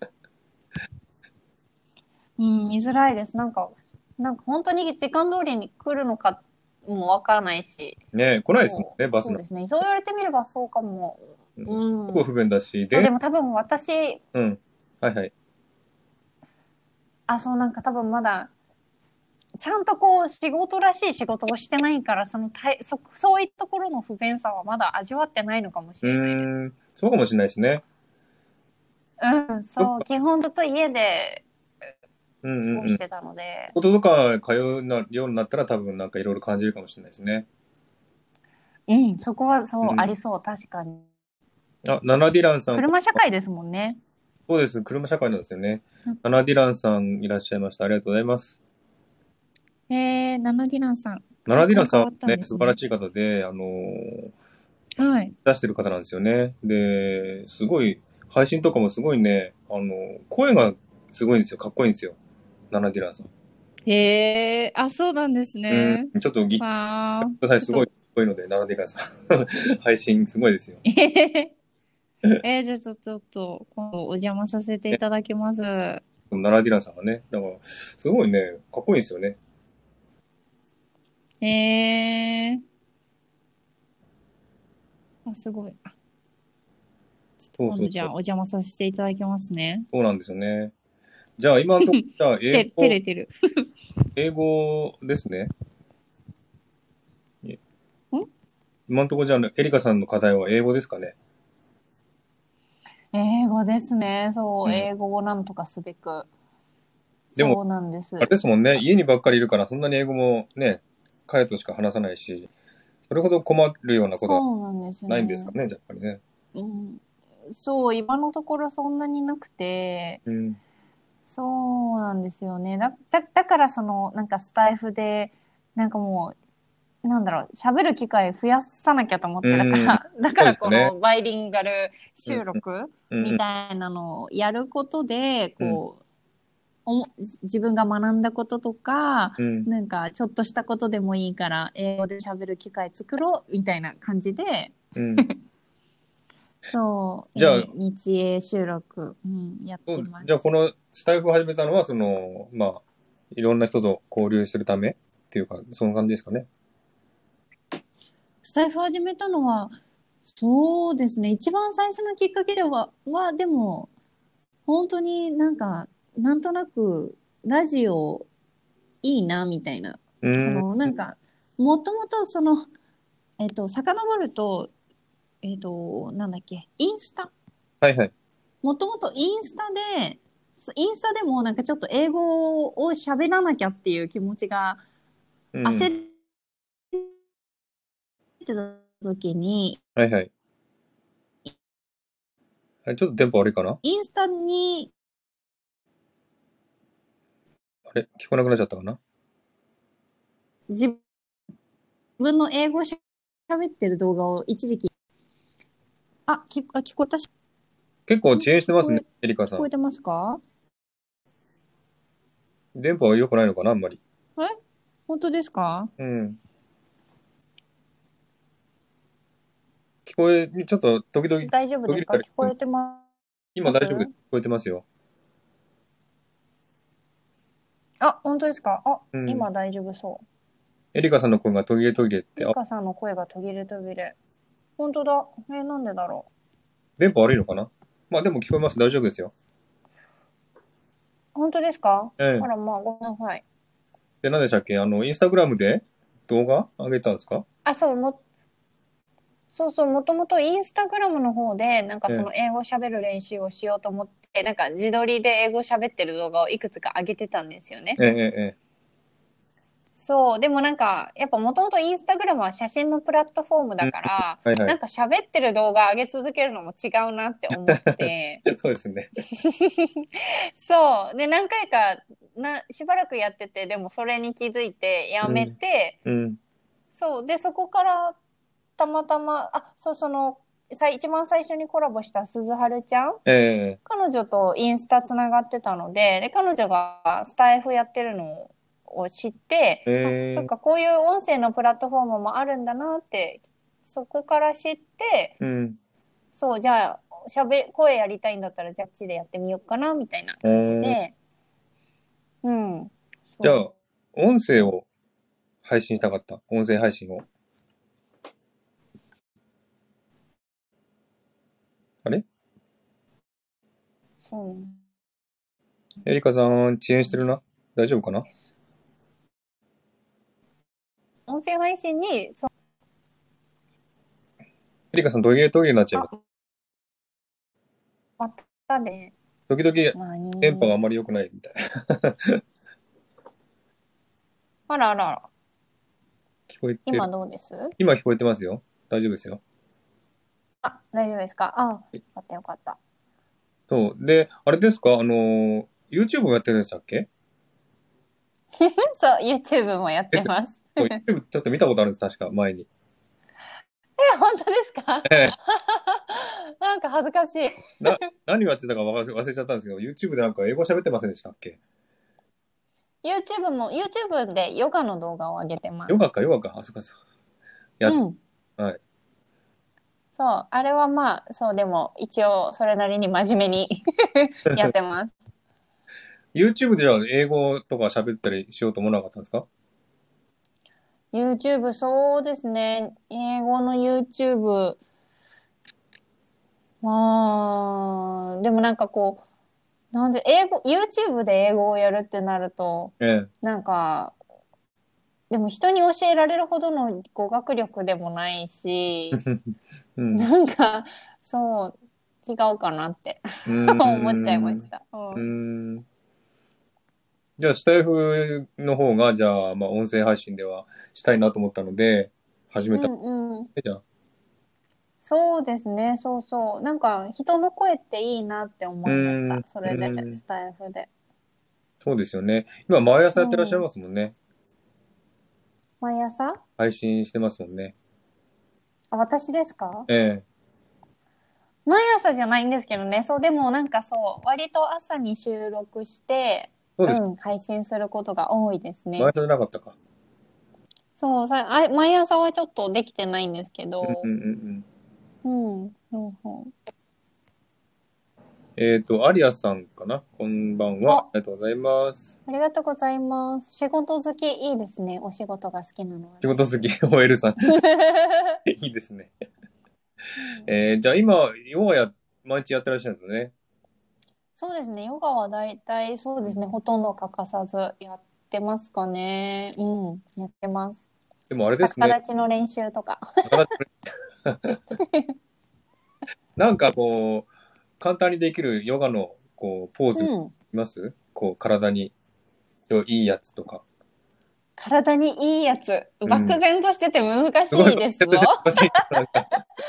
うん、見づらいです。なんか、なんか本当に時間通りに来るのかもわからないし。 ね、来ないですもそう、 んね、バスなんか。 そうですね。そう言われてみればそうかも。 うん、すうん。 ごく不便だし、 そう、でで、 も多分私、 うん。はいはい。 あ、そうなんか多分まだ、ちゃんとこう仕事らしい仕事をしてないから、そのたいそ、そういったところの不便さはまだ味わってないのかもしうれないです。 ーん、そうかもしれないですね。 うん、そう、 どっか、 基本ずっと家でうんうんうん。 過ごしてたので、 こととか通うなようになったら多分なんかいろいろ感じるかもしれないですね。 うん、そこはそう、あうん。 りそう、確かに。 あ、ナナディランさん、こ車社会ですもんね。 そうです。車社会なんですよね。ナナディランさんいらっしゃいました。ありがとうございます。 えー、ナノディランさん、 ナナディランさんはアイコン変わったんね、 ですね。 素晴らしい方で、あのーはい。 出してる方なんですよね。で、すごい、配信とかもすごいね、あの、声がすごいんですよ。かっこいいんですよ。ナナディランさん。 へえ、あ、そうなんですうん、 ね。 ちょっとギわあ、 ターすごいかちょっと、 っこいいので、ナナディランさん。配信すごいですよ。 えへへえー、じゃあちょっと、ちょっと、今度お邪魔させていね、 ただきます。 ナナディランさんがね、だから、すごいね、かっこいいんですよね。 へえ、あ、すごい。あ、ちょっとそうそうそう。 今度じゃあお邪魔させていただきますね。 そうなんですよね。じゃあ、今のところ、じゃあ、英て、照語、 れてる。 英語ですね。 ん今のところ、じゃあ、エリカさんの課題は英語ですかね。 英語ですね。そう、 うん。 英語をなんとかすべく。 でも、 そうなんであれす。 ですもんね。家にばっかりいるから、そんなに英語もね、彼としか話さないし、それほど困るようなことはそうなんですよね。 ないんですかね、やっぱりね。 うん、そう、今のところそんなになくて、 うん。 そうなんですよね。だ、だ、だからその、なんかスタイフで、なんかもう、 なんだろう、喋る機会増やさなきゃと思って、だから、だからこのバイリンガル収録みたいなのをやることで、こう、お自分が学んだこととか、うん、なんかちょっとしたことでもいいから英語で喋る機会作ろうみたいな感じで、うん、そう、じゃあ、えー、日英収録、うん、やってます。 じゃあこのスタイフを始めたのは、その、まあ、いろんな人と交流するためっていうか、その感じですかね。 スタイフ始めたのは、そうですね、一番最初のきっかけでは、は、でも、本当になんか、なんとなく、ラジオいいな、みたいな。その、なんか、もともとその、えっと、遡ると、えっと、なんだっけ、インスタ。 はいはい。 もともとインスタで、インスタでもなんかちょっと英語を喋らなきゃっていう気持ちが焦ってた時に、 うん、はいはい。あれ、ちょっとテンポ悪いかな？ インスタに、 あれ聞こえなくなっちゃったかな？ 自分の英語しゃべってる動画を一時期、あ、聞あ聞こえたし。 結構遅延してますね、エリカさん。 聞こえてますか？ 電波は良くないのかな、あんまり。 え本当ですか？ うん。聞こえ、ちょっと時々。 大丈夫ですか？聞こえてます？ 今大丈夫です。聞こえてますよ。 あ、本当ですか？あ、うん、今大丈夫そう。 エリカさんの声が途切れ途切れって。 エリカさんの声が途切れ途切れ。本当だ。えー、なんでだろう。電波悪いのかな？まあでも聞こえます。大丈夫ですよ。 本当ですか？ええ。あら、まあ、ごめんなさい。 で、何でしたっけ？あの、インスタグラムで動画上げたんですか？ あ、そう、も、そうそう、もともとインスタグラムの方で、なんかその英語喋る練習をしようと思って、ええ、なんか自撮りで英語喋ってる動画をいくつか上げてたんですよね。 ええ、ええ。 そう、でもなんか、やっぱもともとインスタグラムは写真のプラットフォームだから、うん、はいはい、なんか喋ってる動画上げ続けるのも違うなって思って。 そうですね。 そう。で、何回かな、しばらくやってて、でもそれに気づいてやめて、うんうん、そう。で、そこからたまたま、あ、そう、その、さ一番最初にコラボした鈴春ちゃん、えー、彼女とインスタつながってたので、で、彼女がスタイフやってるのを知って、えー、あ、そっか、こういう音声のプラットフォームもあるんだなって、そこから知って、うん、そう、じゃあ、しゃべ、声やりたいんだったら、じゃあ、っちでやってみようかな、みたいな感じで、うん。 じゃあ、音声を配信したかった。音声配信を。あれ？ そう。 エリカさん、遅延してるな。大丈夫かな？ 音声配信に、そエリカさん、途切れ途切れになっちゃいます。 またね。 時々、電波があんまり良くないみたいな。 あらあらあら。 聞こえてる？ 今どうです？ 今聞こえてますよ。大丈夫ですよ。 あ、大丈夫ですか？あ、よかったよかった。 そう。で、あれですか？あの、YouTube もやってるんでしたっけ？ そう、YouTube もやってます。 YouTube ちょっと見たことあるんです、確か、前に。 え、本当ですか？ええ、なんか恥ずかしい。 な、何をやってたか忘れちゃったんですけど、YouTube でなんか英語喋ってませんでしたっけ？ YouTube も、YouTube でヨガの動画を上げてます。 ヨガか、ヨガか。あ、そっかそっか。やっ、うん、はい。 そう、あれはまあ、そう、でも、一応、それなりに真面目にやってます。 YouTube でじゃあ、英語とか喋ったりしようと思わなかったんですか？ YouTube、そうですね。英語の YouTube。まあ、でもなんかこう、なんで、英語、YouTube で英語をやるってなると、ええ、なんか、でも人に教えられるほどの語学力でもないし、うん、なんか、そう、違うかなって思っちゃいました。うん、 うんじゃあ、スタイフの方が、じゃあ、まあ、音声配信ではしたいなと思ったので、始めた。うんうん、じゃあそうですね、そうそう。なんか、人の声っていいなって思いました。それで、スタイフで。 そうですよね。今、毎朝やってらっしゃいますもんね。 毎朝配信してますもんね。 あ、私ですか？ ええ。 毎朝じゃないんですけどね。そう、でもなんかそう、割と朝に収録して、 そうです。 うん、配信することが多いですね。 毎朝じゃなかったか。 そう、さ、あ、毎朝はちょっとできてないんですけうんうんど、 うんうん。 うん、うんうん。 えっと、アリアさんかな、こんばんは。ああ、 りがとうございます。 ありがとうございます。仕事好きいいですね。お仕事が好きなのは仕事ね。 好き、オーエル さん。いいですね。 うん、 えー、じゃあ今、ヨガや、毎日やってらっしゃるんですよね。 そうですね。ヨガはだいたいそうですね。ほとんど欠かさずやってますかね。うん、やってます。 でもあれですね。 逆立ちの練習とか。 なんかこう、簡単にできるヨガのこうポーズいうん。 ますこう、体にいいやつとか。 体にいいやつ。 うん。 漠然としてて難すごい、 しいですぞ。 難しい。なんか、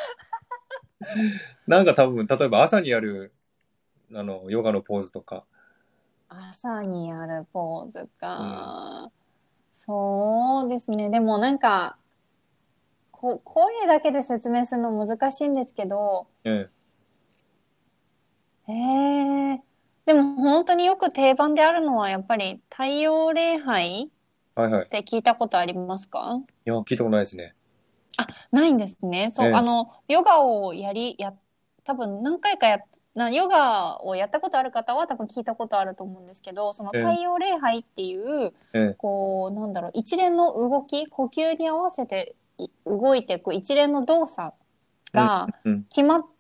なんか多分、例えば朝にやる、あの、ヨガのポーズとか。 朝にやるポーズうん。 か。そうですね。でもなんか、こ、声だけで説明するの難しいんですけど、 ええ。 ええでも本当によく定番であるのはやっぱり太陽礼拝はいはい。 って聞いたことありますか？ いや、聞いたことないですね。 あ、ないんですね。そう、あええ。 の、ヨガをやり、や、多分何回かや、な、ヨガをやったことある方は多分聞いたことあると思うんですけど、そのええ。 太陽礼拝っていう、 ええ。 こう、なんだろう、一連の動き、呼吸に合わせてい動いていく一連の動作うん。 がうん。 決まった、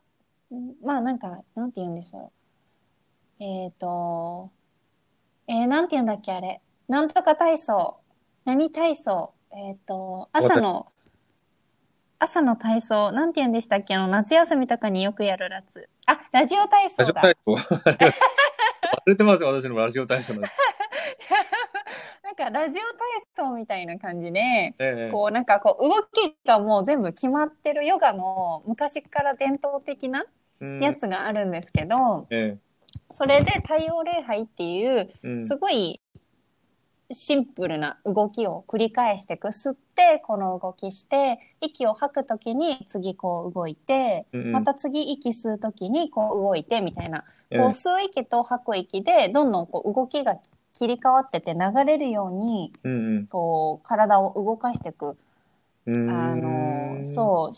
まあなんか、なんて言うんでしょう。えっと、えー、なんて言うんだっけ、あれ。なんとか体操。何体操。えっと、 わかった。 朝の、朝の体操。なんて言うんでしたっけ、あの、夏休みとかによくやるやつ。あ、ラジオ体ラジ操だ。 オ体操ありがとう。忘れてますよ、私のラジオ体操なんて。 なんか、ラジオ体操みたいな感じで、 ええ。 こう、なんかこう、動きがもう全部決まってるヨガの昔から伝統的なうん。 やつがあるんですけど、 ええ。 それで太陽礼拝っていう、 うん。 すごいシンプルな動きを繰り返していく。吸って、この動きして、息を吐くときに次こう動いて、 うん。 また次息吸うときにこう動いてみたいな。こうええ。 吸う息と吐く息で、どんどんこう動きが切り替わってて流れるように、 うんうん。 こう体を動かしていく、 うーあの、 ん。 そう、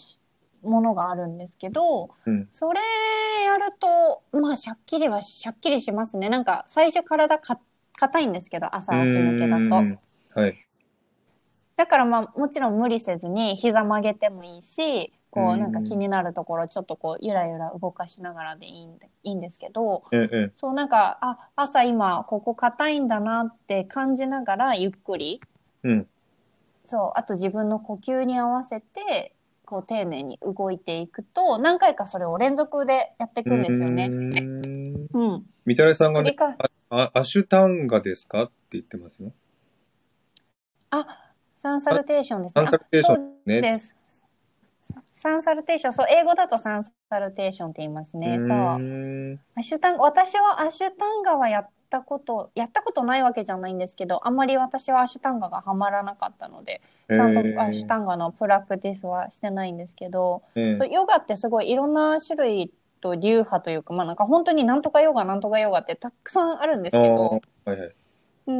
ものがあるんですけど、 うん。 それやると、まあ、しゃっきりはしゃっきりしますね。なんか、最初体か硬いんですけど、 う朝起き抜けだと。 ーん。はい。 だからまあもちろん無理せずに膝曲げてもいいし、 うーこうなんか気ん。 になるところちょっとこうゆらゆら動かしながらでいいんで、いいんですけど、 ええ。ええ。 そうなんか、あ、朝今ここ硬いんだなって感じながらゆっくり、 うん。 そう、あと自分の呼吸に合わせて、こう丁寧に動いていくと、何回かそれを連続でやっていうくんですよね。 ーん。 うん。 みたらしさんがね、 繰り返、 あ、アシュタンガですかって言ってますよ。 あ、サンサルテーションですね。 アンサあ、 ルテーションそうね。 です。サンサルテーション、そう、英語だとサンサルテーションって言いますうーね。そう。 ん。 アシュタンガ、私はアシュタンガはやったこと、やったことないわけじゃないんですけど、あんまり私はアシュタンガがハマらなかったので、 えちゃんとアシュー、 タンガのプラクティスはしてないんですけど、 えー、 そう、ヨガってすごいいろんな種類と流派というか、まあなんか本当になんとかヨガ、なんとかヨガってたくさんあるんでああ、 すけど、 はいはい。 うん、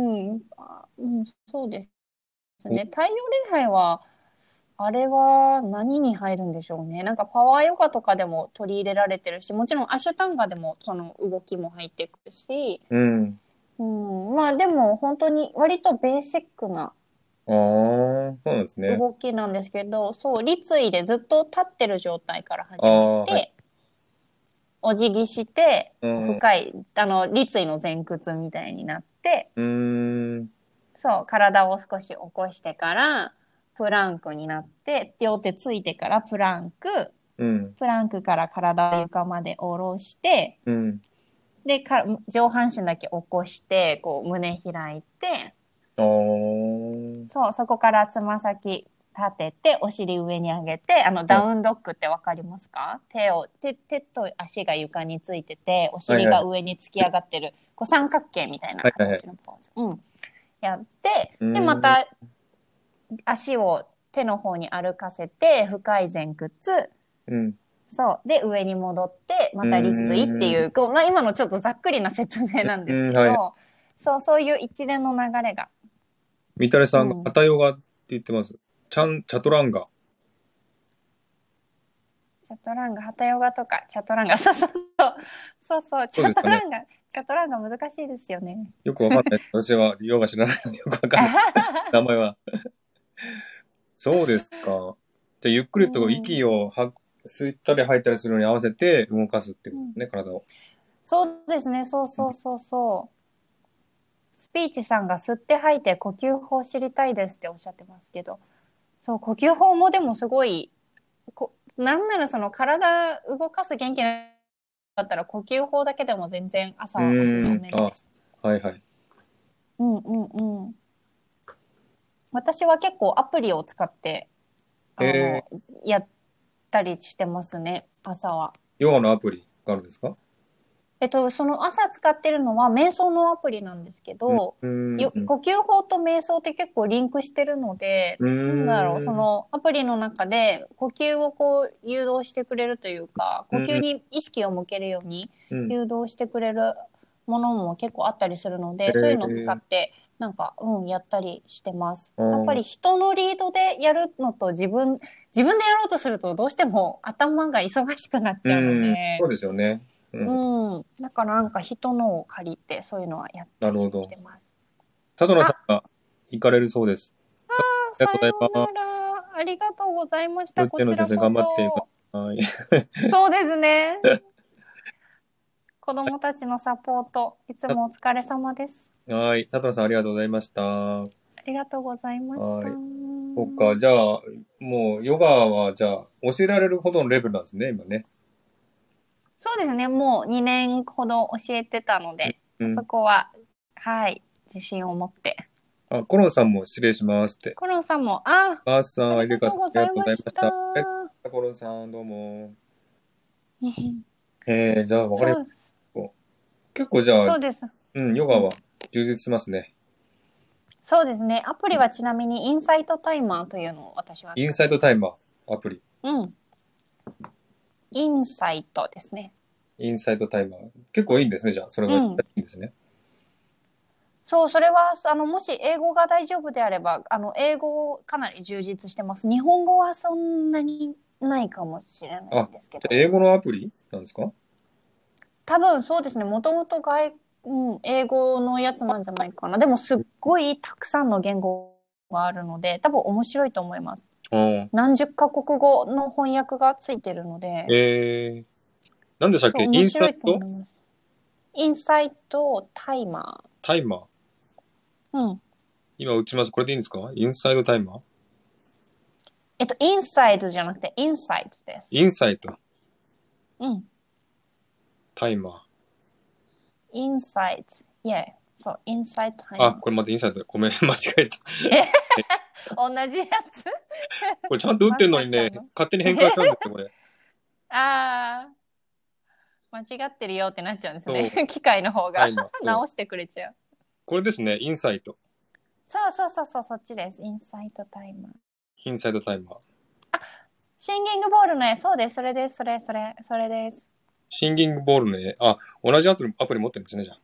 あうん、そうですね。太陽礼拝は、あれは何に入るんでしょうね。なんかパワーヨガとかでも取り入れられてるし、もちろんアシュタンガでもその動きも入ってくるし、 うん。 うん、まあでも本当に割とベーシックなああ、そうなんですね。 動きなんですけど、そう、立位でずっと立ってる状態から始めああ、はい。 て、お辞儀して、 うん。う深い、あの、立位の前屈みたいになって、 ーん。 そう、体を少し起こしてから、プランクになって、両手ついてからプランク、 うん。 プランクから体を床まで下ろして、 うん。 で、か上半身だけ起こして、こう胸開いて、 ああ、 そう、そこからつま先立てて、お尻上に上げて、あの、 はい。 ダウンドッグってわかりますか？手を、手、手と足が床についてて、お尻はいはい。 が上に突き上がってる、こう三角形みたいなはいはいはい。 形のポーズ。うん。やって、で、まうーん。 た足を手の方に歩かせて、不回前屈。 うん。 そう。で、上に戻って、また立位っていう、うこうまあ、今のちょっとざっくりな説明なんですけど、はい、そう、そういう一連の流れが。 みたれさんが、ハタヨガって言ってます。チャン、チャトランガ。 チャトランガ、ハタヨガとか、チャトランガ、そうそうそう。そうそう、チャトランガ、ね、チャトランガ難しいですよね。 よくわかんない。私はヨガ知らないのでよくわかんない。名前は。そうですか。じゃあ、ゆっくりと息を吐吸ったり吐いたりするのに合わせて動かすってことですね、うん、体を。 そうですね、そうそうそうそう。スピーチさんが吸って吐いて呼吸法知りたいですっておっしゃってますけど、そう、呼吸法もでもすごい、こなんならその体動かす元気だったら呼吸法だけでも全然朝はおすすめです。 あ、はいはい。 うんうんうん。私は結構アプリを使って、あの、やったりしてますね、朝は。 ヨガのアプリがあるんですか？ えっと、その朝使ってるのは瞑想のアプリなんですけど、 うんよ呼吸法と瞑想って結構リンクしてるので、なんだろう、そのアプリの中で呼吸をこう誘導してくれるというか、呼吸に意識を向けるように誘導してくれるものも結構あったりするので、そういうのを使ってなんか、うん、やったりしてます。やっぱり人のリードでやるのと自分、自分でやろうとするとどうしても頭が忙しくなっちゃうので、 そうですよね。 うん、うん。だからなんか人のを借りてそういうのはやったりしてます。 田野さんが行かれるそうです。 ああ、さようなら。ありがとうございました。こちらこそ。 頑張ってください。そうですね。子供たちのサポート、いつもお疲れ様です。 はい。佐藤さんありがとうございました。 ありがとうございました。はい。 そっか。じゃあ、もうヨガはじゃあ教えられるほどのレベルなんですね、今ね。 そうですね。もうにねんほど教えてたので、うん、そこは、はい、自信を持って。 あ、コロンさんも失礼しますって。 コロンさんも、あ、 バースさん、 ありがとうございました。 コロンさん、どうも。えー、じゃあ、わかります。結構じゃあ、 そうです。 うん、ヨガは充実しますね。 そうですね。アプリはちなみにインサイトタイマーというのを私は。 インサイトタイマー、アプリ。 うん。インサイトですね。 インサイトタイマー。結構いいんですね、じゃあ。それがいいんですね。うん、 そう、それは、あの、もし英語が大丈夫であれば、あの、英語かなり充実してます。日本語はそんなにないかもしれないんですけど。 あ、英語のアプリなんですか？ 多分そうですね。もともと外、うん、英語のやつなんじゃないかな。でもすっごいたくさんの言語があるので、多分面白いと思います。何十カ国語の翻訳がついてるので。 えー、何でしたっけ？インサイト？ インサイトタイマー。 タイマー。 うん。 今打ちます。これでいいんですか？インサイドタイマー？ えっと、インサイドじゃなくて、インサイトです。 インサイト。 うん。 タイマー。 インサイト。いや、そう、インサイトタイマー。 あ、これまたインサイト。ごめん、間違えた。 同じやつこれちゃんと打ってんのにね、勝手に変換しちゃうんですよ、これ。 ああ。間違ってるよってなっちゃうんですね。機械の方が直してくれちゃう。 これですね、インサイト。 そうそうそうそう、そっちです。インサイトタイマー。 インサイトタイマー。 あ、シンギングボールの絵、そうです。それです。それ、それ、それです。 シンギングボールの絵。あ、同じやつのアプリ持ってるんですね、じゃあ。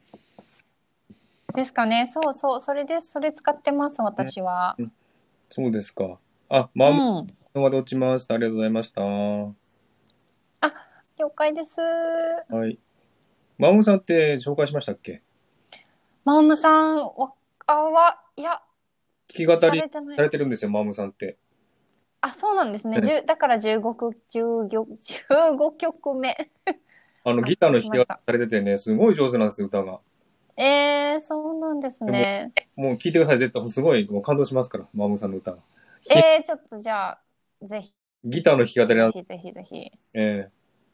ですかね。そうそう、それです。それ使ってます、私は。 うん、そうですか。あ、マム、うん、まで落ちました。ありがとうございました。 あ、了解です。 はい。マムさんって紹介しましたっけ？ マムさんは、あは、いや、 弾き語りされてるんですよ、マムさんって。 あ、そうなんですね。だからじゅうごきょくめ。 あの、ギターの弾き語りされててね、すごい上手なんですよ、歌が。 えー、そうなんですね。 もう聞いてください、絶対。すごい、もう感動しますから、マムさんの歌が。 えー、ちょっとじゃあ、ぜひ。 ギターの弾き語りなんぜひぜひぜひ。 え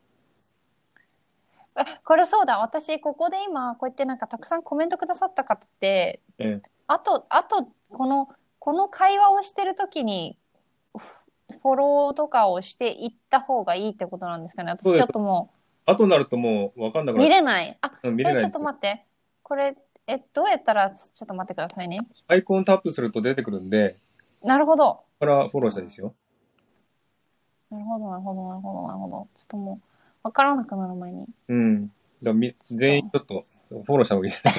ー、これそうだ、私、ここで今、こうやってなんかたくさんコメントくださった方って、 えー、 あと、あと、この、この会話をしてるときに、フォローとかをしていった方がいいってことなんですかね。私ちょっともう。 後になるともう分かんなくなる。 見れない。あ、 うん、見れない。 え、ちょっと待って。これ、え、どうやったら、ちょっと待ってくださいね。 アイコンタップすると出てくるんで。 なるほど。 からフォローしたんですよ。 なるほど、なるほど、なるほど、なるほど。ちょっともう、わからなくなる前に。 うん。だみ全員ちょっとフォローした方がいいですね。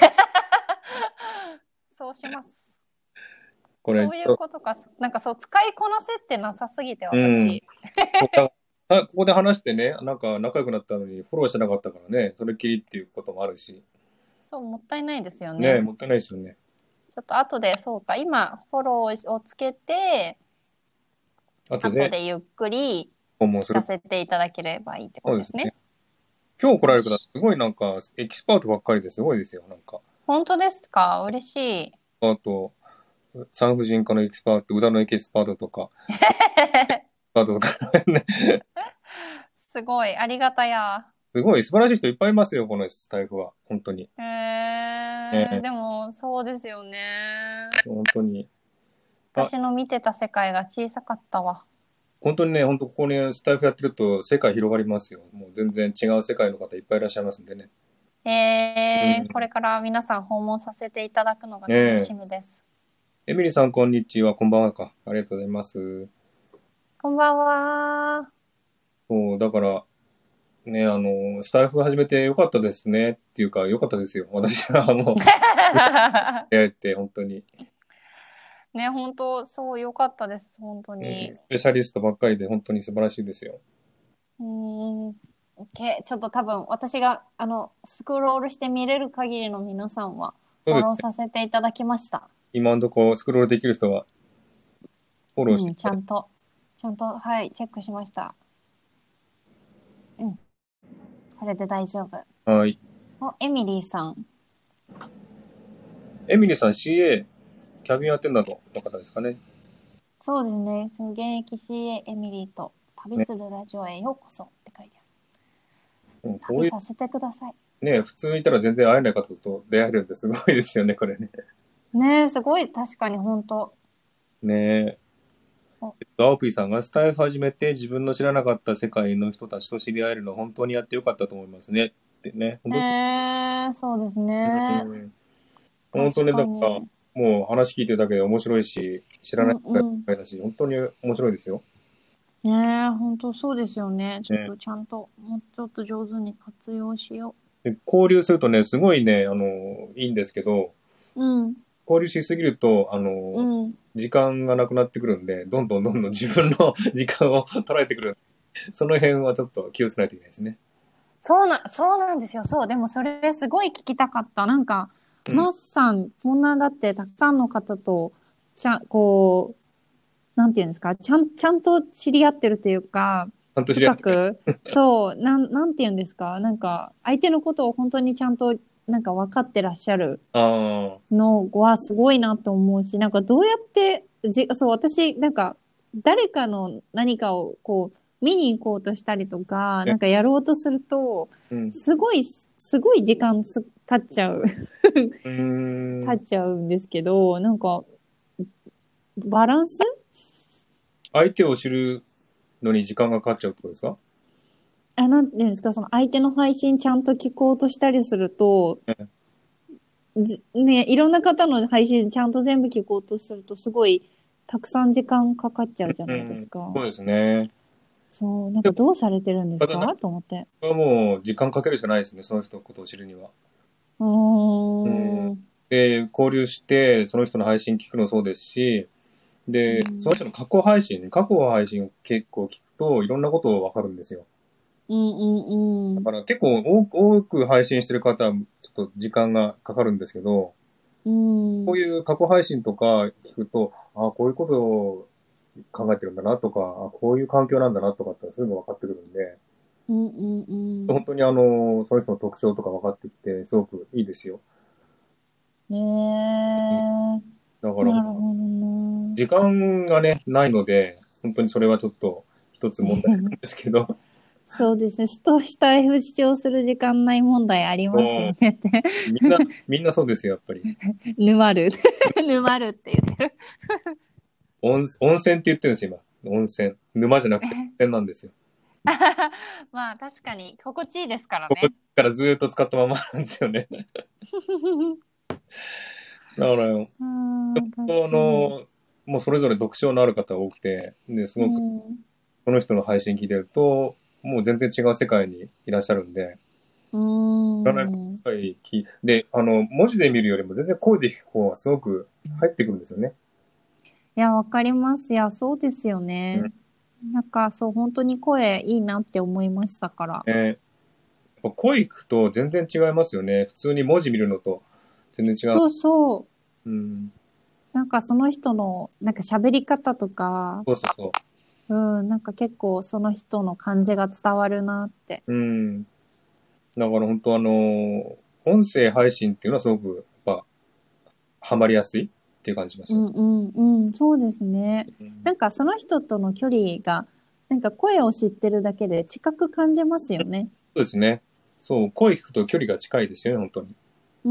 そうします。 これ、 そういうことか。なんかそう、使いこなせってなさすぎて、 うん。 私。 ここで話してね、なんか仲良くなったのにフォローしてなかったからね、それっきりっていうこともあるし。 そう、もったいないですよね、 ね。 もったいないですよね。 ちょっと後で、そうか、今、フォローをつけて、 後で後でゆっくり聞訪問する。 かせていただければいいってことですね。 そうですね。今日来られる方、すよし。 ごいなんか、エキスパートばっかりですごいですよ、なんか。 本当ですか？嬉しい。 あと、産婦人科のエキスパート、歌のエキスパートとか、パートとかね。 すごい、ありがたや。 すごい素晴らしい人いっぱいいますよ、このスタイフは。本当に。 へえ、 ね、 でも、そうですよね。 本当に。あ、 私の見てた世界が小さかったわ。 本当にね、本当ここにスタイフやってると世界広がりますよ。もう全然違う世界の方いっぱいいらっしゃいますんでね。うえー、こん。 れから皆さん訪問させていただくのが楽しねみです。 え。エミリーさん、こんにちは。こんばんはか。ありがとうございます。 こんばんは。 そう、だから、ね、あの、スタイフ始めてよかったですね。っていうか、よかったですよ。私はもう、出会えて、本当に。 ね、本当そう、良かったです。本当に。 うん、スペシャリストばっかりで、本当に素晴らしいですよ。 うーん。け、ちょっと多分私が、あの、スクロールして見れる限りの皆さんは、 そうです。 フォローさせていただきました。 今のところスクロールできる人はフォローしてうん、 いただいて。 ちゃんと、ちゃんと、はい、チェックしました。うん、これで大丈夫。 はい。 お、エミリーさん。 エミリーさん シーエー、キャビンアテンダントの方ですかね。 そうですね。その現役 シーエー エミリーと旅ね。 するラジオへようこそって書いてある。 うん、こういう旅させてください。 ね、普通いたら全然会えない方と出会えるんですごいですよね、これね。 ねえ、すごい、確かに本当。 ねえ。 おえっと、アオピーさんがスタイフ始めて自分の知らなかった世界の人たちと知り合えるの本当にやってよかったと思いますね。ってね。本え当ー、そうですに、 ね。 うん、本当確にだから、 かに。 もう話聞いてるだけで面白いし、知うらない世んうん。 界だし、本当に面白いですよ。 ねえ、本当そうですよね。ちょっね。 とちゃんと、もうちょっと上手に活用しよで、交流するとね、すごいね、あの、いいんですけど、 う。うん、 交流しすぎると、あの、 うん。 時間がなくなってくるんで、どんどんどんどん自分の時間を捉えてくる。その辺はちょっと気をつけないといけないですね。 そうな、そうなんですよ。そう。でもそれすごい聞きたかった。なんか、 うん。 マスさん、こんなだってたくさんの方と、ちゃん、こう、なんていうんですか、ちゃん、ちゃんと知り合ってるというか、 半年でやってる。 深く、そう、なん、なんていうんですか、なんか、相手のことを本当にちゃんと、なんか分かってらっしゃるああ。 のはすごいなと思うし、なんかどうやって、じ、そう、私、なんか、誰かの何かをこう、見に行こうとしたりとか、 ね。 なんかやろうとすると、 うん。 すごい、すごい時間す経っちゃう、 うーん。 経っちゃうんですけど、なんか、バランス相手を知るのに時間がかかっちゃうってことですか？ あ、なんていうんですか、その相手の配信ちゃんと聞こうとしたりすると、 うん。 ずね、いろんな方の配信ちゃんと全部聞こうとすると、すごいたくさん時間かかっちゃうじゃないですうん。 か。 そうですね。 そう、なんでも、 かどうされてるんです方なかと思って。 はもう時間かけるしかないですね。その人のことを知るには。 ううん。 ーん。 で、交流して、その人の配信聞くのそうですし、 うで、そのん人の過去配信、過去の配信を結構聞くと、いろんなことわかるんですよ。 うんうんうん。 だから結構多く多く配信してる方はちょっと時間がかかるんですけど、 うん。 こういう過去配信とか聞くと、ああ、こういうことを考えてるんだなとか、あこういう環境なんだなとかってすぐ分かってくるんで、 うんうんうん。 本当にあの、その人の特徴とか分かってきて、すごくいいですよ。 ねうん。 え。 だから、 なるほどな。 時間がね、ないので、本当にそれはちょっと一つ問題なんですけど、 そうですね。ストしたい主張する時間内問題ありますよもねって。 うみんな、みんなそうですよ、やっぱり。 沼る。沼るって言ってる。 温、温泉って言ってるんですよ、今。温泉。沼じゃなくて温泉なんですよ。 まあ確かに心地いいですからここね。 からずーっと使ったままなんですよね。だから、 うん、確あかに。 の、 もうそれぞれ読書のある方が多くて、で、すごく、その人の配信聞いてると、もう全然違う世界にいらっしゃるんで、 うん。 知らないことばっかり聞いで、あの、文字で見るよりも全然声で聞く方がすごく入ってくるんですよね。 いや、わかります。いや、そうですよね。うん、なんか、そう、本当に声いいなって思いましたから。 えー、声聞くと全然違いますよね。普通に文字見るのと全然違う。 そうそう。 うん。 なんかその人の、なんか喋り方とか、 そうそうそう。うん、なんか結構その人の感じが伝わるなって。 う。うん。だから本当あの、音声配信っていうのはすごく、やっぱ、ハマりやすいっていう感じますよ。 うんうんうん、そうですね。 うん、 なんかその人との距離が、なんか声を知ってるだけで近く感じますよね。 そうですね。そう、声聞くと距離が近いですよね、本当に。 うん。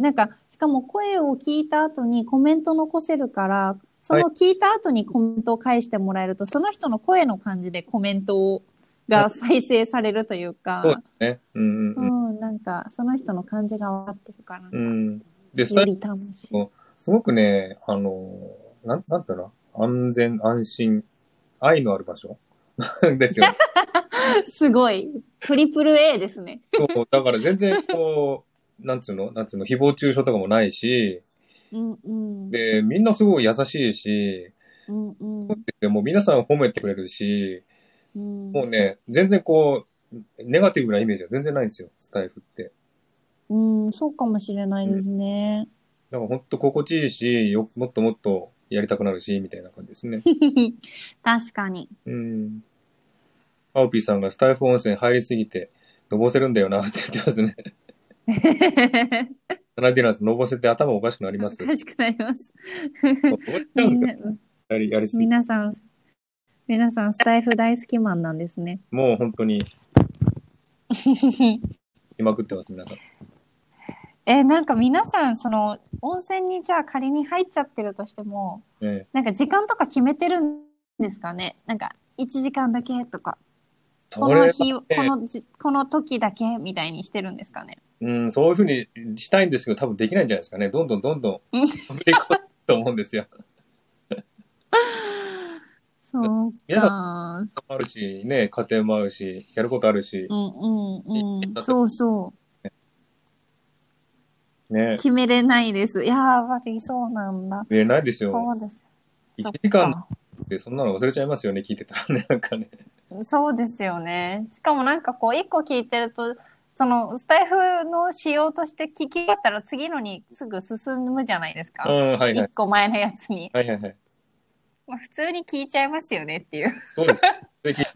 なんか、しかも声を聞いた後にコメント残せるから、そはい。 の聞いた後にコメントを返してもらえると、その人の声の感じでコメントが再生されるというそうでか、 すね。うんううんん、なんか、その人の感じが分かってるから、なんうん。 か、 うん。で、スタイより楽しい。 ルもすごくね、あの、なん、なんていうの安全、安心、愛のある場所ですよね。 すごい。トリプル A ですね。 そう、だから全然こう、なんつうのなんつうの誹謗中傷とかもないし、 うんうん。 で、みんなすごい優しいし、 うんうん。 でもう皆さん褒めてくれるし、 うん。 もうね、全然こう、ネガティブなイメージは全然ないんですよ、スタイフって。 うん、そうかもしれないうん。だですね。 から本当心地いいし、よ、もっともっとやりたくなるし、みたいな感じですね。 確かに。 うん。アオピーさんがスタイフ温泉入りすぎて、のぼせるんだよなって言ってますね。ナナディナーズ、のぼせて頭おかしくなります。 おかしくなります。 のぼせちゃうんですよ。 みんな、 やり、やりすぎて。 皆さん、皆さんスタイフ大好きマンなんですね。 もう本当に、いまくってます、皆さん。 え、なんか皆さん、その、温泉にじゃあ仮に入っちゃってるとしても、 ね、 なんか時間とか決めてるんですかね？なんか、いちじかんだけとか、こそれはの日、こね、 のじ、この時だけみたいにしてるんですかね？ うん、そういうふうにしたいんですけど、多分できないんじゃないですかね。どんどんどんどん、飛びていこうと思うんですよ。 そう皆さん、 か。 あるし、ね、家庭もあるし、やることあるし、 うんうんうん。そうそう。 ね、 決めれないです。いやー、マジそうなんだ。 言えないですよ。 そうです。そ 1 っ時間っか。 てそんなの忘れちゃいますよね、聞いてたらね、なんかね。 そうですよね。しかもなんかこう、一個聞いてると、その、スタイフの仕様として聞き終わったら次のにすぐ進むじゃないですか。 うん、はいはい。 一個前のやつに。 はいはいはい。 まあ、普通に聞いちゃいますよねっていう。 そうです。でき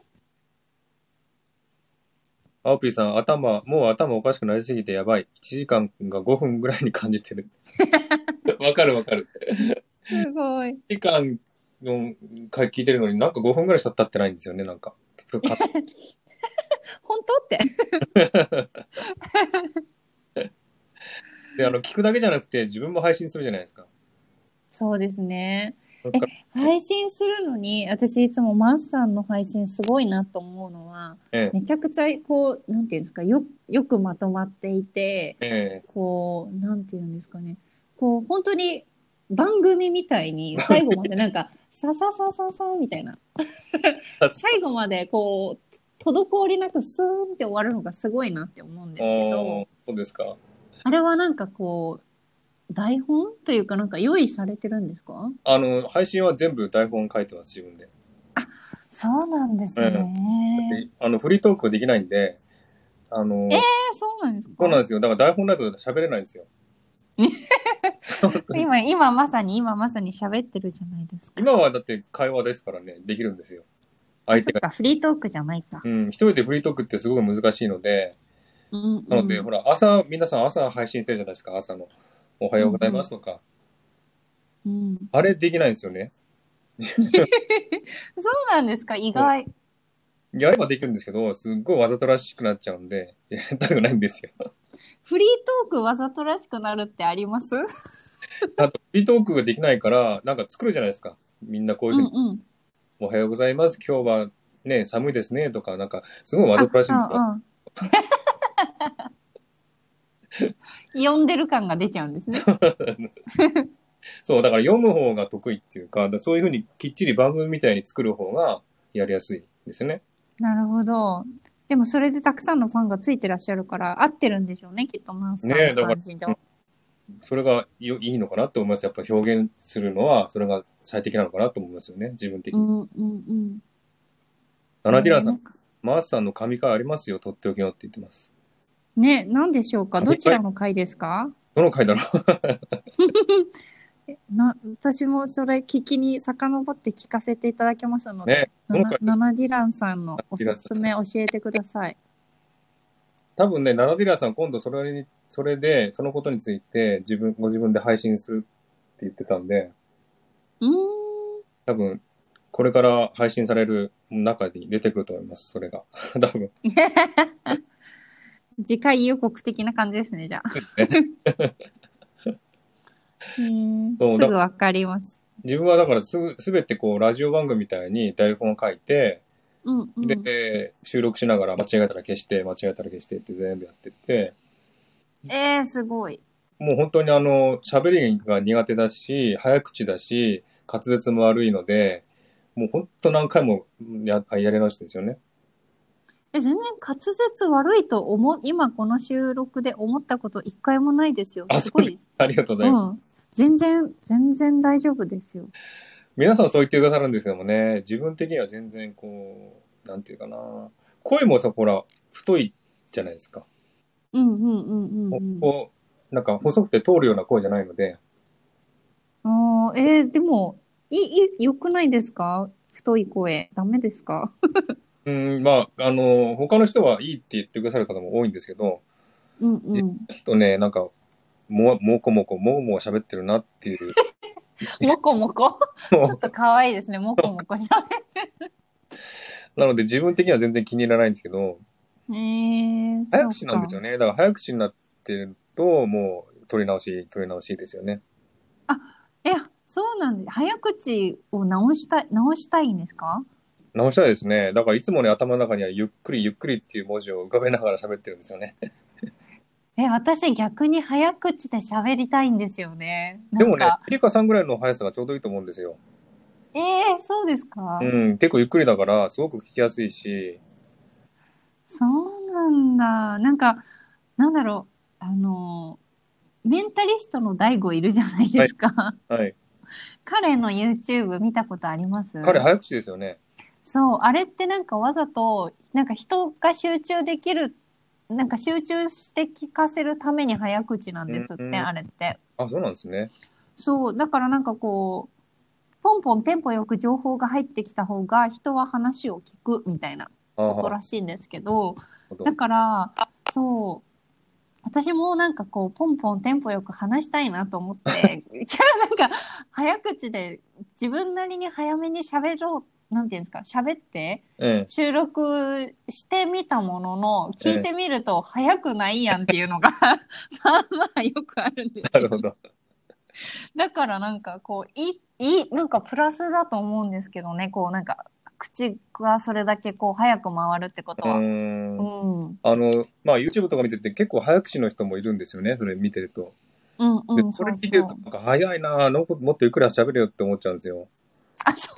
アオピーさん、頭、もう頭おかしくなりすぎてやばい。いちじかんがごふんぐらいに感じてる。わかるわかる。 すごい。 いちじかんの回聞いてるのになんかごふんぐらいしか経ってないんですよね、なんか。 本当って。 で、あの、聞くだけじゃなくて自分も配信するじゃないですか。 そうですね。え、 なんか、 配信するのに、私いつもマスさんの配信すごいなと思うのは、 ええ、 めちゃくちゃこう、なんていうんですか、よ、よくまとまっていて、 ええ。 こう、なんていうんですかね。こう、本当に番組みたいに最後までなんか、さささささみたいな。最後までこう、滞りなくスーンって終わるのがすごいなって思うんあですけど、 ー、そうですか。 あれはなんかこう、台本というかなんか用意されてるんですか？ あの、配信は全部台本書いてます、自分で。 そうなんですええ。 ね。 であの、フリートークできないんで、あえー、 の、 そうなんですか？ そうなんですよ。だから台本ないと喋れないんですよ。本当に。 今、今まさに、今まさに喋ってるじゃないですか。 今はだって会話ですからね、できるんですよ。 あ、 相手が。 そっか、フリートークじゃないか。 うん、一人でフリートークってすごく難しいので、 うんなので、 うん。 ほら、朝、皆さん朝配信してるじゃないですか、朝の。おはようございまうんすとか。 うん。うん。 あれできないんですよね。 そうなんですか、意そう外。 やればできるんですけど、すっごいわざとらしくなっちゃうんで、やりたくないんですよ。 フリートークわざとらしくなるってあります？ あと、フリートークができないから、なんか作るじゃないですか。みんなこういうふうに、 うんうん。 おはようございます。今日はね、寒いですね、とか、なんか、すごいわざあ、 とらしいんですよ。 あ、あ。呼んでる感が出ちゃうんですね。 そう、だから読む方が得意っていうか、そういうふうにきっちり番組みたいに作る方がやりやすいですよね。 なるほど。でもそれでたくさんのファンがついてらっしゃるから合ってるんでしょうね、きっとマースさんのねえ、だから、 感じと。 それがよいいのかなと思います。やっぱ表現するのは、それが最適なのかなと思いますよね、自分的に。 うんうんうん。 ナナディランさん、 えーなんかマースさんの神回ありますよ、とっておきのって言ってます。 ね、なんでしょうか。ど神回ちらの回ですか？ どの回だろう。 えな、私もそれ聞きに遡って聞かせていただきますので、 ね、どナナの回ですか？ ナナディランさんのおすナナディランさん。 すめ教えてください。 多分ね、ナナディランさん今度それに、それで、そのことについて自分、ご自分で配信するって言ってたんで、 うーん。 多分、これから配信される中に出てくると思います、それが。多分。 次回予告的な感じですね、じゃあ。へーそうだすぐわかります。 自分はだからすぐ、すべてこう、ラジオ番組みたいに台本を書いて、 うんうん。 で、収録しながら間違えたら消して、間違えたら消してって全部やってって、 えー、すごい。 もう本当にあの、喋りが苦手だし、早口だし、滑舌も悪いので、もう本当何回もや、やり直してるんですよね。 え、全然滑舌悪いと思う、今この収録で思ったこと一回もないですよ。 あ、 すごい。 そうです。ありがとうございます。 うん。全然、全然大丈夫ですよ。 皆さんそう言ってくださるんですけどもね、自分的には全然こう、なんていうかな、声もさ、ほら、太いじゃないですか。 うんうんうんうんうん。 こう、なんか細くて通るような声じゃないので、 ああ、えー、でも、いい、い良くないですか？太い声。ダメですか？ うん、まあ、あの、他の人はいいって言ってくださる方も多いんですけど、 うんう実ん。 とね、なんか、も、もこもこ、もごもご喋ってるなっていう。 もこもこちょっと可愛いですね。もこもこしゃなので自分的には全然気に入らないんですけど、 べ。えー、 早そうか。 口なんですよね。だから早口になってると、もう、取り直し、取り直しですよね。 あ、いや、そうなんで、早口を直したい、直したいんですか？ 直したいですね。だからいつもね、頭の中にはゆっくりゆっくりっていう文字を浮かべながら喋ってるんですよね。 え、私逆に早口で喋りたいんですよね。 でもね、 なんか、 エリカさんぐらいの速さがちょうどいいと思うんですよ。 えー、そうですか？ うん、結構ゆっくりだから、すごく聞きやすいし、 そうなんだ。なんか、なんだろう。あの、メンタリストの大悟いるじゃないではい、 すか。 はい。 彼の YouTube 見たことあります？ 彼早口ですよね。 そう、あれってなんかわざと、なんか人が集中できる、なんか集中して聞かせるために早口なんうん、 ですって、 うん。 あれって。 あ、そうなんですね。 そう、だからなんかこう、ポンポンテンポよく情報が入ってきた方が人は話を聞くみたいなああ、 ことなるらしいんですけど、 ほど。 だから、そう、私もなんかこう、ポンポンテンポよく話したいなと思って、じゃあなんか、早口で自分なりに早めに喋ろう、なんていうんですか、喋って、 え収録してみたものの、 え、え聞いてみると早くないやんっていうのがまあまあよくあるんでえ、なすよ。 るほど。 だからなんかこう、いい、いい、なんかプラスだと思うんですけどね、こうなんか、口がそれだけこう早く回るってことうは。 ーん。 うん。うんあの、まあ、YouTube とか見てて結構早口の人もいるんですよね。それ見てると。で、 うん、 それそうそう。 聞いてると、なんか早いなぁ、のもっとゆっくり喋れよって思っちゃうんですよ。 あ、そう、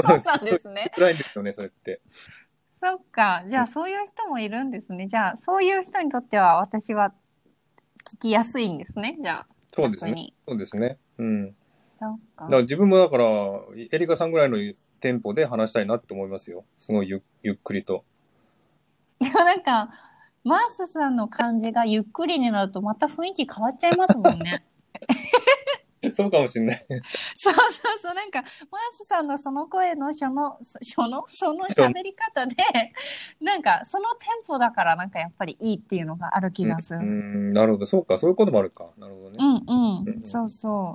そうなんですね。 辛いんですよね、それって。 そっか。じゃあそういう人もいるんですね。じゃあそういう人にとっては私は聞きやすいんですね。じゃあそうですね。 逆に。 そうですね。うん。だそっからか。 自分もだから、エリカさんぐらいのテンポで話したいなって思いますよ。すごいゆゆっくりと。 でもなんか、マースさんの感じがゆっくりになるとまた雰囲気変わっちゃいますもんね。 そうかもしんない。 そうそうそう。なんか、マースさんのその声のその、その、そのそう喋り方で、なんかそのテンポだからなんかやっぱりいいっていうのがある気がする。 うん、うんなるほど。そうか。そういうこともあるか。なるほどね。 うんううんん。そうそう。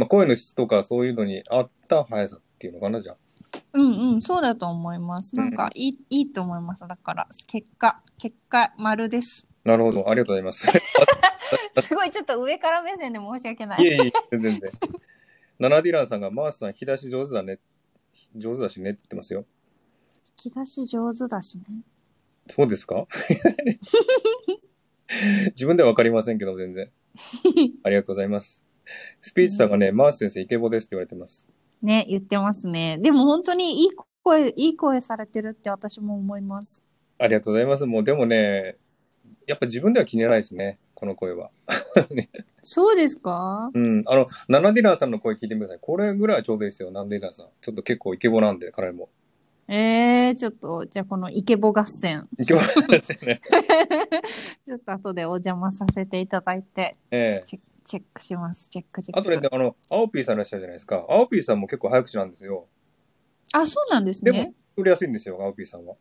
まあ、声の質とかそういうのに合った速さっていうのかな、じゃあ。 うんうん、そうだと思います。なんかいい、いいと思います。だから、結果、結果、丸です。 なるほど。ありがとうございます。 すごいちょっと上から目線で申し訳ない。 いえいえ、全然全然。ナナディランさんが、マースさん、引き出し上手だね。上手だしねって言ってますよ。 引き出し上手だしね。 そうですか？自分ではわかりませんけど、全然。ありがとうございます。 スピーチさんがね、マース先生イケボですって言われてます。 ね、言ってますね。でも本当にいい声、いい声されてるって私も思います。 ありがとうございます。もうでもね、やっぱ自分では気に入らないですね、この声は。ね、 そうですか？ うん。あの、ナナディランさんの声聞いてみてください。これぐらいはちょうどいいですよ、ナナディランさん。ちょっと結構イケボなんで、彼も。 えー、ちょっと、じゃあこのイケボ合戦。 イケボなんですよね。 ちょっと後でお邪魔させていただいて、 ええ。 チェチェックします。チェックチェッあとね、 ク。 あの、アオピーさんいらっしゃるじゃないですか。アオピーさんも結構早口なんですよ。 あ、そうなんですでも、聞ね。 き取りやすいんですよ、アオピーさんは。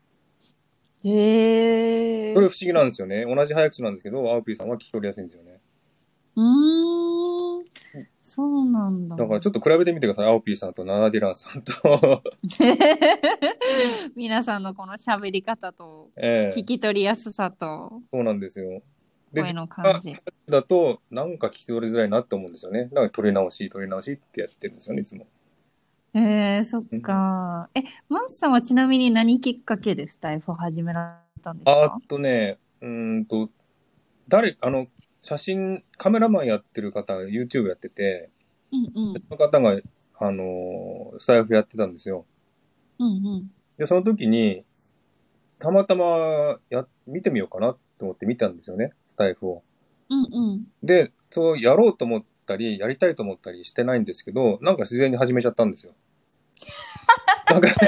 へえー。 それ不思議なんですよね。同じ早口なんですけど、アオピーさんは聞き取りやすいんですよね。 うーん。そうなんだ。 だからちょっと比べてみてください。アオピーさんとナナディランさんと。 皆さんのこの喋り方と、 ええ、 聞き取りやすさと、 そうなんですよ。で、 声自の感じ。 分が早口だと、なんか聞き取りづらいなって思うんですよね。だから取り直し、取り直しってやってるんですよね、いつも。 えー、そっうん、 か。え、マンスさんはちなみに何きっかけでスタイフを始められたんですあーっか？ とね、うーんと、誰、あの、写真、カメラマンやってる方、YouTube やってて、 うんうん。 その方が、あのースタイフやってたんですよ。 うんうん。 で、その時に、たまたまや、見てみようかなと思って見たんですよね、スタイフを。 うんうん。 で、そうやろうと思ったり、やりたいと思ったりしてないんですけど、なんか自然に始めちゃったんですよ。なんか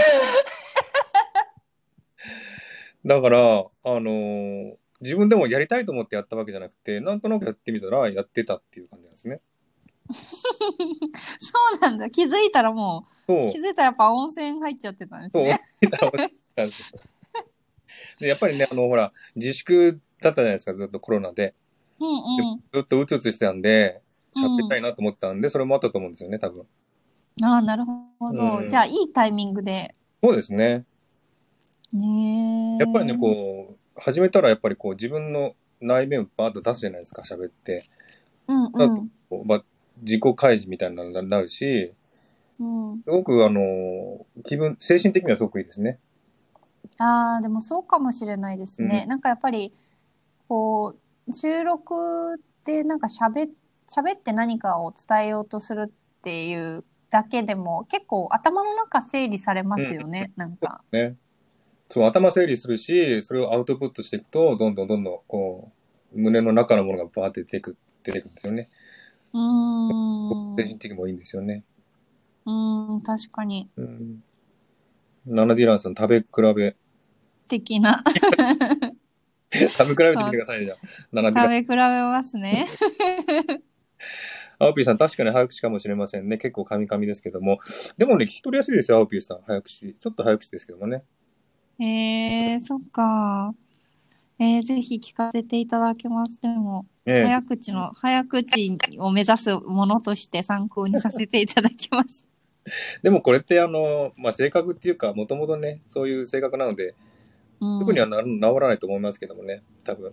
だから、あのー自分でもやりたいと思ってやったわけじゃなくて、なんとなくやってみたらやってたっていう感じなんですね。 そうなんだ。気づいたらもう、 そう、 気づいたらやっぱ温泉入っちゃってたんですそう思っね。 てたわけなんですよ。で、やっぱりね、あの、ほら、自粛だったじゃないですか、ずっとコロナで。でうんうん。 ずっとうつうつしてたんで、喋りうん。 たいなと思ったんで、それもあったと思うんですよね、多分。 ああ、なるほど。じゃうん。 あ、いいタイミングで。 そうですね。やっぱりね、 ねえ。 こう、始めたらやっぱりこう、自分の内面をバーッと出すじゃないですか、喋って。 うんだとうん。 こうまあ、自己開示みたいなのになるし、 うん。 すごくあの、気分、精神的にはすごくいいですね。 ああ、でもそうかもしれないですうん。 ね。なんかやっぱり、こう、収録でなんか喋、喋って何かを伝えようとするっていうだけでも結構頭の中整理されまうん。 すよね、なんか。 ね。そう、頭整理するし、それをアウトプットしていくと、どんどんどんどん、こう、胸の中のものがバーって出てく、出てくるんですよね。 うーん。 精神的にもいいんですよね。 うーん、確かに。 うん。ナナディランさん、食べ比べ。 的な。 食べ比べてそう、 みてください、じゃあ。ナナディラン。 食べ比べますね。 アオピーさん、確かに早口かもしれませんね。結構カミカミですけども。でもね、聞き取りやすいですよ、アオピーさん。早口。ちょっと早口ですけどもね。 えー、そっか。えー、ぜひ聞かせていただけます。でも、 ええ、 早口の、早口を目指すものとして参考にさせていただきます。 でもこれってあの、まあ、性格っていうか、もともとね、そういう性格なので、 うすぐにはん。 な治らないと思いますけどもね、多分。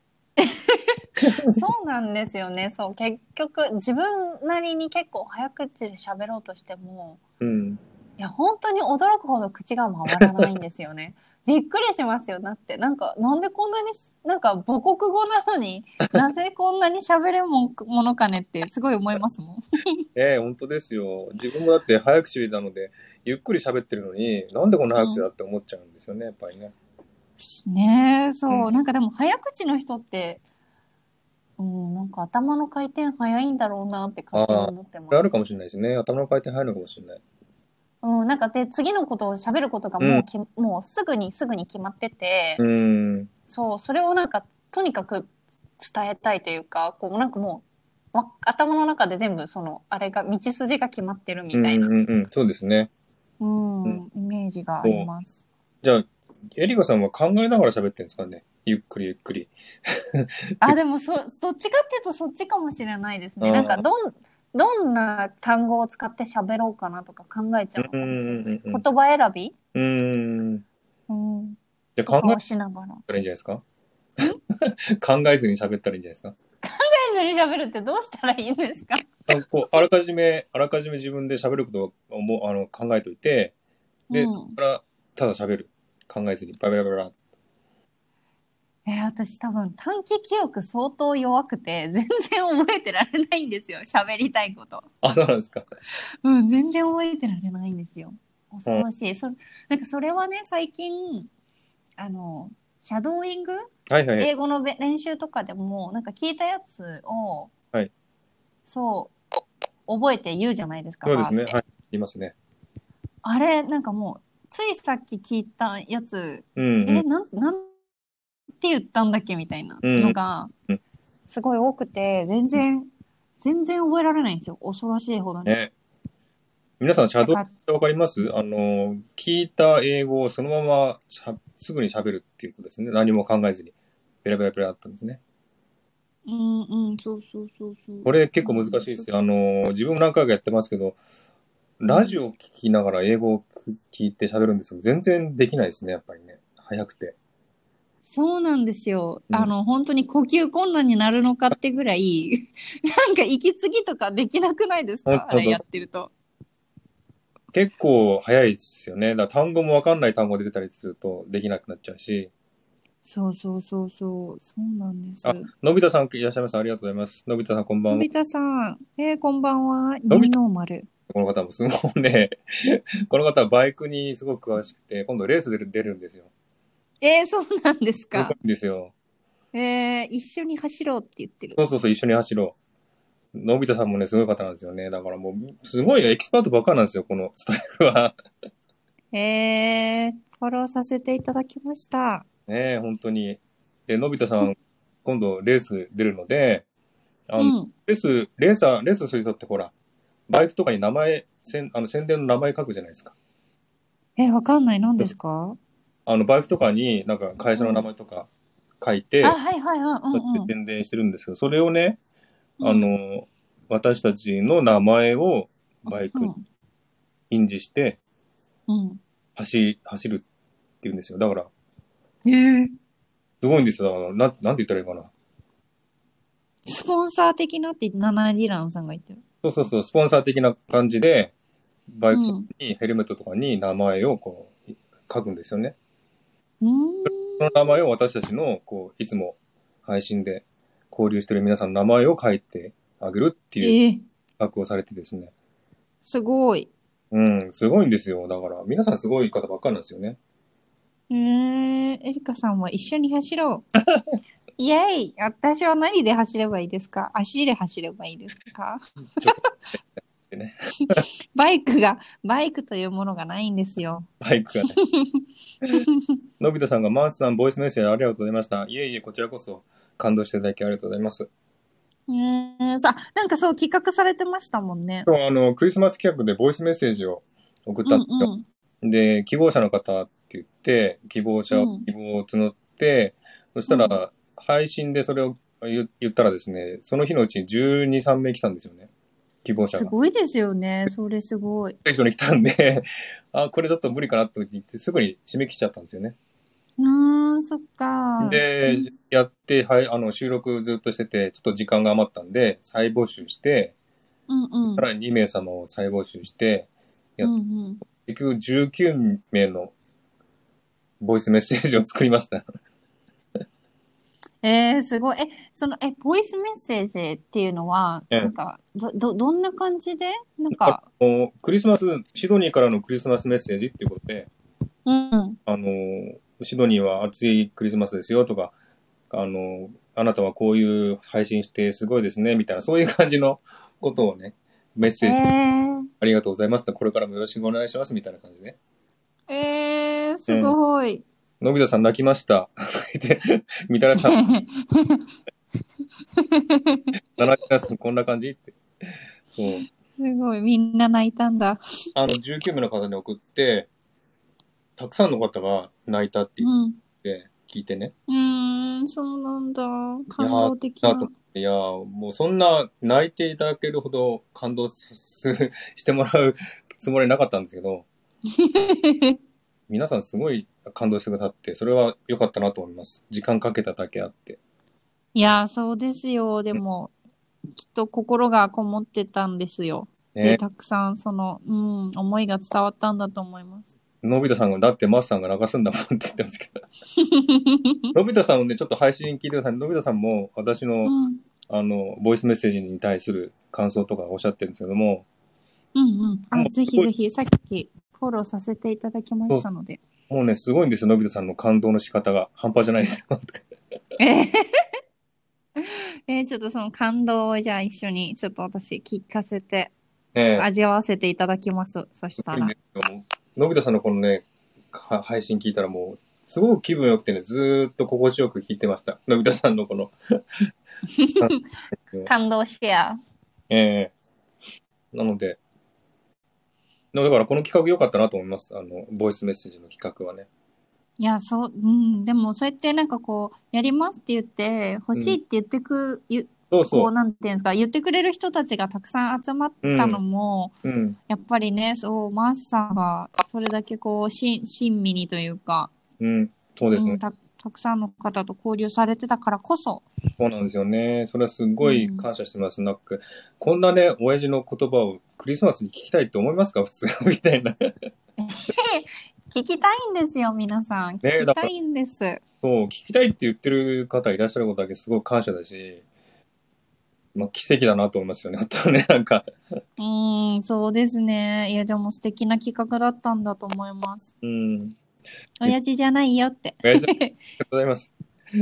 そうなんですよね。そう、結局、自分なりに結構早口で喋ろうとしても、 うん。 いや、本当に驚くほど口が回らないんですよね。びっくりしますよ。だって、なんか、なんでこんなに、なんか母国語なのになぜこんなに喋れるもんものかねってすごい思いますもん。 ええ、本当ですよ。自分もだって早口なので、ゆっくり喋ってるのに、なんでこんな早口だって思っちゃうんですよね、やっぱりね。 うん。ねえ、 うん。 そう。なんかでも早口の人って、うん、なんか頭の回転早いんだろうなって勝手にああ、 思ってます。 それあるかもしれないですね。頭の回転入るのかもしれない。 うん、なんかで、次のことを喋ることがうん。 もうき、もうすぐにすぐに決まってて、 うん。 そう、それをなんか、とにかく伝えたいというか、こう、なんかもう、わ頭の中で全部その、あれが、道筋が決まってるうん。 みたいな、 うん。うん。そうですね。 ううん。 ん、イメージがありそう。 ます。 じゃあ、エリカさんは考えながら喋ってるんですかね。ゆっくりゆっくり。 あ、 次、 でもそ、どっちかっていうとそっちかもしれないですね。なんか、 ああ、 どん、どんな単語を使って喋ろうかなとか考えちゃうのうん。 かもしれない。 うん。 言葉選び、 うん。うん。 うん、 じゃあ考えとかをしながら。んたらいいんじゃないですか。考えずに喋ったらいいんじゃないですか。 一緒に喋るってどうしたらいいんですか？ あこう、あらかじめ、あらかじめ自分で喋ることをもうあの考えといて、で、そこうん。 からただ喋る。考えずに、バラバラバラ。 えー、私多分短期記憶相当弱くて、全然覚えてられないんですよ。喋りたいこと。 あ、そうなんですか。 うん、全然覚えてられないんですよ。 うん。 恐ろしい。そ、なんかそれはね、最近、あの、シャドーイングはいはいはい。 英語のべ練習とかでも、なんか聞いたやつを、 はい。 そう、覚えて言うじゃないですか、 そうですね。 バーって。 はい。いますね。 あれ、なんかもう、ついさっき聞いたやつ、え、 うんうん。 なん、なんて言ったんだっけみたいなうんうん。 のが、すごい多くて、全うん。 然、全然覚えられないんですよ。恐ろしいほどに。 ね。皆さん、シャドウっだから、 てわかりますあの、聞いた英語をそのまましゃすぐに喋るっていうことですね。何も考えずに。ペラペラペラだったんですね。 うんうん、そうそうそうそう。 これ結構そうなんです。 難しいですよ。あの、自分も何回かやってますけど、 うん。 ラジオを聞きながら英語を聞いて喋るんですけど、全然できないですね、やっぱりね。早くて。 そうなんですよ。 うん。 あの、本当に呼吸困難になるのかってぐらい、なんか息継ぎとかできなくないですほんかあれやほんと、 ってると。 結構早いですよね。だから単語もわかんない単語出てたりするとできなくなっちゃうし。 そうそうそうそう。そうなんであ、 す。 のび太さんいらっしゃいます。ありがとうございます。のび太さんこんばんは。 のび太さん。えー、こんばんは。ニューのび太、 ノーマル。 この方もすごいね、この方はバイクにすごく詳しくて、今度レース出る、出るんですよ。 えー、そうなんですすごか。 いんですよ。 えー、一緒に走ろうって言ってる。 そうそうそう、一緒に走ろう。のび太さんもね、すごい方なんですよね。だからもう、すごいエキスパートばっかなんですよ、このスタイルは。 えー、フォローさせていただきました。 ねえ、本当に。で、のび太さん、今度レース出るので、あの、 うん。 レース、レーサー、レースする人ってほら、バイクとかに名前、せんあの宣伝の名前書くじゃないですか。 え、わかんない。何ですか？ あの、バイクとかになんか会社の名うん。 前とか書いあ、 て、 はいはいはい。うそうやってんうん。 宣伝してるんですけど、それをね、あうん。 の、私たちの名前をバイクにうん。 印字してうん。 走、走るっていうんですよ。だから、 えー、 すごいんですよ。だから、なん、なんて言ったらいいかな。 スポンサー的なってナナディランさんが言ってる。 そうそうそう、スポンサー的な感じで、バイクとかうん。 にヘルメットとかに名前をこう、書くんですよね。 うーその名前ん。 を私たちの、こう、いつも配信で交流してる皆さんの名前を書いてあげるっていうえー、 企画をされてですね。 すごい。 うん、すごいんですよ。だから、皆さんすごい方ばっかりなんですよね。 えー、エリカさんも一緒に走ろう。イェイ私は何で走ればいいですか？足で走ればいいですか？ ちょっとね、 バイクが、バイクというものがないんですよ。 バイクがね。のび太さんが、マースさん、ボイスメッセージありがとうございました。いえいえ、こちらこそ感動していただきありがとうございます。 えー、さ、なんかそう企画されてましたもんね。 そう、あの、クリスマス企画でボイスメッセージを送っうたんですよ。 んうん。 で、希望者の方って言って、希望者、 うん。 希望を募って、そしたうん。 ら、配信でそれを言言ったらですね、その日のうちにじゅうに、さんめい来たんですよね。希望者すが。 ごいですよね。それすごい。 最初に来たんで、あ、これちょっと無理かなと言って、すぐに締め切っちゃったんですよね。 うーん、そっか。 で、やって、はい、あの、収録ずっとしてて、ちょっと時間が余ったんで、再募集して、 うんうん。 さらににめい様を再募集して、やっうんうん。 結局じゅうきゅうめいのボイスメッセージを作りました。 えー、すごい。え、その、え、ボイスメッセージっていうのは、 ええ。 なんか、ど、ど、どんな感じでなんか、 もうクリスマス、シドニーからのクリスマスメッセージっていうことで、 うん。 あの、シドニーは暑いクリスマスですよとか、あの、あなたはこういう配信してすごいですね、みたいな、そういう感じのことをね、メッえセージー、 ありがとうございます。これからもよろしくお願いします、みたいな感じで。 えー、すうん。 ごい。 のび太さん泣きました。言って、みたらしさん、ななさんこんな感じって。そう。 すごい。みんな泣いたんだ。 あの、じゅうきゅうめいの方に送って、たくさんの方が泣いたってう言っん。 て、聞いてね。 うーん、そうなんだ。 いや感ー、 動的な。 なと思って、いやー、もうそんな泣いていただけるほど感動する、してもらうつもりなかったんですけど、皆さんすごい感動してくださって、それは良かったなと思います。時間かけただけあって。 いや、そうですよ。でうん。 も、きっと心がこもってたんですよ。で、 ね、 たくさん、その、うん、思いが伝わったんだと思います。 のび太さんが、だってマスさんが流すんだもんって言ってますけど。のび太さんもね、ちょっと配信聞いてください。のび太さんも私の、うん、あの、ボイスメッセージに対する感想とかおっしゃってるんですけども。 うんうん。あ、ぜひぜひ、さっきフォローさせていただきましたので。 もうね、すごいんですよ、のび太さんの感動の仕方が。半端じゃないですよ。 えーえー、ちょっとその感動をじゃあ一緒にちょっと私聞かせて、えー、味わわせていただきます。そしたら。 のび太さんのこのね、配信聞いたらもう、すごく気分良くてね、ずーっと心地よく聞いてました。のび太さんのこの感動シェア。 ええー、なので、だからこの企画良かったなと思います。あの、ボイスメッセージの企画はね。 いや、そう、うん、でもそうやってなんかこう、やりますって言って、欲しいって言ってく、うん、そうそう。こう、なんていうんですか、言ってくれる人たちがたくさん集まったのも、うんうん、やっぱりね、そう、マースさんが、それだけこう、し、親身にというか、 うん、そうですね、うん、 た。たくさんの方と交流されてたからこそ。 そうなんですよね。それはすごい感謝してます。うん、なんか、こんなね、親父の言葉をクリスマスに聞きたいって思いますか普通みたいな。 聞きたいんですよ、皆さん。聞きたいんです。ね、 そう、聞きたいって言ってる方いらっしゃることだけすごい感謝だし、まあ、奇跡だなと思いますよね、本当ね、なんか。 うーん、そうですね。いや、でも素敵な企画だったんだと思います。うん。親父じゃないよって。 親父、ありがとうございます。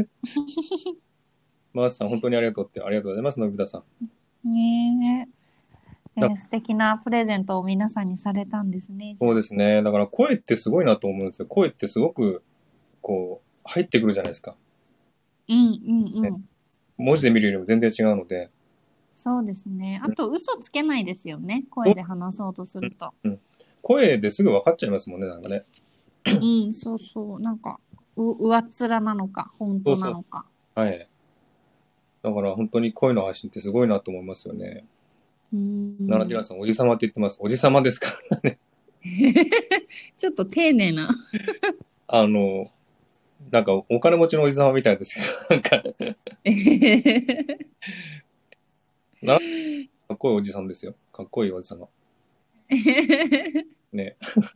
マースさん、本当にありがとうって、ありがとうございます、のび太さん。ねえ。えー、素敵なプレゼントを皆さんにされたんですね。 そうですね。だから声ってすごいなと思うんですよ。声ってすごく、こう、入ってくるじゃないですか。 うんうんうん。ね、 文字で見るよりも全然違うので。そうですね。あと、嘘つけないですよね。声で話そうとすると。 うんうん、声ですぐ分かっちゃいますもんね、なんかね。 うん、そうそう。なんか、う、上っ面なのか、本当なのか。 そうそう、はい。だから本当に声の配信ってすごいなと思いますよね。うん。ナナティラさん、おじさまって言ってます。おじさまですからね。 ちょっと丁寧な。 あの、なんかお金持ちのおじさまみたいですけど、なんかな、かっこいいおじさんですよ。かっこいいおじさま。ね。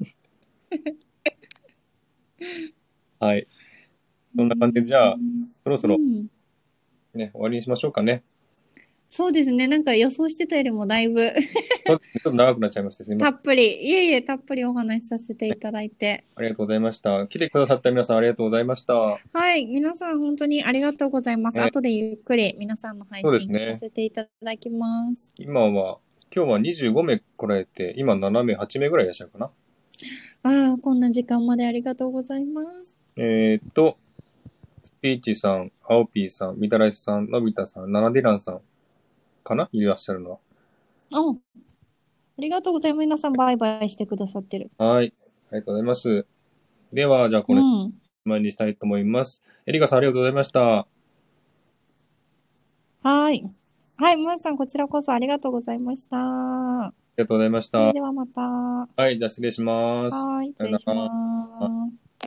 はい。そんな感じで、じゃあ、そろそろ、ね、終わりにしましょうかね。 そうですね。なんか予想してたよりもだいぶちょっと長くなっちゃいました。すみません。 たっぷり。いえいえ、たっぷりお話しさせていただいて。 ありがとうございました。来てくださった皆さんありがとうございました。 はい。皆さん本当にありがとうございます。えー、後でゆっくり皆さんの配信聞かせていただきます。 すね、今は、今日はにじゅうごめい来られて、今ななめい、はちめいぐらいいらっしゃるかな。 ああ、こんな時間までありがとうございます。 えー、っと、スピーチさん、アオピーさん、みたらしさん、のび太さん、ナナディランさんかないらっしゃるのは。 あ、ありがとうございます。皆さんバイバイしてくださってる。 はい。ありがとうございます。では、じゃあこれ、前にしたいと思います。うん、エリカさんありがとうございました。 はい。はい、マースさんこちらこそありがとうございました。ありがとうございました。 それではまた。 はい、じゃあ失礼します。 はい、失礼します。